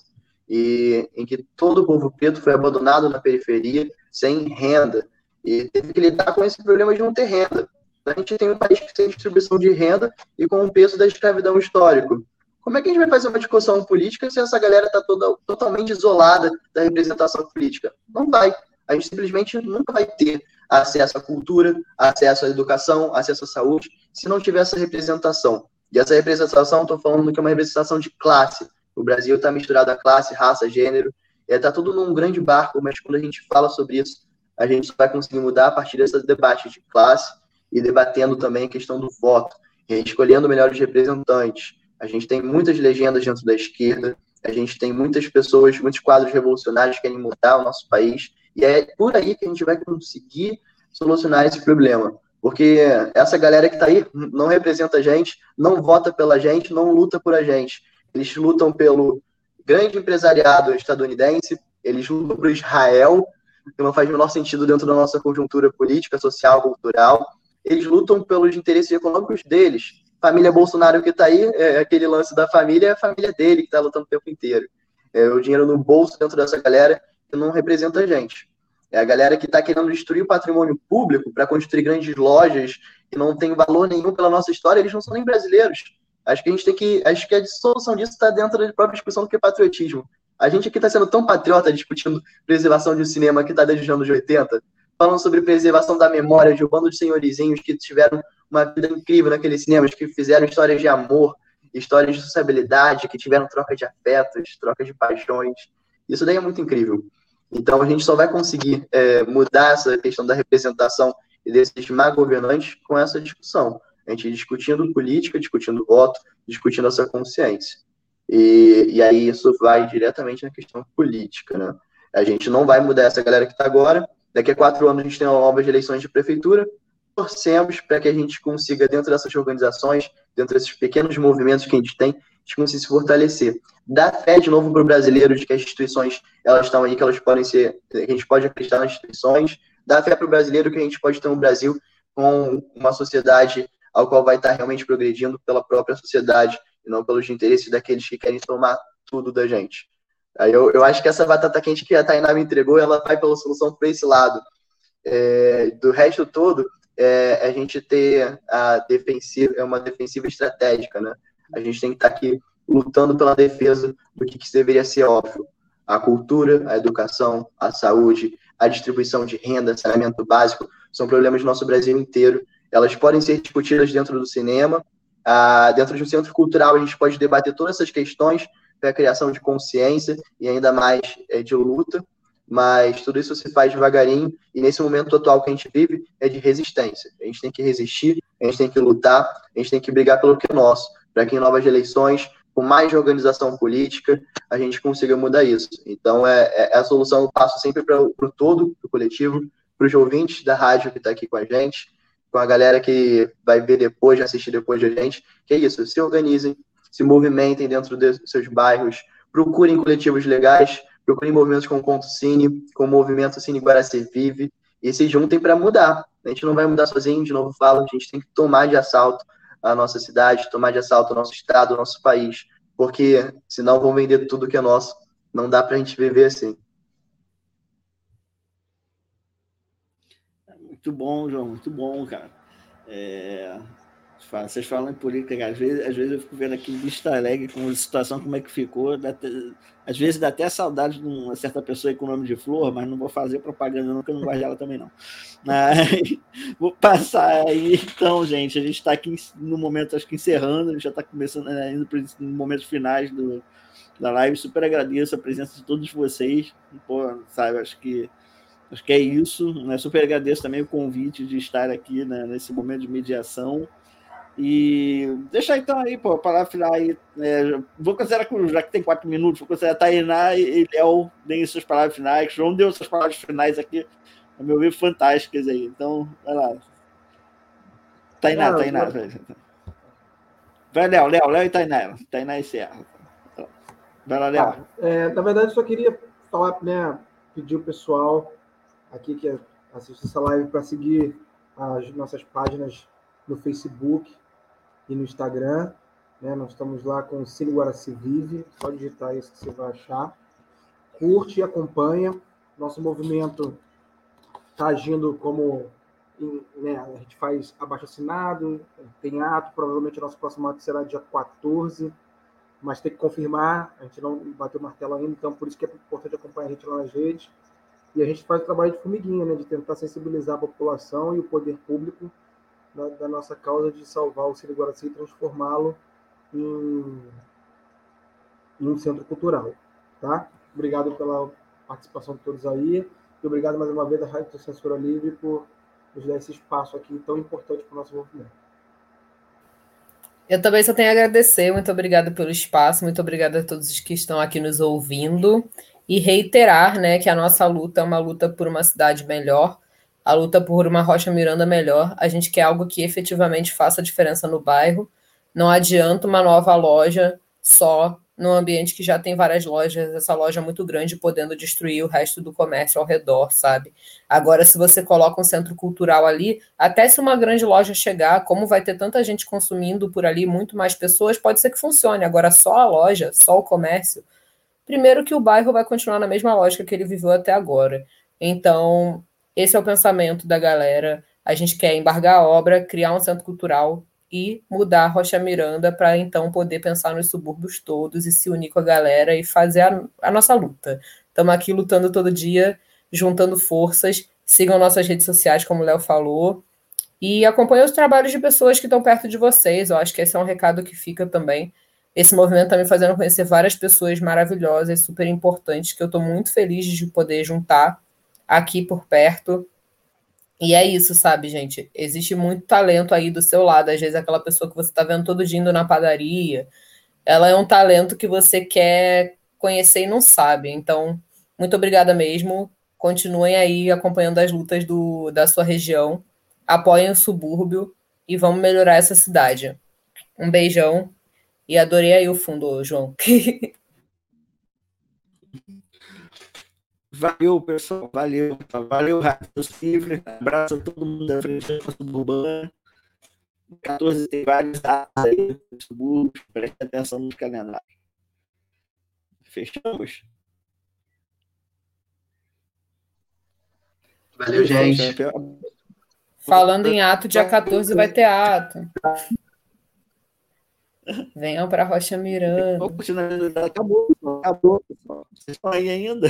E em que todo o povo preto foi abandonado na periferia, sem renda, e teve que lidar com esse problema de não ter renda. A gente tem um país que tem distribuição de renda e com o peso da escravidão histórico. Como é que a gente vai fazer uma discussão política se essa galera está totalmente isolada da representação política? Não vai. A gente simplesmente nunca vai ter acesso à cultura, acesso à educação, acesso à saúde, se não tiver essa representação. E essa representação, estou falando que é uma representação de classe. O Brasil está misturado a classe, raça, gênero, está tudo num grande barco, mas quando a gente fala sobre isso, a gente só vai conseguir mudar a partir desse debate de classe e debatendo também a questão do voto, e escolhendo melhores representantes. A gente tem muitas legendas dentro da esquerda, a gente tem muitas pessoas, muitos quadros revolucionários que querem mudar o nosso país, e é por aí que a gente vai conseguir solucionar esse problema. Porque essa galera que está aí não representa a gente, não vota pela gente, não luta por a gente. Eles lutam pelo grande empresariado estadunidense, eles lutam por Israel, que não faz o menor sentido dentro da nossa conjuntura política, social, cultural. Eles lutam pelos interesses econômicos deles. Família Bolsonaro que está aí, aquele lance da família, é a família dele que está lutando o tempo inteiro. O dinheiro no bolso dentro dessa galera que não representa a gente. É a galera que está querendo destruir o patrimônio público para construir grandes lojas que não tem valor nenhum pela nossa história, eles não são nem brasileiros. Acho que a solução disso está dentro da própria discussão do que é patriotismo. A gente aqui está sendo tão patriota discutindo preservação de um cinema que está desde os anos 80, falando sobre preservação da memória de um bando de senhorizinhos que tiveram uma vida incrível naqueles cinemas, que fizeram histórias de amor, histórias de sociabilidade, que tiveram troca de afetos, troca de paixões. Isso daí é muito incrível. Então a gente só vai conseguir mudar essa questão da representação e desses má governantes com essa discussão. A gente discutindo política, discutindo voto, discutindo essa consciência. E aí isso vai diretamente na questão política, né? A gente não vai mudar essa galera que está agora. Daqui a 4 anos a gente tem novas eleições de prefeitura. Torcemos para que a gente consiga, dentro dessas organizações, dentro desses pequenos movimentos que a gente tem, a gente consiga se fortalecer. Dar fé de novo para o brasileiro de que as instituições elas estão aí, que elas podem ser, que a gente pode acreditar nas instituições. Dar fé para o brasileiro que a gente pode ter um Brasil com uma sociedade ao qual vai estar realmente progredindo pela própria sociedade e não pelos interesses daqueles que querem tomar tudo da gente. Aí eu acho que essa batata quente que a Tainá me entregou, ela vai pela solução para esse lado. Do resto todo, a gente ter uma defensiva estratégica, né? A gente tem que estar aqui lutando pela defesa do que deveria ser óbvio. A cultura, a educação, a saúde, a distribuição de renda, saneamento básico, são problemas do nosso Brasil inteiro. Elas podem ser discutidas dentro do cinema, dentro de um centro cultural a gente pode debater todas essas questões para a criação de consciência e ainda mais de luta, mas tudo isso se faz devagarinho e nesse momento atual que a gente vive é de resistência. A gente tem que resistir, a gente tem que lutar, a gente tem que brigar pelo que é nosso, para que em novas eleições, com mais organização política, a gente consiga mudar isso. Então, a solução eu passo sempre para o todo, para o coletivo, para os ouvintes da rádio que está aqui com a gente, com a galera que vai ver depois, assistir depois da gente, que é isso, se organizem, se movimentem dentro dos seus bairros, procurem coletivos legais, procurem movimentos como o Conto Cine, com o movimento Cine Guaraci Vive, e se juntem para mudar. A gente não vai mudar sozinho, de novo falo, a gente tem que tomar de assalto a nossa cidade, tomar de assalto o nosso estado, o nosso país, porque senão vão vender tudo que é nosso. Não dá para a gente viver assim. Muito bom, João, muito bom, cara. Vocês falam em política, às vezes eu fico vendo aqui o Vista Alegre com a situação, como é que ficou. Às vezes dá até saudade de uma certa pessoa aí com o nome de Flor, mas não vou fazer propaganda não, porque eu não gosto dela também não. Mas, vou passar aí, então, gente. A gente está aqui no momento, acho que encerrando, a gente já está começando, indo para os momentos finais da live. Super agradeço a presença de todos vocês. Pô, sabe, acho que é isso, né? Super agradeço também o convite de estar aqui, né, nesse momento de mediação. E deixar então aí, pô, a palavra final aí. Vou considerar que, já que tem 4 minutos, vou considerar Tainá e Léo deem suas palavras finais. João deu suas palavras finais aqui, a meu ver, fantásticas aí. Então, vai lá. Tainá. Vai, Léo e Tainá. Tainá e Serra. Então, vai lá, Léo. Na verdade, só queria falar, né, pedir o pessoal aqui que assiste essa live para seguir as nossas páginas no Facebook e no Instagram, né? Nós estamos lá com o Cine Guaraci Vive, só digitar isso que você vai achar. Curte e acompanha. Nosso movimento está agindo como, né, a gente faz abaixo-assinado, tem ato, provavelmente o nosso próximo ato será dia 14, mas tem que confirmar, a gente não bateu o martelo ainda, então por isso que é importante acompanhar a gente lá nas redes. E a gente faz o trabalho de formiguinha, né, de tentar sensibilizar a população e o poder público da nossa causa de salvar o Cine Guaraci e transformá-lo em um centro cultural. Tá? Obrigado pela participação de todos aí. E obrigado mais uma vez à Rádio Censura Livre por nos dar esse espaço aqui tão importante para o nosso movimento. Eu também só tenho a agradecer. Muito obrigada pelo espaço. Muito obrigada a todos os que estão aqui nos ouvindo. E reiterar, né, que a nossa luta é uma luta por uma cidade melhor, a luta por uma Rocha Miranda melhor. A gente quer algo que efetivamente faça diferença no bairro. Não adianta uma nova loja só num ambiente que já tem várias lojas, essa loja muito grande, podendo destruir o resto do comércio ao redor, sabe? Agora, se você coloca um centro cultural ali, até se uma grande loja chegar, como vai ter tanta gente consumindo por ali, muito mais pessoas, pode ser que funcione. Agora, só a loja, só o comércio, primeiro que o bairro vai continuar na mesma lógica que ele viveu até agora. Então, esse é o pensamento da galera. A gente quer embargar a obra, criar um centro cultural e mudar a Rocha Miranda para, então, poder pensar nos subúrbios todos e se unir com a galera e fazer a nossa luta. Estamos aqui lutando todo dia, juntando forças. Sigam nossas redes sociais, como o Léo falou, e acompanhem os trabalhos de pessoas que estão perto de vocês. Eu acho que esse é um recado que fica também. Esse movimento está me fazendo conhecer várias pessoas maravilhosas, super importantes, que eu estou muito feliz de poder juntar aqui por perto. E é isso, sabe, gente? Existe muito talento aí do seu lado. Às vezes aquela pessoa que você está vendo todo dia indo na padaria, ela é um talento que você quer conhecer e não sabe. Então, muito obrigada mesmo. Continuem aí acompanhando as lutas da sua região. Apoiem o subúrbio e vamos melhorar essa cidade. Um beijão. E adorei aí o fundo, João. Valeu, pessoal. Valeu, Rádio Livre. Abraço a todo mundo da frente suburbana. 14 tem vários dados aí do subúrbio. Preste atenção nos calendários. Fechamos? Valeu, gente. Falando em ato, dia 14 vai ter ato. Venham para Rocha Miranda. Acabou, pessoal. Vocês estão aí ainda?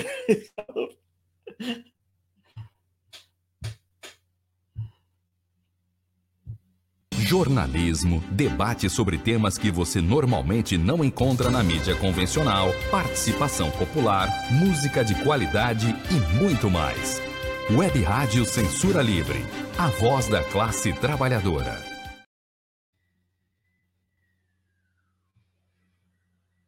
Jornalismo, debate sobre temas que você normalmente não encontra na mídia convencional, participação popular, música de qualidade e muito mais. Web Rádio Censura Livre, a voz da classe trabalhadora.